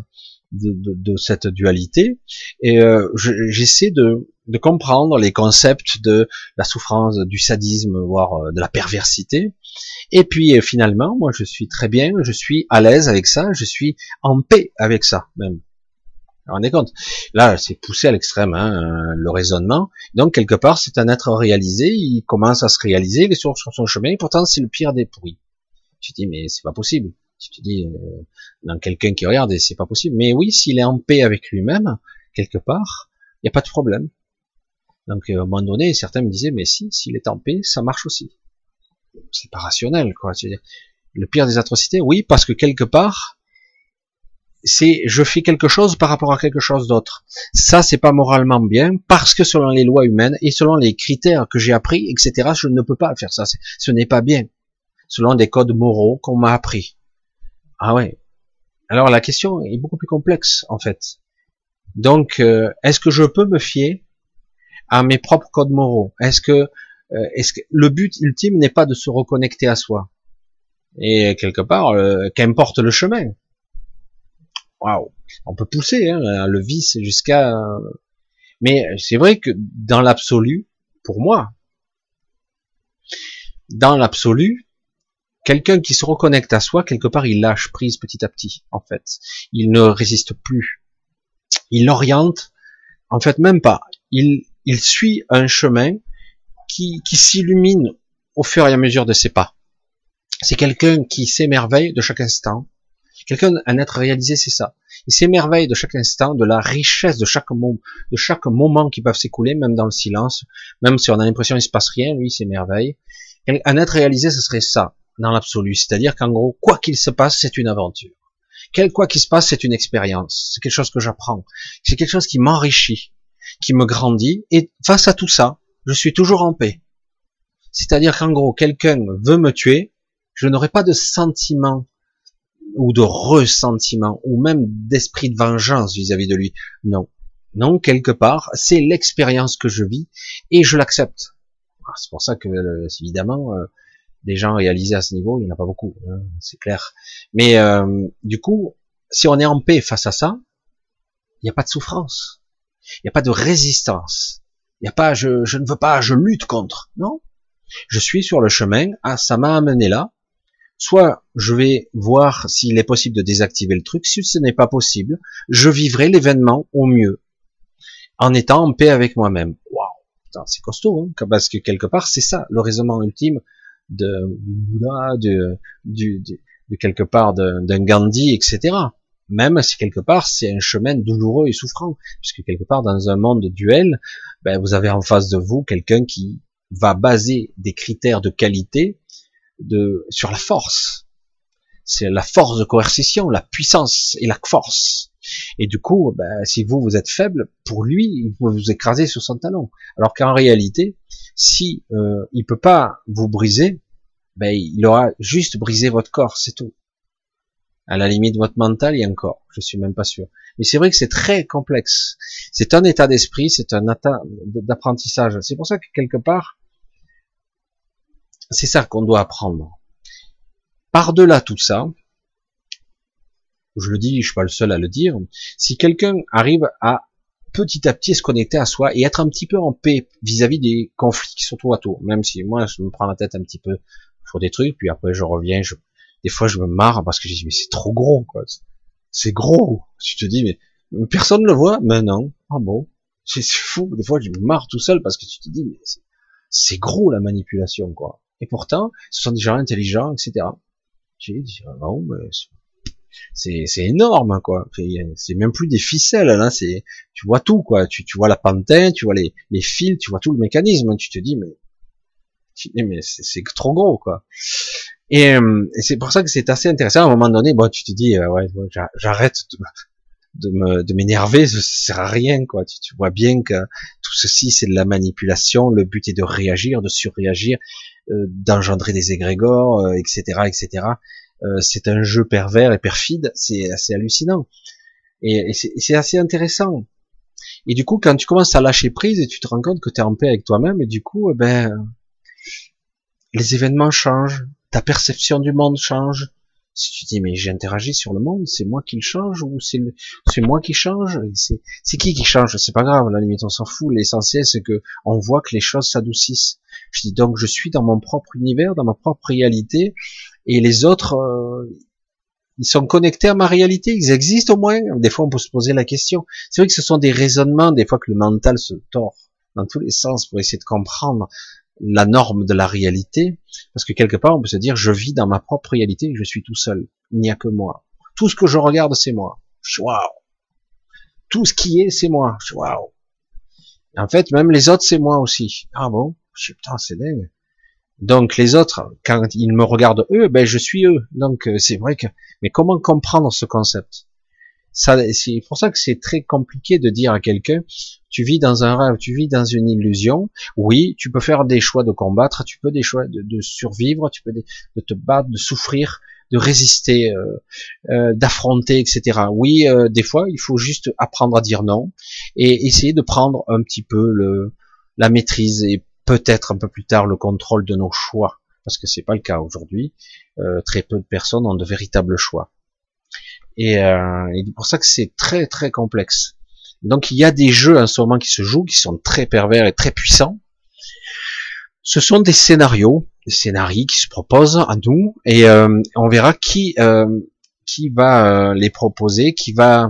Speaker 1: de cette dualité, et j'essaie de comprendre les concepts de la souffrance, du sadisme, voire de la perversité. Et puis finalement, moi, je suis très bien, je suis à l'aise avec ça, je suis en paix avec ça, même. Vous vous rendez compte? Là, c'est poussé à l'extrême, hein, le raisonnement. Donc, quelque part, c'est un être réalisé, il commence à se réaliser, il est sur son chemin, et pourtant, c'est le pire des pourris. Tu te dis, mais c'est pas possible. Tu te dis, dans quelqu'un qui regarde, et c'est pas possible. Mais oui, s'il est en paix avec lui-même, quelque part, il n'y a pas de problème. Donc, à un moment donné, certains me disaient, mais si, s'il est en paix, ça marche aussi. C'est pas rationnel, quoi. C'est le pire des atrocités, oui, parce que quelque part, c'est je fais quelque chose par rapport à quelque chose d'autre. Ça, c'est pas moralement bien, parce que selon les lois humaines et selon les critères que j'ai appris, etc., je ne peux pas faire ça. Ce n'est pas bien. Selon des codes moraux qu'on m'a appris. Ah ouais. Alors la question est beaucoup plus complexe, en fait. Donc, est-ce que je peux me fier à mes propres codes moraux? Est-ce que le but ultime n'est pas de se reconnecter à soi? Et quelque part, qu'importe le chemin. Waouh, on peut pousser le vice jusqu'à. Mais c'est vrai que dans l'absolu, pour moi, dans l'absolu, quelqu'un qui se reconnecte à soi, quelque part, il lâche prise petit à petit. En fait, il ne résiste plus. Il oriente. En fait, même pas. Il suit un chemin qui s'illumine au fur et à mesure de ses pas. C'est quelqu'un qui s'émerveille de chaque instant. Un être réalisé, c'est ça. Il s'émerveille de chaque instant, de la richesse de chaque moment qui peuvent s'écouler, même dans le silence, même si on a l'impression qu'il se passe rien, lui, il s'émerveille. Un être réalisé, ce serait ça, dans l'absolu. C'est-à-dire qu'en gros, quoi qu'il se passe, c'est une aventure. Quoi qu'il se passe, c'est une expérience. C'est quelque chose que j'apprends. C'est quelque chose qui m'enrichit, qui me grandit. Et face à tout ça, je suis toujours en paix. C'est-à-dire qu'en gros, quelqu'un veut me tuer, je n'aurai pas de sentiment ou de ressentiment, ou même d'esprit de vengeance vis-à-vis de lui. Non. Non, quelque part, c'est l'expérience que je vis, et je l'accepte. C'est pour ça que, évidemment, des gens réalisés à ce niveau, il n'y en a pas beaucoup, hein, c'est clair. Mais du coup, si on est en paix face à ça, il n'y a pas de souffrance, il n'y a pas de résistance, il n'y a pas je ne veux pas, je lutte contre. Non, je suis sur le chemin, ça m'a amené là. Soit je vais voir s'il est possible de désactiver le truc, si ce n'est pas possible, je vivrai l'événement au mieux, en étant en paix avec moi-même. Waouh, c'est costaud, hein, parce que quelque part c'est ça, le raisonnement ultime du Bouddha, de quelque part d'un Gandhi, etc. Même si quelque part c'est un chemin douloureux et souffrant, puisque quelque part dans un monde duel, vous avez en face de vous quelqu'un qui va baser des critères de qualité sur la force. C'est la force de coercition, la puissance et la force. Et du coup, si vous êtes faible, pour lui, il peut vous écraser sur son talon. Alors qu'en réalité, si il peut pas vous briser, il aura juste brisé votre corps, c'est tout. À la limite, votre mental et encore, je suis même pas sûr. Mais c'est vrai que c'est très complexe. C'est un état d'esprit, c'est un état d'apprentissage. C'est pour ça que quelque part, c'est ça qu'on doit apprendre. Par-delà tout ça, je le dis, je suis pas le seul à le dire, si quelqu'un arrive à petit à petit se connecter à soi et être un petit peu en paix vis-à-vis des conflits qui sont tour à tour, même si moi je me prends la tête un petit peu sur des trucs, puis après je reviens, des fois je me marre parce que je dis mais c'est trop gros, quoi. C'est gros. Tu te dis mais personne ne le voit, mais non. Ah bon, c'est fou. Des fois je me marre tout seul parce que tu te dis mais c'est gros la manipulation, quoi. Et pourtant, ce sont des gens intelligents, etc. J'ai dit, non, mais c'est énorme, quoi. C'est même plus des ficelles, là, tu vois tout, quoi. Tu vois la pantin, tu vois les fils, tu vois tout le mécanisme. Tu te dis, mais c'est trop gros, quoi. Et c'est pour ça que c'est assez intéressant. À un moment donné, bon, tu te dis, ouais, j'arrête de m'énerver, ça sert à rien, quoi. Tu vois bien que tout ceci, c'est de la manipulation. Le but est de réagir, de surréagir, d'engendrer des égrégores, etc., etc. C'est un jeu pervers et perfide. C'est assez hallucinant. Et c'est assez intéressant. Et du coup, quand tu commences à lâcher prise et tu te rends compte que tu es en paix avec toi-même, et du coup, les événements changent, ta perception du monde change. Si tu dis, mais j'interagis sur le monde, c'est moi qui le change, ou c'est moi qui change, c'est qui change, c'est pas grave, à la limite on s'en fout, l'essentiel c'est que on voit que les choses s'adoucissent. Je dis donc, je suis dans mon propre univers, dans ma propre réalité, et les autres, ils sont connectés à ma réalité, ils existent au moins. Des fois on peut se poser la question. C'est vrai que ce sont des raisonnements, des fois que le mental se tord dans tous les sens pour essayer de comprendre la norme de la réalité, parce que quelque part on peut se dire, je vis dans ma propre réalité, je suis tout seul, il n'y a que moi, tout ce que je regarde c'est moi, waouh, tout ce qui est c'est moi, waouh, en fait même les autres c'est moi aussi, ah bon, je putain c'est dingue, donc les autres quand ils me regardent eux, ben je suis eux, donc c'est vrai que, mais comment comprendre ce concept? Ça, c'est pour ça que c'est très compliqué de dire à quelqu'un, tu vis dans un rêve, tu vis dans une illusion. Oui, tu peux faire des choix de combattre, tu peux des choix de survivre, tu peux de te battre, de souffrir, de résister, d'affronter, etc. Oui, des fois, il faut juste apprendre à dire non et essayer de prendre un petit peu la maîtrise et peut-être un peu plus tard le contrôle de nos choix, parce que c'est pas le cas aujourd'hui. Très peu de personnes ont de véritables choix. Et c'est pour ça que c'est très très complexe. Donc il y a des jeux en ce moment qui se jouent, qui sont très pervers et très puissants. Ce sont des scénarios qui se proposent à nous, et on verra qui va les proposer, qui va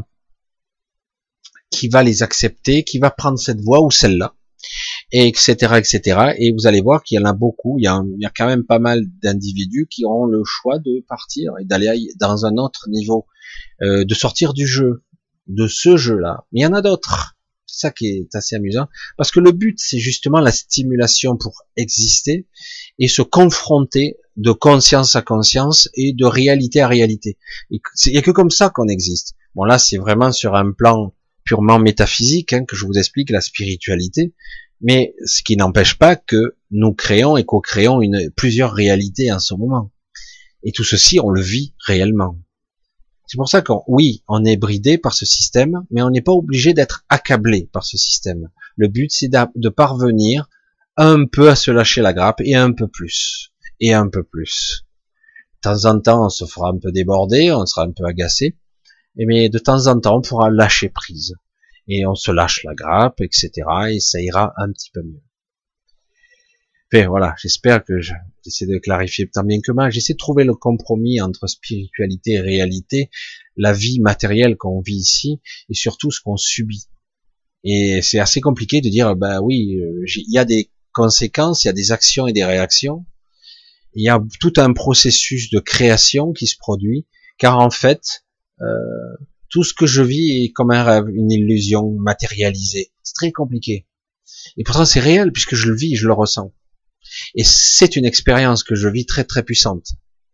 Speaker 1: les accepter, qui va prendre cette voie ou celle-là, et etc., etc. Et vous allez voir qu'il y en a beaucoup. Il y a quand même pas mal d'individus qui auront le choix de partir et d'aller dans un autre niveau, de sortir du jeu, de ce jeu-là. Mais il y en a d'autres. C'est ça qui est assez amusant, parce que le but, c'est justement la stimulation pour exister et se confronter de conscience à conscience et de réalité à réalité. Il n'y a que comme ça qu'on existe. Bon, là, c'est vraiment sur un plan purement métaphysique, hein, que je vous explique la spiritualité, mais ce qui n'empêche pas que nous créons et co-créons plusieurs réalités en ce moment. Et tout ceci, on le vit réellement. C'est pour ça oui, on est bridé par ce système, mais on n'est pas obligé d'être accablé par ce système. Le but, c'est de parvenir un peu à se lâcher la grappe, et un peu plus, et un peu plus. De temps en temps, on se fera un peu déborder, on sera un peu agacé, mais de temps en temps, on pourra lâcher prise. Et on se lâche la grappe, etc., et ça ira un petit peu mieux. Enfin, voilà, j'espère que j'essaie de clarifier tant bien que mal. J'essaie de trouver le compromis entre spiritualité et réalité, la vie matérielle qu'on vit ici, et surtout ce qu'on subit. Et c'est assez compliqué de dire, bah oui, il y a des conséquences, il y a des actions et des réactions. Il y a tout un processus de création qui se produit, car en fait, tout ce que je vis est comme un rêve, une illusion matérialisée. C'est très compliqué. Et pourtant c'est réel, puisque je le vis, je le ressens. Et c'est une expérience que je vis très très puissante.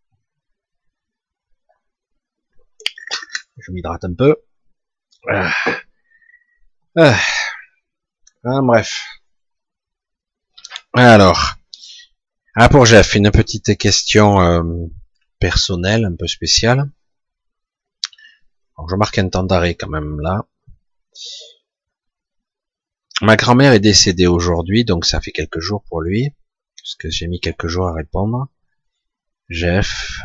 Speaker 1: Je m'hydrate un peu. Bref. Alors, pour Jeff, une petite question personnelle, un peu spéciale. Alors, je marque un temps d'arrêt quand même là. Ma grand-mère est décédée aujourd'hui, donc ça fait quelques jours pour lui, parce que j'ai mis quelques jours à répondre. Jeff,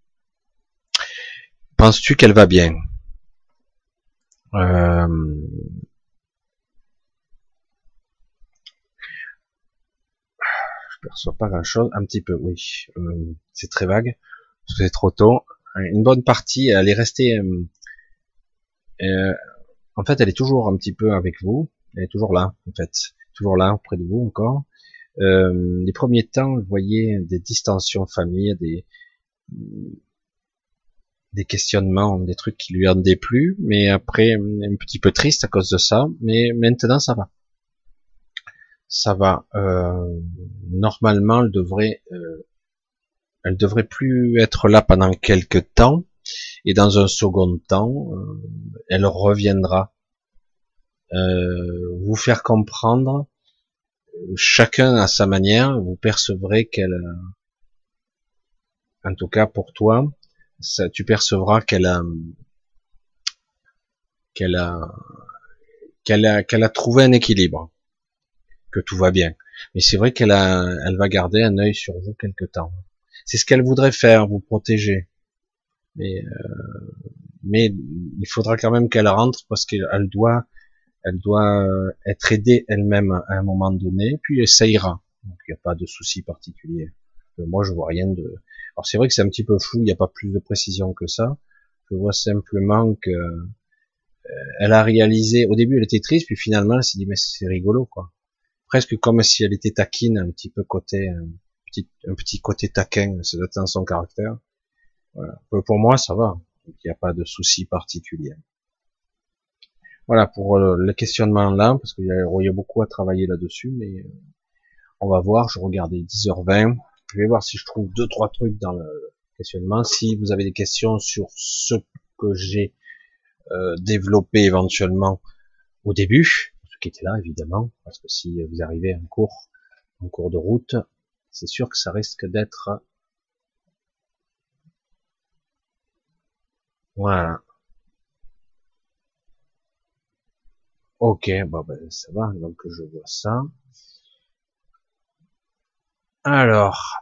Speaker 1: penses-tu qu'elle va bien? Je perçois pas grand-chose, un petit peu, oui. C'est très vague, parce que c'est trop tôt. Une bonne partie, elle est restée... en fait, elle est toujours un petit peu avec vous. Elle est toujours là, en fait. Toujours là, auprès de vous encore. Les premiers temps, vous voyez des distensions famille, des questionnements, des trucs qui lui ont déplu, mais après un petit peu triste à cause de ça, mais maintenant ça va. Ça va. Normalement, elle devrait plus être là pendant quelques temps, et dans un second temps, elle reviendra vous faire comprendre, chacun à sa manière, vous percevrez qu'elle, en tout cas pour toi, ça, tu percevras qu'elle a, qu'elle a, qu'elle a trouvé un équilibre, que tout va bien. Mais c'est vrai elle va garder un œil sur vous quelque temps. C'est ce qu'elle voudrait faire, vous protéger. Mais il faudra quand même qu'elle rentre parce qu'elle doit être aidée elle-même à un moment donné, puis ça ira. Donc il n'y a pas de souci particulier. Moi je vois rien de. Alors c'est vrai que c'est un petit peu flou, il n'y a pas plus de précision que ça. Je vois simplement que elle a réalisé. Au début elle était triste, puis finalement elle s'est dit mais c'est rigolo quoi. Presque comme si elle était taquine, un petit peu côté, un petit côté taquin, c'est dans son caractère. Voilà. Pour moi ça va, il n'y a pas de souci particulier. Voilà pour le questionnement là, parce qu'il y a beaucoup à travailler là-dessus, mais on va voir. Je regardais 10h20. Je vais voir si je trouve deux trois trucs dans le questionnement. Si vous avez des questions sur ce que j'ai développé éventuellement au début, ceux qui étaient là évidemment, parce que si vous arrivez en cours de route, c'est sûr que ça risque d'être voilà. Ok, bon ben ça va, donc je vois ça. Alors,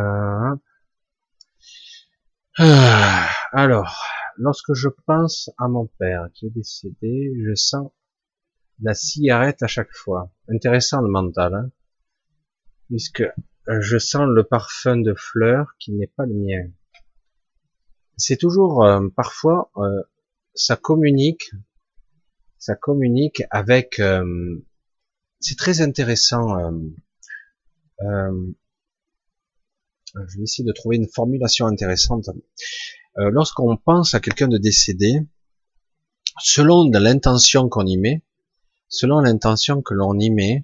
Speaker 1: alors, lorsque je pense à mon père qui est décédé, je sens la cigarette à chaque fois. Intéressant le mental, hein, puisque je sens le parfum de fleurs qui n'est pas le mien. C'est toujours, parfois, ça communique avec. C'est très intéressant. Je vais essayer de trouver une formulation intéressante. Lorsqu'on pense à quelqu'un de décédé, selon l'intention qu'on y met, selon l'intention que l'on y met,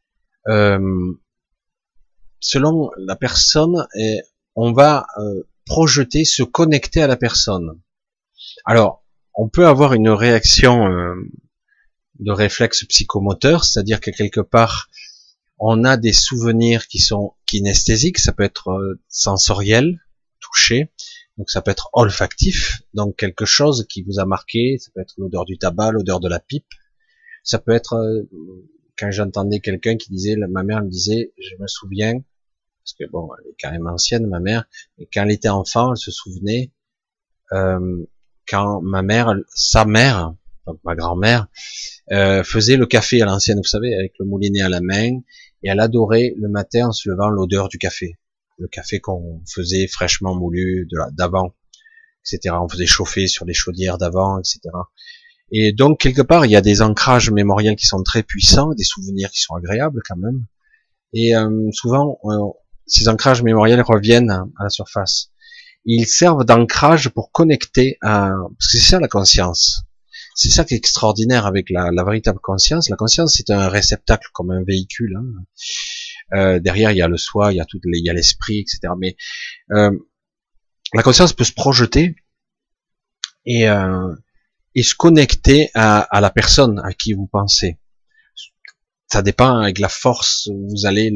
Speaker 1: selon la personne, on va projeter, se connecter à la personne. Alors, on peut avoir une réaction de réflexe psychomoteur, c'est-à-dire que quelque part, on a des souvenirs qui sont kinesthésiques, ça peut être sensoriel, touché, donc ça peut être olfactif, donc quelque chose qui vous a marqué, ça peut être l'odeur du tabac, l'odeur de la pipe, ça peut être, quand j'entendais quelqu'un qui disait, ma mère me disait, je me souviens, parce que bon, elle est quand même ancienne, ma mère, et quand elle était enfant, elle se souvenait, quand sa mère, donc ma grand-mère, faisait le café à l'ancienne, vous savez, avec le moulinet à la main, et elle adorait le matin en se levant l'odeur du café, le café qu'on faisait fraîchement moulu d'avant, etc. On faisait chauffer sur les chaudières d'avant, etc. Et donc quelque part il y a des ancrages mémoriels qui sont très puissants, des souvenirs qui sont agréables quand même, et souvent ces ancrages mémoriels reviennent à la surface. Ils servent d'ancrage pour connecter à, parce que c'est ça la conscience. C'est ça qui est extraordinaire avec la véritable conscience. La conscience, c'est un réceptacle comme un véhicule. Hein. Derrière, il y a le soi, il y a l'esprit, etc. Mais la conscience peut se projeter et se connecter à la personne à qui vous pensez. Ça dépend avec la force où vous allez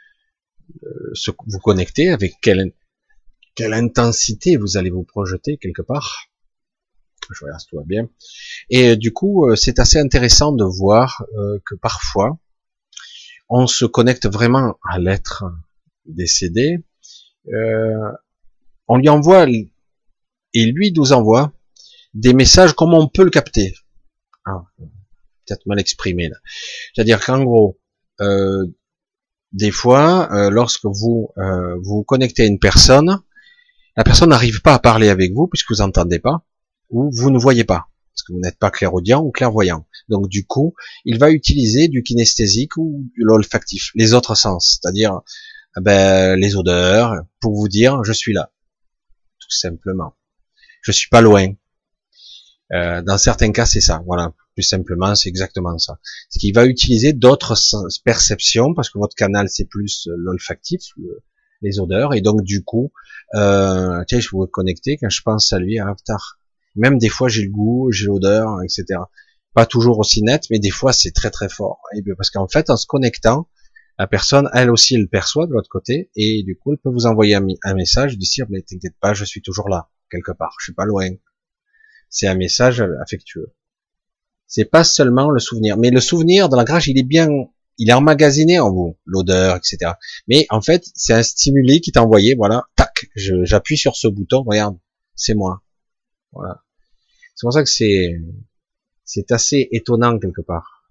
Speaker 1: vous connecter, avec quelle intensité vous allez vous projeter quelque part. Je regarde si tout va bien. Et du coup, c'est assez intéressant de voir que parfois, on se connecte vraiment à l'être décédé. On lui envoie, et lui nous envoie des messages comme on peut le capter. Ah, peut-être mal exprimé là. C'est-à-dire qu'en gros, des fois, lorsque vous vous connectez à une personne, la personne n'arrive pas à parler avec vous puisque vous n'entendez pas, ou vous ne voyez pas, parce que vous n'êtes pas clairaudient ou clairvoyant. Donc du coup, il va utiliser du kinesthésique ou de l'olfactif, les autres sens, c'est-à-dire les odeurs, pour vous dire je suis là, tout simplement. Je suis pas loin. Dans certains cas, c'est ça. Voilà. Plus simplement, c'est exactement ça. Ce qui va utiliser d'autres perceptions, parce que votre canal, c'est plus l'olfactif, les odeurs, et donc du coup, tiens, je vais vous connecter quand je pense à lui, à Avatar. Même des fois, j'ai le goût, j'ai l'odeur, etc. Pas toujours aussi net, mais des fois, c'est très très fort. Et bien, parce qu'en fait, en se connectant, la personne, elle aussi, elle perçoit de l'autre côté, et du coup, elle peut vous envoyer un message, dire, mais t'inquiète pas, je suis toujours là, quelque part, je suis pas loin. C'est un message affectueux. C'est pas seulement le souvenir, mais le souvenir de l'ancrage, il est emmagasiné en vous, l'odeur, etc. Mais en fait, c'est un stimuli qui t'a envoyé, voilà, tac, j'appuie sur ce bouton, regarde, c'est moi. Voilà. C'est pour ça que c'est assez étonnant quelque part.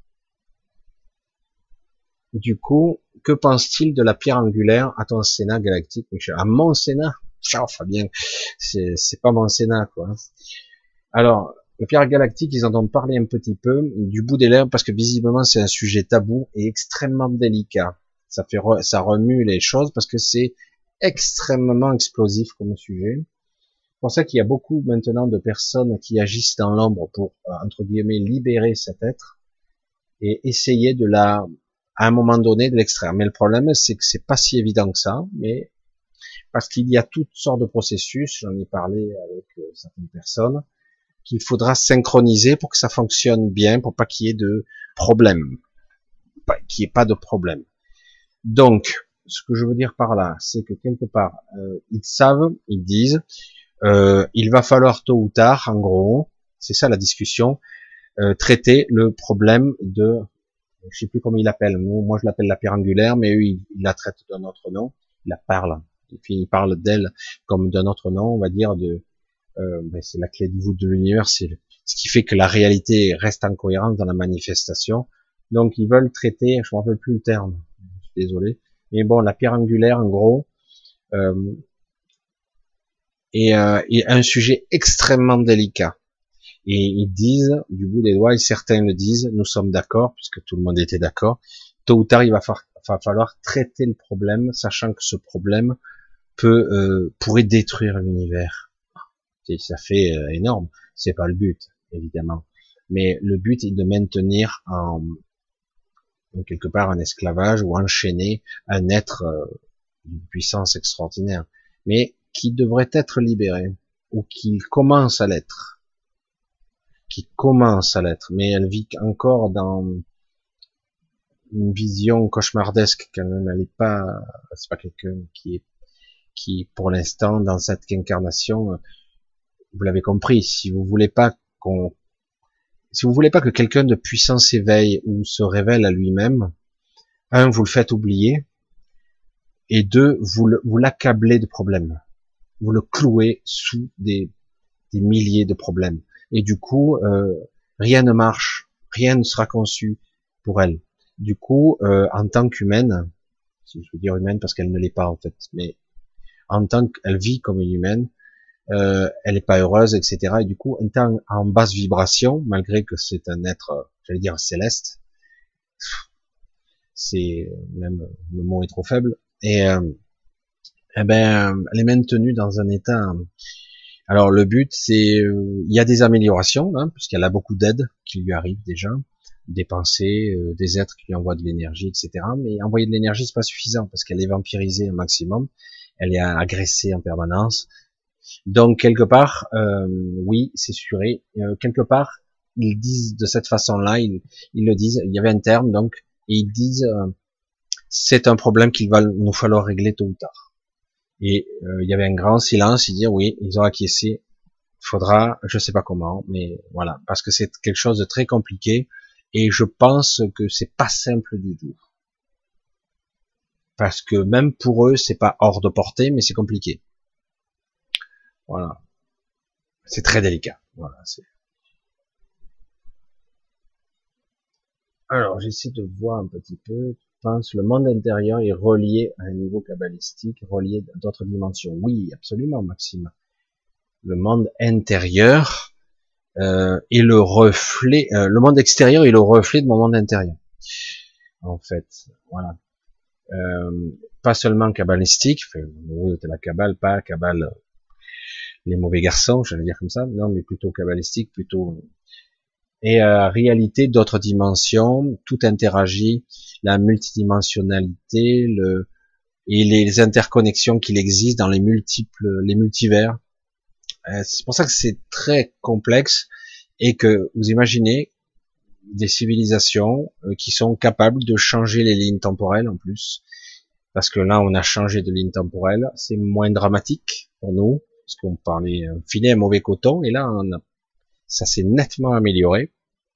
Speaker 1: Du coup, que pense-t-il de la pierre angulaire à ton Sénat galactique, Michel? À mon Sénat? Ciao, Fabien. C'est pas mon Sénat, quoi. Alors, la pierre galactique, ils en ont parlé un petit peu du bout des lèvres parce que visiblement c'est un sujet tabou et extrêmement délicat. Ça remue les choses parce que c'est extrêmement explosif comme sujet. C'est pour ça qu'il y a beaucoup maintenant de personnes qui agissent dans l'ombre pour, entre guillemets, libérer cet être et essayer à un moment donné, de l'extraire. Mais le problème, c'est que c'est pas si évident que ça, mais parce qu'il y a toutes sortes de processus, j'en ai parlé avec certaines personnes, qu'il faudra synchroniser pour que ça fonctionne bien, pour pas qu'il y ait de problème, qu'il n'y ait pas de problème. Donc, ce que je veux dire par là, c'est que quelque part, ils savent, ils disent, il va falloir tôt ou tard, en gros, c'est ça la discussion, traiter le problème de, je sais plus comment il l'appelle, moi je l'appelle la pierre angulaire, mais eux ils la traitent d'un autre nom, ils la parlent, et puis ils parlent d'elle comme d'un autre nom, on va dire c'est la clé de voûte de l'univers, c'est ce qui fait que la réalité reste en cohérence dans la manifestation. Donc ils veulent traiter, je ne me rappelle plus le terme, je suis désolé, mais bon, la pierre angulaire en gros est un sujet extrêmement délicat. Et ils disent, du bout des doigts, et certains le disent, nous sommes d'accord, puisque tout le monde était d'accord, tôt ou tard il va falloir traiter le problème, sachant que ce problème pourrait détruire l'univers. Ça fait énorme. C'est pas le but, évidemment. Mais le but est de maintenir quelque part en esclavage ou enchaîner un être d'une puissance extraordinaire, mais qui devrait être libéré ou qui commence à l'être, mais elle vit encore dans une vision cauchemardesque quand même. Elle n'est pas, c'est pas quelqu'un qui pour l'instant dans cette incarnation. Vous l'avez compris, si vous voulez pas que quelqu'un de puissant s'éveille ou se révèle à lui-même, un, vous le faites oublier, et deux, vous l'accablez de problèmes. Vous le clouez sous des milliers de problèmes. Et du coup, rien ne marche, rien ne sera conçu pour elle. Du coup, en tant qu'humaine, si je veux dire humaine parce qu'elle ne l'est pas en fait, mais en tant qu'elle vit comme une humaine, elle n'est pas heureuse, etc. Et du coup, étant en basse vibration, malgré que c'est un être, j'allais dire céleste, c'est même le mot est trop faible, et eh ben, elle est maintenue dans un état. Alors le but, c'est, il y a des améliorations, hein, puisqu'elle a beaucoup d'aides qui lui arrivent déjà, des pensées, des êtres qui lui envoient de l'énergie, etc. Mais envoyer de l'énergie, c'est pas suffisant parce qu'elle est vampirisée au maximum, elle est agressée en permanence. Donc quelque part, oui, c'est sûr. Et quelque part, ils disent de cette façon-là, ils le disent. Il y avait un terme, donc, et ils disent, c'est un problème qu'il va nous falloir régler tôt ou tard. Et il y avait un grand silence. Ils disaient oui, ils ont acquiescé. Il faudra, je sais pas comment, mais voilà, parce que c'est quelque chose de très compliqué. Et je pense que c'est pas simple du tout. Parce que même pour eux, c'est pas hors de portée, mais c'est compliqué. Voilà. C'est très délicat. Voilà. Alors, j'essaie de voir un petit peu. Je pense le monde intérieur est relié à un niveau kabbalistique, relié à d'autres dimensions. Oui, absolument, Maxime. Le monde intérieur est le reflet. Le monde extérieur est le reflet de mon monde intérieur. En fait, voilà. Pas seulement kabbalistique. Enfin, oui, de la kabbale, pas kabbale les mauvais garçons, j'allais dire comme ça, non, mais plutôt cabalistique, plutôt, et réalité d'autres dimensions, tout interagit, la multidimensionnalité, et les interconnexions qu'il existe dans les multivers. C'est pour ça que c'est très complexe et que vous imaginez des civilisations qui sont capables de changer les lignes temporelles en plus, parce que là on a changé de ligne temporelle, c'est moins dramatique pour nous, parce qu'on parlait filer un mauvais coton, et là ça s'est nettement amélioré.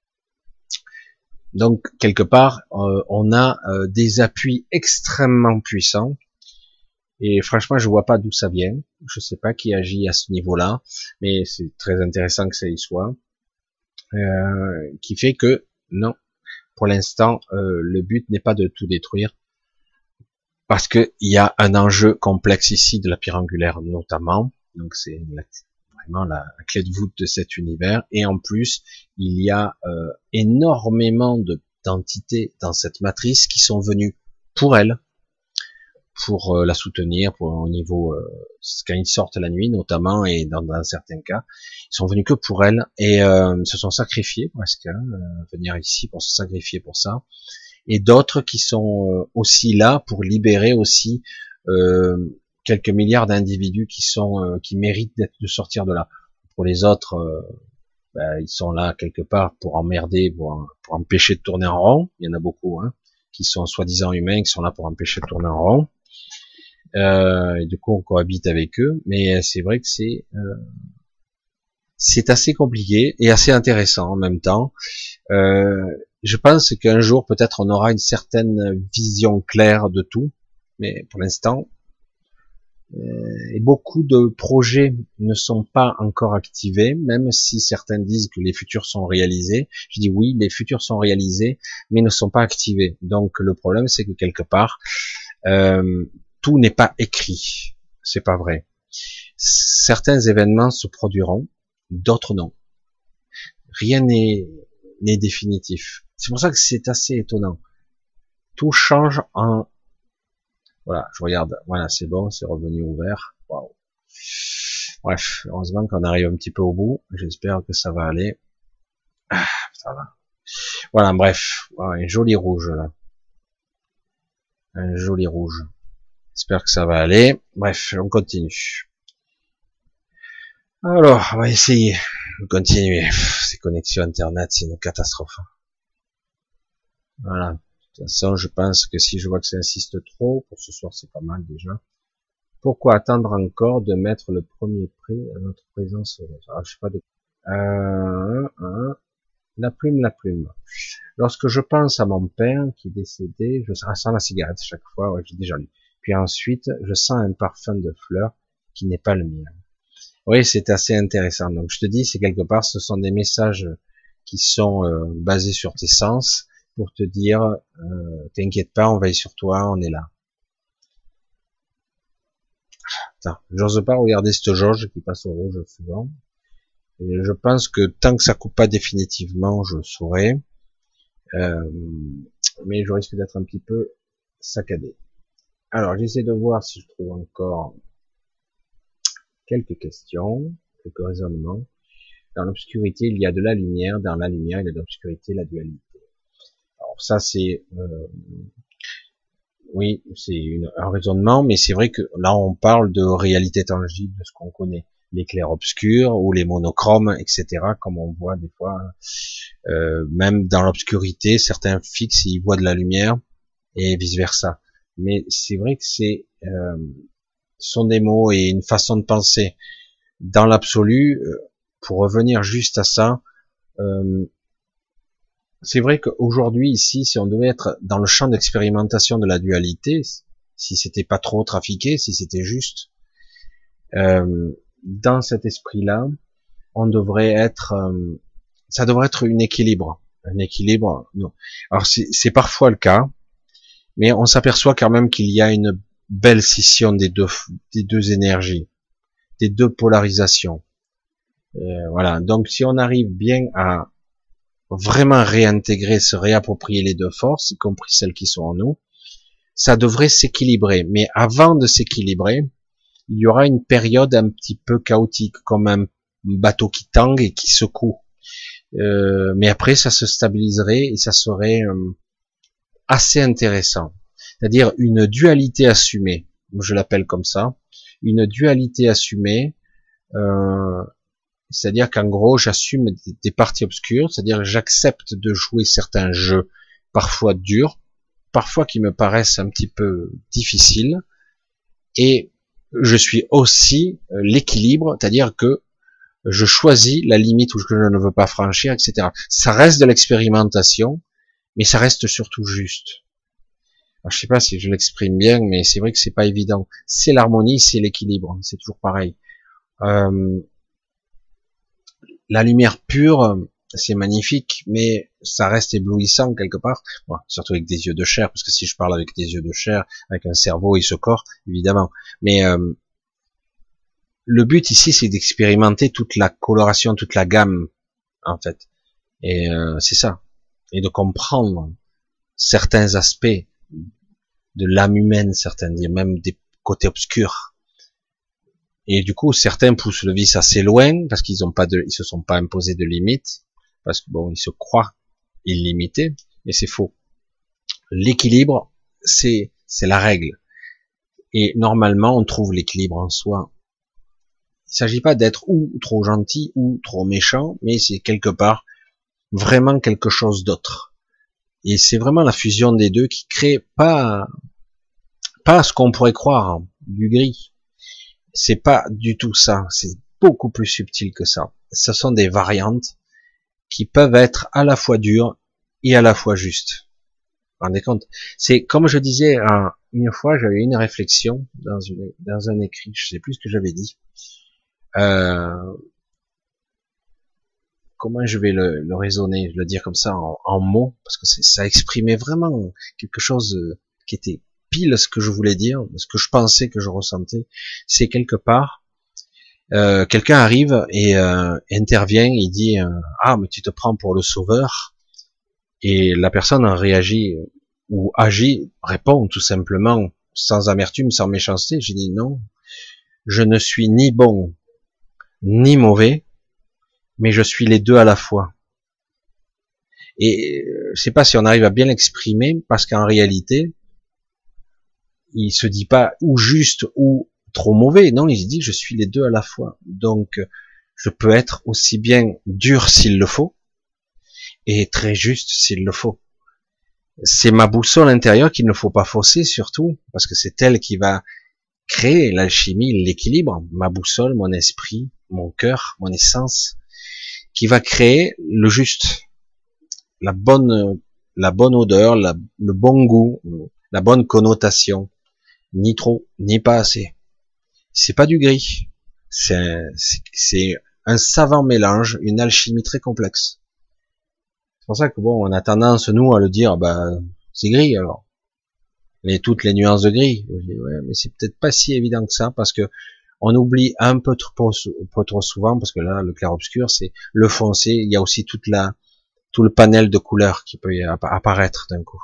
Speaker 1: Donc quelque part on a des appuis extrêmement puissants, et franchement je vois pas d'où ça vient, je sais pas qui agit à ce niveau-là, mais c'est très intéressant que ça y soit, qui fait que non, pour l'instant le but n'est pas de tout détruire, parce que il y a un enjeu complexe ici de la pierre angulaire notamment, donc c'est vraiment la clé de voûte de cet univers, et en plus il y a énormément d'entités dans cette matrice qui sont venues pour elle, pour la soutenir, au niveau quand ils sortent la nuit notamment, et dans certains cas ils sont venus que pour elle, et se sont sacrifiés presque, venir ici pour se sacrifier pour ça, et d'autres qui sont aussi là pour libérer aussi quelques milliards d'individus qui méritent de sortir de là. Pour les autres, ils sont là quelque part pour emmerder, pour empêcher de tourner en rond. Il y en a beaucoup, qui sont soi-disant humains, qui sont là pour empêcher de tourner en rond. Et du coup, on cohabite avec eux. Mais c'est vrai que c'est assez compliqué et assez intéressant en même temps. Je pense qu'un jour, peut-être, on aura une certaine vision claire de tout. Mais pour l'instant, et beaucoup de projets ne sont pas encore activés, même si certains disent que les futurs sont réalisés. Je dis oui, les futurs sont réalisés, mais ne sont pas activés. Donc le problème, c'est que quelque part, tout n'est pas écrit. C'est pas vrai. Certains événements se produiront, d'autres non. Rien n'est définitif. C'est pour ça que c'est assez étonnant. Tout change en... Voilà, je regarde. Voilà, c'est bon, c'est revenu ouvert. Waouh. Bref, heureusement qu'on arrive un petit peu au bout. J'espère que ça va aller. Ah, ça va. Voilà, bref. Voilà, un joli rouge, là. Un joli rouge. J'espère que ça va aller. Bref, on continue. Alors, on va essayer de continuer. Ces connexions Internet, c'est une catastrophe. Voilà. De toute façon, je pense que si je vois que ça insiste trop, pour ce soir c'est pas mal déjà. Pourquoi attendre encore de mettre le premier prix à notre présence? Je sais pas de... La plume. Lorsque je pense à mon père qui est décédé, je sens la cigarette chaque fois, ouais, j'ai déjà lu. Puis ensuite, je sens un parfum de fleurs qui n'est pas le mien. Oui, c'est assez intéressant. Donc je te dis, c'est quelque part, ce sont des messages qui sont basés sur tes sens, pour te dire, t'inquiète pas, on veille sur toi, on est là. J'ose pas regarder cette jauge qui passe au rouge souvent. Et je pense que tant que ça coupe pas définitivement, je saurai. Mais je risque d'être un petit peu saccadé. Alors, j'essaie de voir si je trouve encore quelques questions, quelques raisonnements. Dans l'obscurité, il y a de la lumière. Dans la lumière, il y a de l'obscurité, la dualité. Alors ça, c'est oui, c'est un raisonnement, mais c'est vrai que là, on parle de réalité tangible, de ce qu'on connaît, les clairs-obscurs ou les monochromes, etc. Comme on voit des fois, même dans l'obscurité, certains fixes, ils voient de la lumière et vice versa. Mais c'est vrai que sont des mots et une façon de penser. Dans l'absolu, pour revenir juste à ça. C'est vrai qu'aujourd'hui, ici, si on devait être dans le champ d'expérimentation de la dualité, si c'était pas trop trafiqué, si c'était juste, dans cet esprit-là, on devrait être, ça devrait être un équilibre. Non. Alors c'est parfois le cas, mais on s'aperçoit quand même qu'il y a une belle scission des deux énergies, des deux polarisations. Voilà. Donc si on arrive bien à vraiment réintégrer, se réapproprier les deux forces, y compris celles qui sont en nous, ça devrait s'équilibrer. Mais avant de s'équilibrer, il y aura une période un petit peu chaotique, comme un bateau qui tangue et qui secoue. Mais après, ça se stabiliserait et ça serait assez intéressant. C'est-à-dire une dualité assumée, je l'appelle comme ça, une dualité assumée, c'est-à-dire qu'en gros, j'assume des parties obscures, c'est-à-dire que j'accepte de jouer certains jeux parfois durs, parfois qui me paraissent un petit peu difficiles, et je suis aussi l'équilibre, c'est-à-dire que je choisis la limite où je ne veux pas franchir, etc. Ça reste de l'expérimentation, mais ça reste surtout juste. Alors, je sais pas si je l'exprime bien, mais c'est vrai que c'est pas évident. C'est l'harmonie, c'est l'équilibre, c'est toujours pareil. La lumière pure, c'est magnifique, mais ça reste éblouissant quelque part. Bon, surtout avec des yeux de chair, parce que si je parle avec des yeux de chair, avec un cerveau et ce corps, évidemment. Mais le but ici, c'est d'expérimenter toute la coloration, toute la gamme, en fait. Et c'est ça. Et de comprendre certains aspects de l'âme humaine, certains dire même des côtés obscurs. Et du coup, certains poussent le vice assez loin parce qu'ils ils se sont pas imposés de limites, parce que bon, ils se croient illimités, mais c'est faux. L'équilibre, c'est la règle. Et normalement, on trouve l'équilibre en soi. Il s'agit pas d'être ou trop gentil ou trop méchant, mais c'est quelque part vraiment quelque chose d'autre. Et c'est vraiment la fusion des deux qui crée pas ce qu'on pourrait croire, du gris. C'est pas du tout ça. C'est beaucoup plus subtil que ça. Ce sont des variantes qui peuvent être à la fois dures et à la fois justes. Vous vous rendez compte? C'est comme je disais une fois, j'avais une réflexion dans un écrit, je sais plus ce que j'avais dit. Comment je vais le raisonner, le dire comme ça en mots, parce que ça exprimait vraiment quelque chose qui était pile ce que je voulais dire, ce que je pensais, que je ressentais. C'est quelque part, quelqu'un arrive et intervient, il dit ah mais tu te prends pour le sauveur, et la personne réagit ou agit, répond tout simplement sans amertume, sans méchanceté. J'ai dit non, je ne suis ni bon ni mauvais, mais je suis les deux à la fois. Et je sais pas si on arrive à bien l'exprimer, parce qu'en réalité, il se dit pas ou juste ou trop mauvais, non, il se dit je suis les deux à la fois. Donc, je peux être aussi bien dur s'il le faut, et très juste s'il le faut. C'est ma boussole intérieure qu'il ne faut pas fausser surtout, parce que c'est elle qui va créer l'alchimie, l'équilibre, ma boussole, mon esprit, mon cœur, mon essence, qui va créer le juste, la bonne odeur, le bon goût, la bonne connotation, ni trop, ni pas assez. C'est pas du gris, c'est un savant mélange, une alchimie très complexe. C'est pour ça que bon, on a tendance nous à le dire, bah c'est gris alors, toutes les nuances de gris. Ouais, mais c'est peut-être pas si évident que ça, parce que on oublie un peu trop souvent, parce que là, le clair-obscur, c'est le foncé, il y a aussi tout le panel de couleurs qui peut apparaître d'un coup.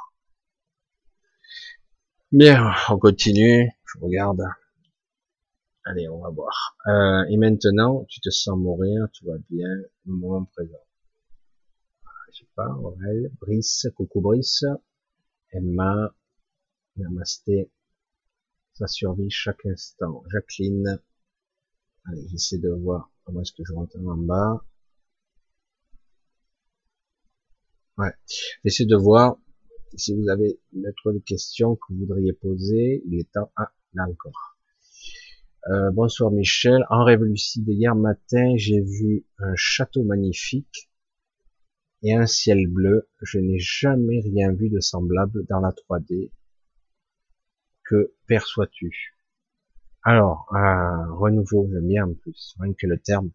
Speaker 1: Bien, on continue, je regarde. Allez, on va voir. Et maintenant, tu te sens mourir, tout va bien, le moment présent. Je sais pas, Aurel, Brice, coucou Brice, Emma, Namasté, ça survit chaque instant. Jacqueline, allez, j'essaie de voir comment est-ce que je rentre en bas. Ouais, j'essaie de voir si vous avez une autre question que vous voudriez poser. Il est temps. Ah, là encore. Bonsoir Michel. En rêve lucide hier matin, j'ai vu un château magnifique et un ciel bleu. Je n'ai jamais rien vu de semblable dans la 3D. Que perçois-tu? Alors, renouveau, j'aime bien en plus, rien que le terme.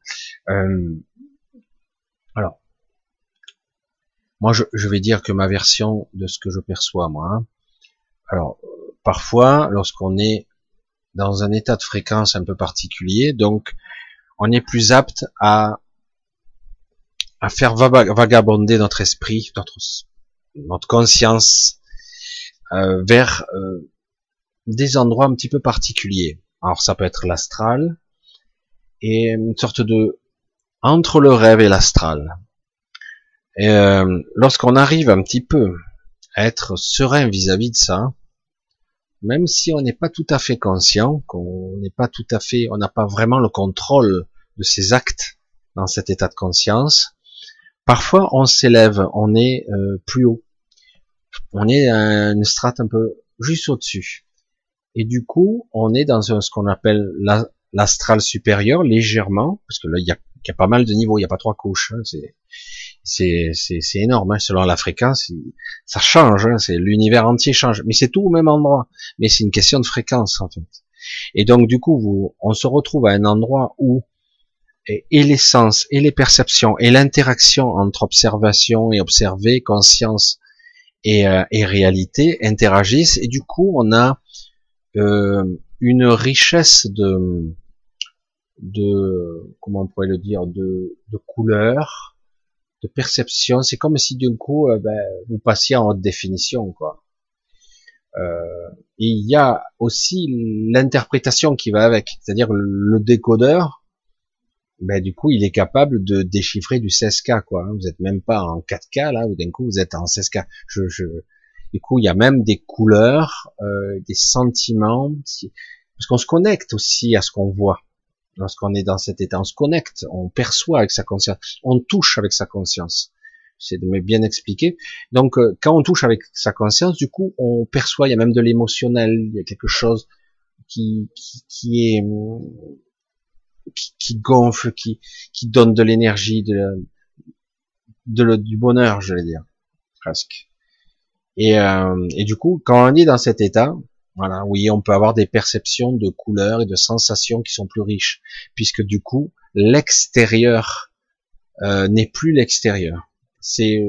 Speaker 1: Alors, moi, je vais dire que ma version de ce que je perçois, moi. Hein. Alors, parfois, lorsqu'on est dans un état de fréquence un peu particulier, donc, on est plus apte à faire vagabonder notre esprit, notre conscience vers des endroits un petit peu particuliers. Alors ça peut être l'astral, et une sorte de entre le rêve et l'astral. Et lorsqu'on arrive un petit peu à être serein vis-à-vis de ça, même si on n'est pas tout à fait conscient, qu'on n'est pas tout à fait, on n'a pas vraiment le contrôle de ses actes dans cet état de conscience, parfois on s'élève, on est plus haut, on est à une strate un peu juste au-dessus, et du coup on est dans ce qu'on appelle l'astral supérieur légèrement, parce que là il y a pas mal de niveaux, il n'y a pas 3 couches, hein, c'est énorme, hein, selon la fréquence, ça change, hein, c'est l'univers entier change, mais c'est tout au même endroit, mais c'est une question de fréquence en fait. Et donc du coup, on se retrouve à un endroit où et les sens, et les perceptions, et l'interaction entre observation et observé, conscience et réalité interagissent, et du coup, on a une richesse de comment on pourrait le dire, de couleurs, de perception. C'est comme si d'un coup, vous passiez en haute définition, quoi. Et il y a aussi l'interprétation qui va avec, c'est-à-dire le décodeur. Du coup, il est capable de déchiffrer du 16K, quoi. Vous êtes même pas en 4K là, ou d'un coup vous êtes en 16K. Du coup, il y a même des couleurs, des sentiments, parce qu'on se connecte aussi à ce qu'on voit. Lorsqu'on est dans cet état, on se connecte, on perçoit avec sa conscience, on touche avec sa conscience. C'est de me bien expliquer. Donc, quand on touche avec sa conscience, du coup, on perçoit, il y a même de l'émotionnel, il y a quelque chose qui est qui gonfle, qui donne de l'énergie, du bonheur, je vais dire, presque. Et du coup, quand on est dans cet état, voilà, oui, on peut avoir des perceptions de couleurs et de sensations qui sont plus riches, puisque du coup, l'extérieur n'est plus l'extérieur. C'est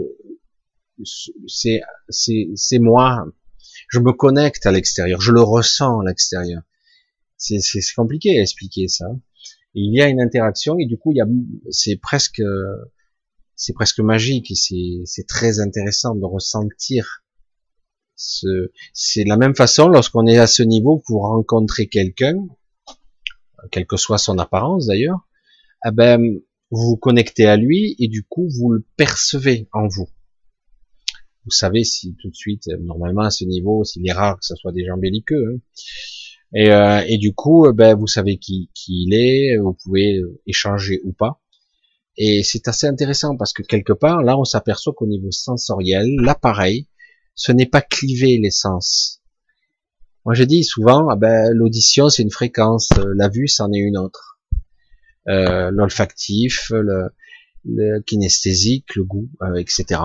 Speaker 1: moi. Je me connecte à l'extérieur, je le ressens à l'extérieur. C'est compliqué à expliquer ça. Il y a une interaction et du coup, c'est presque magique et c'est très intéressant de ressentir. C'est de la même façon lorsqu'on est à ce niveau, vous rencontrez quelqu'un, quelle que soit son apparence d'ailleurs, vous vous connectez à lui et du coup vous le percevez en vous. Vous savez si tout de suite, normalement à ce niveau, s'il est rare que ce soit des gens belliqueux, hein, et du coup, vous savez qui il est, vous pouvez échanger ou pas. Et c'est assez intéressant parce que quelque part, là, on s'aperçoit qu'au niveau sensoriel, l'appareil, ce n'est pas clivé les sens. Moi, je dis souvent, l'audition, c'est une fréquence, la vue, c'en est une autre. L'olfactif, le kinesthésique, le goût, etc.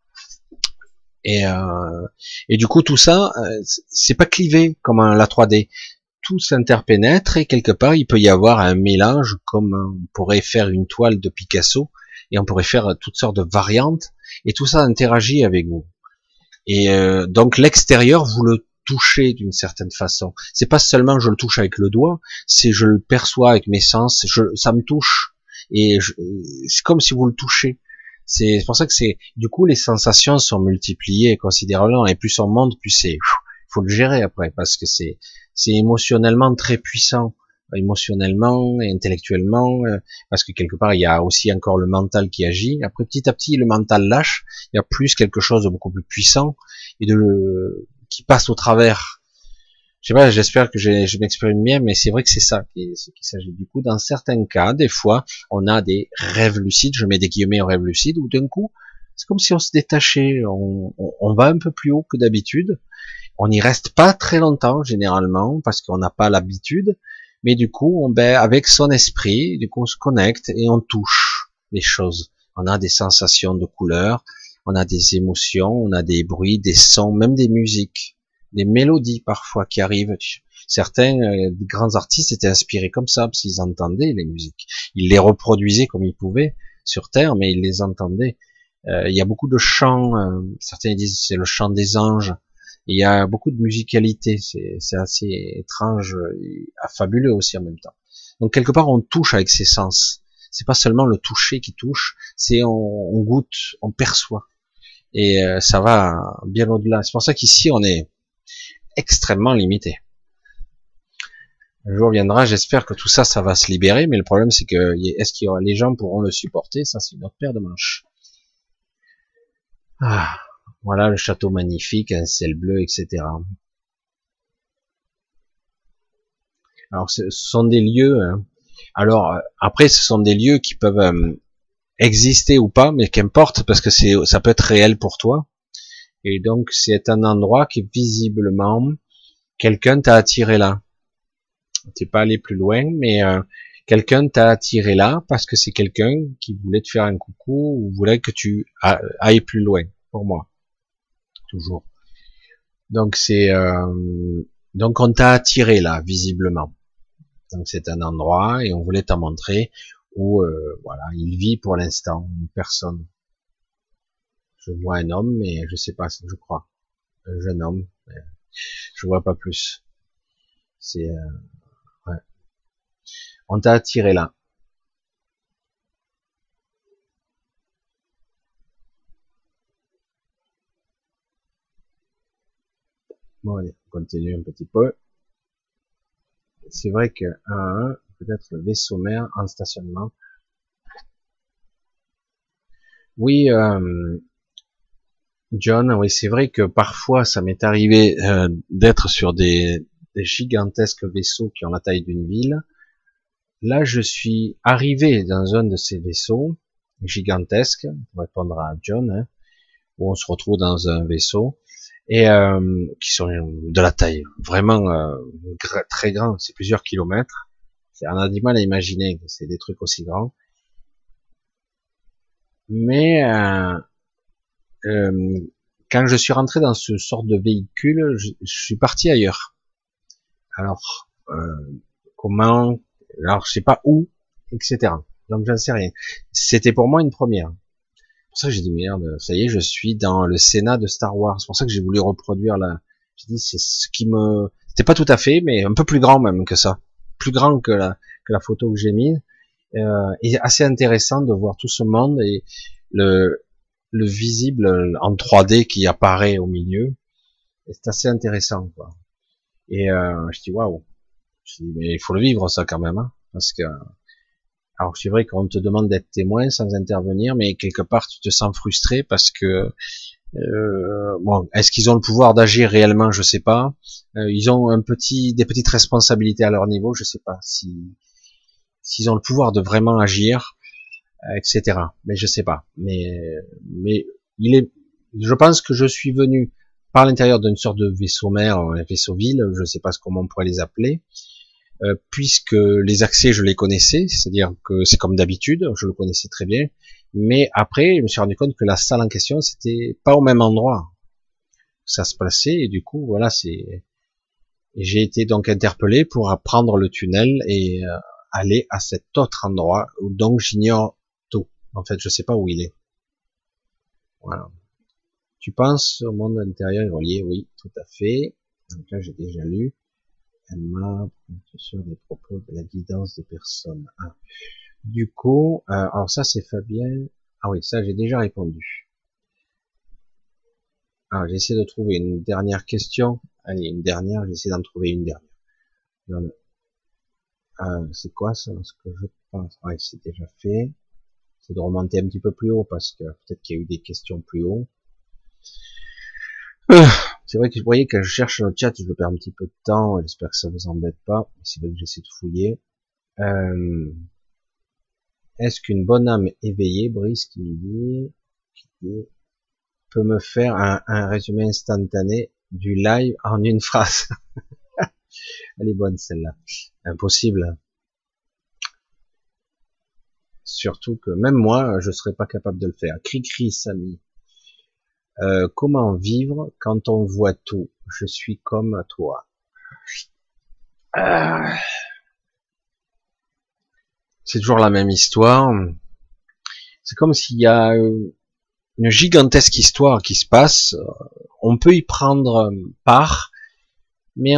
Speaker 1: Et du coup, tout ça, c'est pas clivé comme la 3D. Tout s'interpénètre et quelque part, il peut y avoir un mélange, comme on pourrait faire une toile de Picasso, et on pourrait faire toutes sortes de variantes, et tout ça interagit avec vous. Et donc l'extérieur, vous le touchez d'une certaine façon. C'est pas seulement je le touche avec le doigt, c'est je le perçois avec mes sens, ça me touche, et c'est comme si vous le touchez. C'est pour ça que du coup les sensations sont multipliées considérablement, et plus on monte, plus faut le gérer après, parce que c'est émotionnellement très puissant, émotionnellement et intellectuellement, parce que quelque part il y a aussi encore le mental qui agit. Après petit à petit le mental lâche, il y a plus quelque chose de beaucoup plus puissant et qui passe au travers. Je sais pas, j'espère que je m'exprime bien, mais c'est vrai que c'est ça qu'il s'agit. Du coup, dans certains cas, des fois, on a des rêves lucides, je mets des guillemets en rêve lucide, où d'un coup, c'est comme si on se détachait, on va un peu plus haut que d'habitude. On n'y reste pas très longtemps généralement parce qu'on n'a pas l'habitude, mais du coup, avec son esprit, du coup, on se connecte et on touche les choses. On a des sensations de couleurs, on a des émotions, on a des bruits, des sons, même des musiques, des mélodies parfois qui arrivent. Certains grands artistes étaient inspirés comme ça parce qu'ils entendaient les musiques. Ils les reproduisaient comme ils pouvaient sur Terre, mais ils les entendaient. Il y a beaucoup de chants. Certains disent c'est le chant des anges. Il y a beaucoup de musicalité, c'est assez étrange et fabuleux aussi en même temps. Donc quelque part on touche avec ses sens. C'est pas seulement le toucher qui touche, c'est on goûte, on perçoit. Et ça va bien au-delà. C'est pour ça qu'ici on est extrêmement limité. Un jour viendra, j'espère que tout ça, ça va se libérer, mais le problème c'est que est-ce que les gens pourront le supporter? Ça, c'est une autre paire de manches. Ah, voilà le château magnifique, un ciel bleu, etc. Alors, ce sont des lieux. Hein. Alors après, ce sont des lieux qui peuvent exister ou pas, mais qu'importe, parce que ça peut être réel pour toi. Et donc, c'est un endroit qui visiblement quelqu'un t'a attiré là. T'es pas allé plus loin, mais quelqu'un t'a attiré là parce que c'est quelqu'un qui voulait te faire un coucou ou voulait que tu ailles plus loin. Pour moi, toujours. Donc donc on t'a attiré là, visiblement. Donc c'est un endroit et on voulait t'en montrer où voilà, il vit pour l'instant une personne. Je vois un homme, mais je sais pas, je crois un jeune homme. Mais je vois pas plus. C'est ouais. On t'a attiré là. Bon allez, on continue un petit peu. C'est vrai que peut-être le vaisseau mère en stationnement. Oui, John, oui, c'est vrai que parfois ça m'est arrivé d'être sur des gigantesques vaisseaux qui ont la taille d'une ville. Là, je suis arrivé dans un de ces vaisseaux gigantesques, pour répondre à John, hein, où on se retrouve dans un vaisseau et qui sont de la taille vraiment très grand, c'est plusieurs kilomètres. On a du mal à imaginer que c'est des trucs aussi grands. Mais euh, quand je suis rentré dans ce sort de véhicule, je suis parti ailleurs. Alors, comment, alors je sais pas où, etc. Donc j'en sais rien. C'était pour moi une première. C'est pour ça que j'ai dit merde, ça y est, je suis dans le Sénat de Star Wars. C'est pour ça que j'ai voulu reproduire la. J'ai dit c'est ce qui me. C'était pas tout à fait, mais un peu plus grand même que ça, plus grand que la photo que j'ai mise. Et assez intéressant de voir tout ce monde et le visible en 3D qui apparaît au milieu. C'est assez intéressant, quoi. Et je dis waouh. Je dis mais il faut le vivre ça quand même, hein, parce que alors c'est vrai qu'on te demande d'être témoin sans intervenir, mais quelque part tu te sens frustré parce que bon, est-ce qu'ils ont le pouvoir d'agir réellement, je sais pas. Ils ont des petites responsabilités à leur niveau, je sais pas si s'ils ont le pouvoir de vraiment agir, etc. Mais je sais pas. Mais je pense que je suis venu par l'intérieur d'une sorte de vaisseau mère, un vaisseau ville, je sais pas comment on pourrait les appeler, puisque les accès je les connaissais, c'est-à-dire que c'est comme d'habitude, je le connaissais très bien. Mais après, je me suis rendu compte que la salle en question, c'était pas au même endroit. Ça se passait et du coup, voilà, j'ai été donc interpellé pour prendre le tunnel et aller à cet autre endroit où donc j'ignore tout. En fait, je sais pas où il est. Voilà. Tu penses au monde intérieur et relié? Oui, tout à fait. Donc là, j'ai déjà lu. Elle m'a sur des propos de la guidance des personnes. Ah. Du coup, alors ça c'est Fabien. Ah oui, ça j'ai déjà répondu. Alors j'essaie de trouver une dernière question. Allez, une dernière, j'essaie d'en trouver une dernière. C'est quoi ça, ce que je pense? Ouais, c'est déjà fait. C'est de remonter un petit peu plus haut parce que peut-être qu'il y a eu des questions plus haut. C'est vrai que vous voyez quand je cherche le chat, je perds un petit peu de temps. J'espère que ça vous embête pas. C'est vrai que j'essaie de fouiller. Est-ce qu'une bonne âme éveillée, Brice qui me dit, peut me faire un résumé instantané du live en une phrase? Elle est bonne celle-là. Impossible. Surtout que même moi, je serais pas capable de le faire. Cri-cri, Samy. Comment vivre quand on voit tout? Je suis comme toi. C'est toujours la même histoire. C'est comme s'il y a une gigantesque histoire qui se passe. On peut y prendre part, mais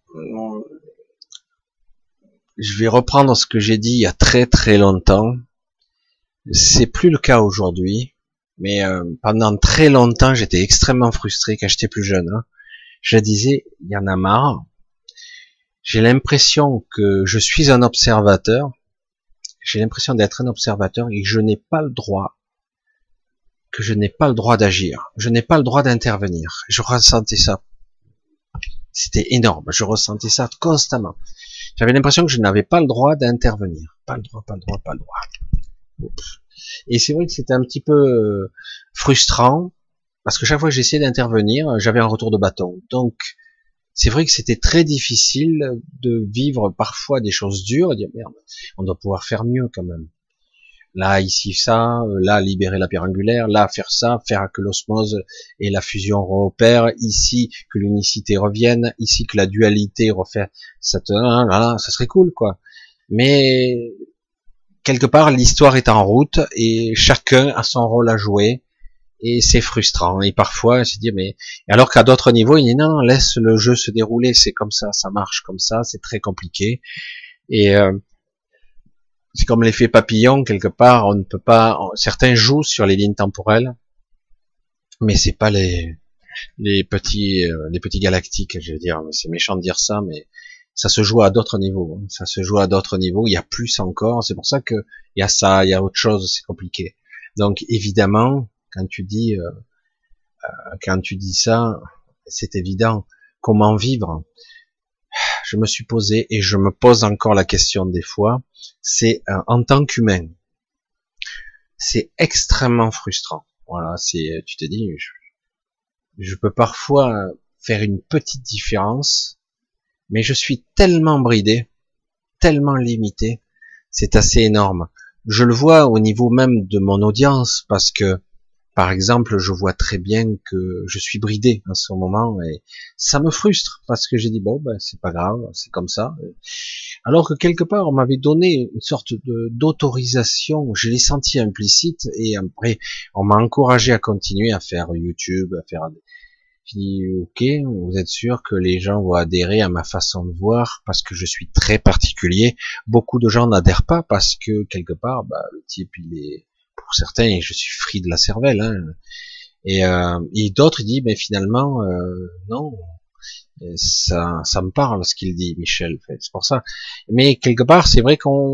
Speaker 1: je vais reprendre ce que j'ai dit il y a très très longtemps. C'est plus le cas aujourd'hui, mais pendant très longtemps, j'étais extrêmement frustré quand j'étais plus jeune. Hein. Je disais, il y en a marre. J'ai l'impression que je suis un observateur, j'ai l'impression d'être un observateur et que je n'ai pas le droit, d'agir, je n'ai pas le droit d'intervenir. Je ressentais ça. C'était énorme, je ressentais ça constamment. J'avais l'impression que je n'avais pas le droit d'intervenir. Pas le droit, pas le droit, pas le droit. Oups. Et c'est vrai que c'était un petit peu frustrant, parce que chaque fois que j'essayais d'intervenir, j'avais un retour de bâton. Donc, c'est vrai que c'était très difficile de vivre parfois des choses dures et dire merde, on doit pouvoir faire mieux quand même. Là, ici, ça, là, libérer la pierre angulaire, là, faire ça, faire que l'osmose et la fusion repèrent, ici, que l'unicité revienne, ici, que la dualité refait, ça serait cool, quoi. Mais, quelque part, l'histoire est en route et chacun a son rôle à jouer et c'est frustrant. Et parfois, je dis, mais, alors qu'à d'autres niveaux, il dit, non, laisse le jeu se dérouler, c'est comme ça marche comme ça, c'est très compliqué. Et, c'est comme l'effet papillon, quelque part, on ne peut pas, certains jouent sur les lignes temporelles, mais c'est pas les petits galactiques, je veux dire, c'est méchant de dire ça, mais ça se joue à d'autres niveaux, ça se joue à d'autres niveaux, il y a plus encore, c'est pour ça que il y a ça, il y a autre chose, c'est compliqué. Donc, évidemment, quand tu dis ça, c'est évident, comment vivre? Je me suis posé et je me pose encore la question des fois, c'est en tant qu'humain, c'est extrêmement frustrant. Voilà, c'est, tu te dis, je peux parfois faire une petite différence, mais je suis tellement bridé, tellement limité, c'est assez énorme. Je le vois au niveau même de mon audience, parce que par exemple, je vois très bien que je suis bridé en ce moment et ça me frustre parce que j'ai dit bon ben c'est pas grave, c'est comme ça. Alors que quelque part on m'avait donné une sorte de d'autorisation, je l'ai senti implicite et après on m'a encouragé à continuer à faire YouTube, à faire. J'ai dit ok, vous êtes sûr que les gens vont adhérer à ma façon de voir parce que je suis très particulier. Beaucoup de gens n'adhèrent pas parce que quelque part bah, le type il est pour certains, je suis free de la cervelle, hein. Et d'autres, il dit, mais finalement, non, ça me parle ce qu'il dit, Michel. C'est pour ça. Mais quelque part, c'est vrai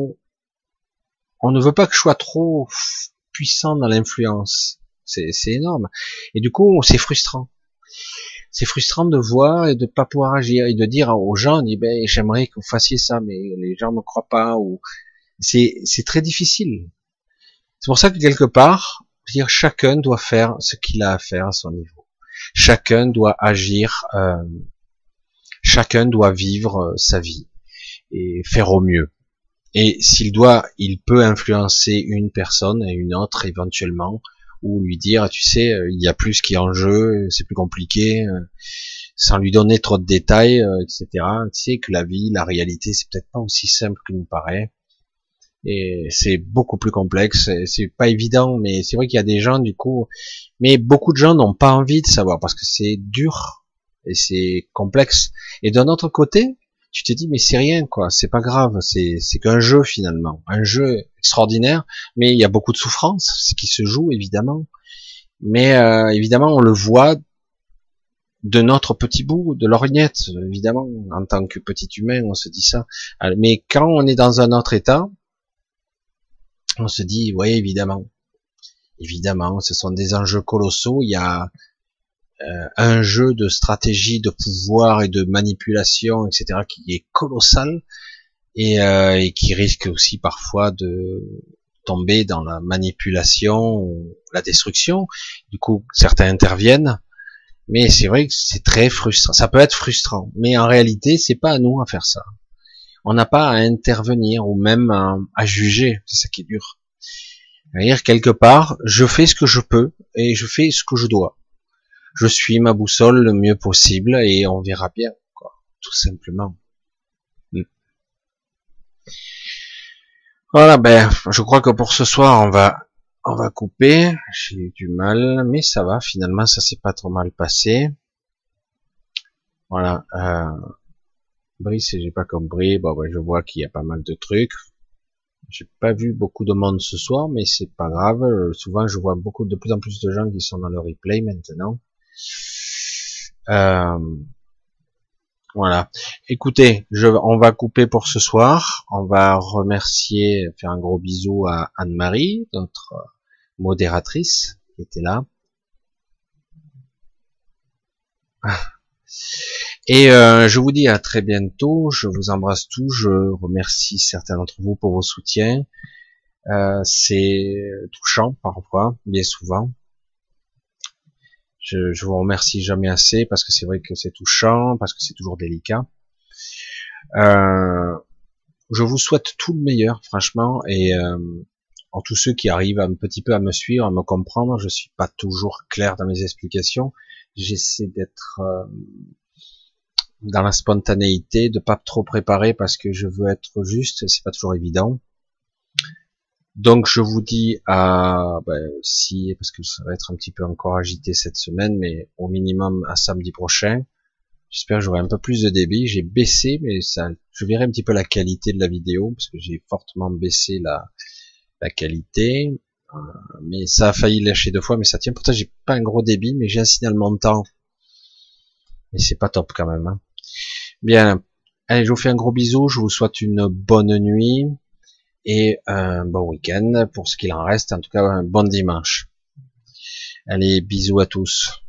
Speaker 1: on ne veut pas que je sois trop puissant dans l'influence. C'est énorme. Et du coup, c'est frustrant. C'est frustrant de voir et de pas pouvoir agir et de dire aux gens, dit, ben, j'aimerais que vous fassiez ça, mais les gens me croient pas. Ou c'est très difficile. C'est pour ça que quelque part, dire chacun doit faire ce qu'il a à faire à son niveau. Chacun doit agir, chacun doit vivre sa vie et faire au mieux. Et il peut influencer une personne et une autre éventuellement, ou lui dire, tu sais, il y a plus qui est en jeu, c'est plus compliqué, sans lui donner trop de détails, etc. Tu sais que la vie, la réalité, c'est peut-être pas aussi simple qu'il nous paraît. Et c'est beaucoup plus complexe, c'est pas évident, mais c'est vrai qu'il y a des gens du coup, mais beaucoup de gens n'ont pas envie de savoir parce que c'est dur et c'est complexe. Et d'un autre côté, tu te dis mais c'est rien quoi, c'est pas grave, c'est qu'un jeu finalement, un jeu extraordinaire, mais il y a beaucoup de souffrance, ce qui se joue évidemment, mais évidemment on le voit de notre petit bout, de l'orgnette, évidemment, en tant que petit humain, on se dit ça. Mais quand on est dans un autre état, on se dit, oui, évidemment, ce sont des enjeux colossaux. Il y a un jeu de stratégie, de pouvoir et de manipulation, etc., qui est colossal et qui risque aussi parfois de tomber dans la manipulation ou la destruction. Du coup, certains interviennent, mais c'est vrai que c'est très frustrant. Ça peut être frustrant, mais en réalité, c'est pas à nous à faire ça. On n'a pas à intervenir ou même à juger. C'est ça qui est dur. C'est-à-dire, quelque part, je fais ce que je peux et je fais ce que je dois. Je suis ma boussole le mieux possible et on verra bien, quoi, tout simplement. Voilà, ben, je crois que pour ce soir, on va couper. J'ai eu du mal, mais ça va, finalement, ça s'est pas trop mal passé. Voilà, Brice, j'ai pas compris. Bon, ben, je vois qu'il y a pas mal de trucs. J'ai pas vu beaucoup de monde ce soir, mais c'est pas grave. Souvent, je vois de plus en plus de gens qui sont dans le replay maintenant. Voilà. Écoutez, on va couper pour ce soir. On va remercier, faire un gros bisou à Anne-Marie, notre modératrice, qui était là. Et je vous dis à très bientôt. Je vous embrasse tous. Je remercie certains d'entre vous pour vos soutiens. C'est touchant parfois, bien souvent. Je vous remercie jamais assez parce que c'est vrai que c'est touchant, parce que c'est toujours délicat. Je vous souhaite tout le meilleur, franchement, et en tous ceux qui arrivent un petit peu à me suivre, à me comprendre, je suis pas toujours clair dans mes explications. J'essaie d'être dans la spontanéité, de pas trop préparer parce que je veux être juste, c'est pas toujours évident. Donc je vous dis si, parce que ça va être un petit peu encore agité cette semaine, mais au minimum à samedi prochain. J'espère que j'aurai un peu plus de débit. J'ai baissé, mais ça, je verrai un petit peu la qualité de la vidéo, parce que j'ai fortement baissé la qualité. Mais ça a failli lâcher 2 fois, mais ça tient. Pourtant j'ai pas un gros débit, mais j'ai un signal montant. Mais c'est pas top quand même, hein. Bien. Allez, je vous fais un gros bisou, je vous souhaite une bonne nuit. Et un bon week-end pour ce qu'il en reste, en tout cas un bon dimanche. Allez, bisous à tous.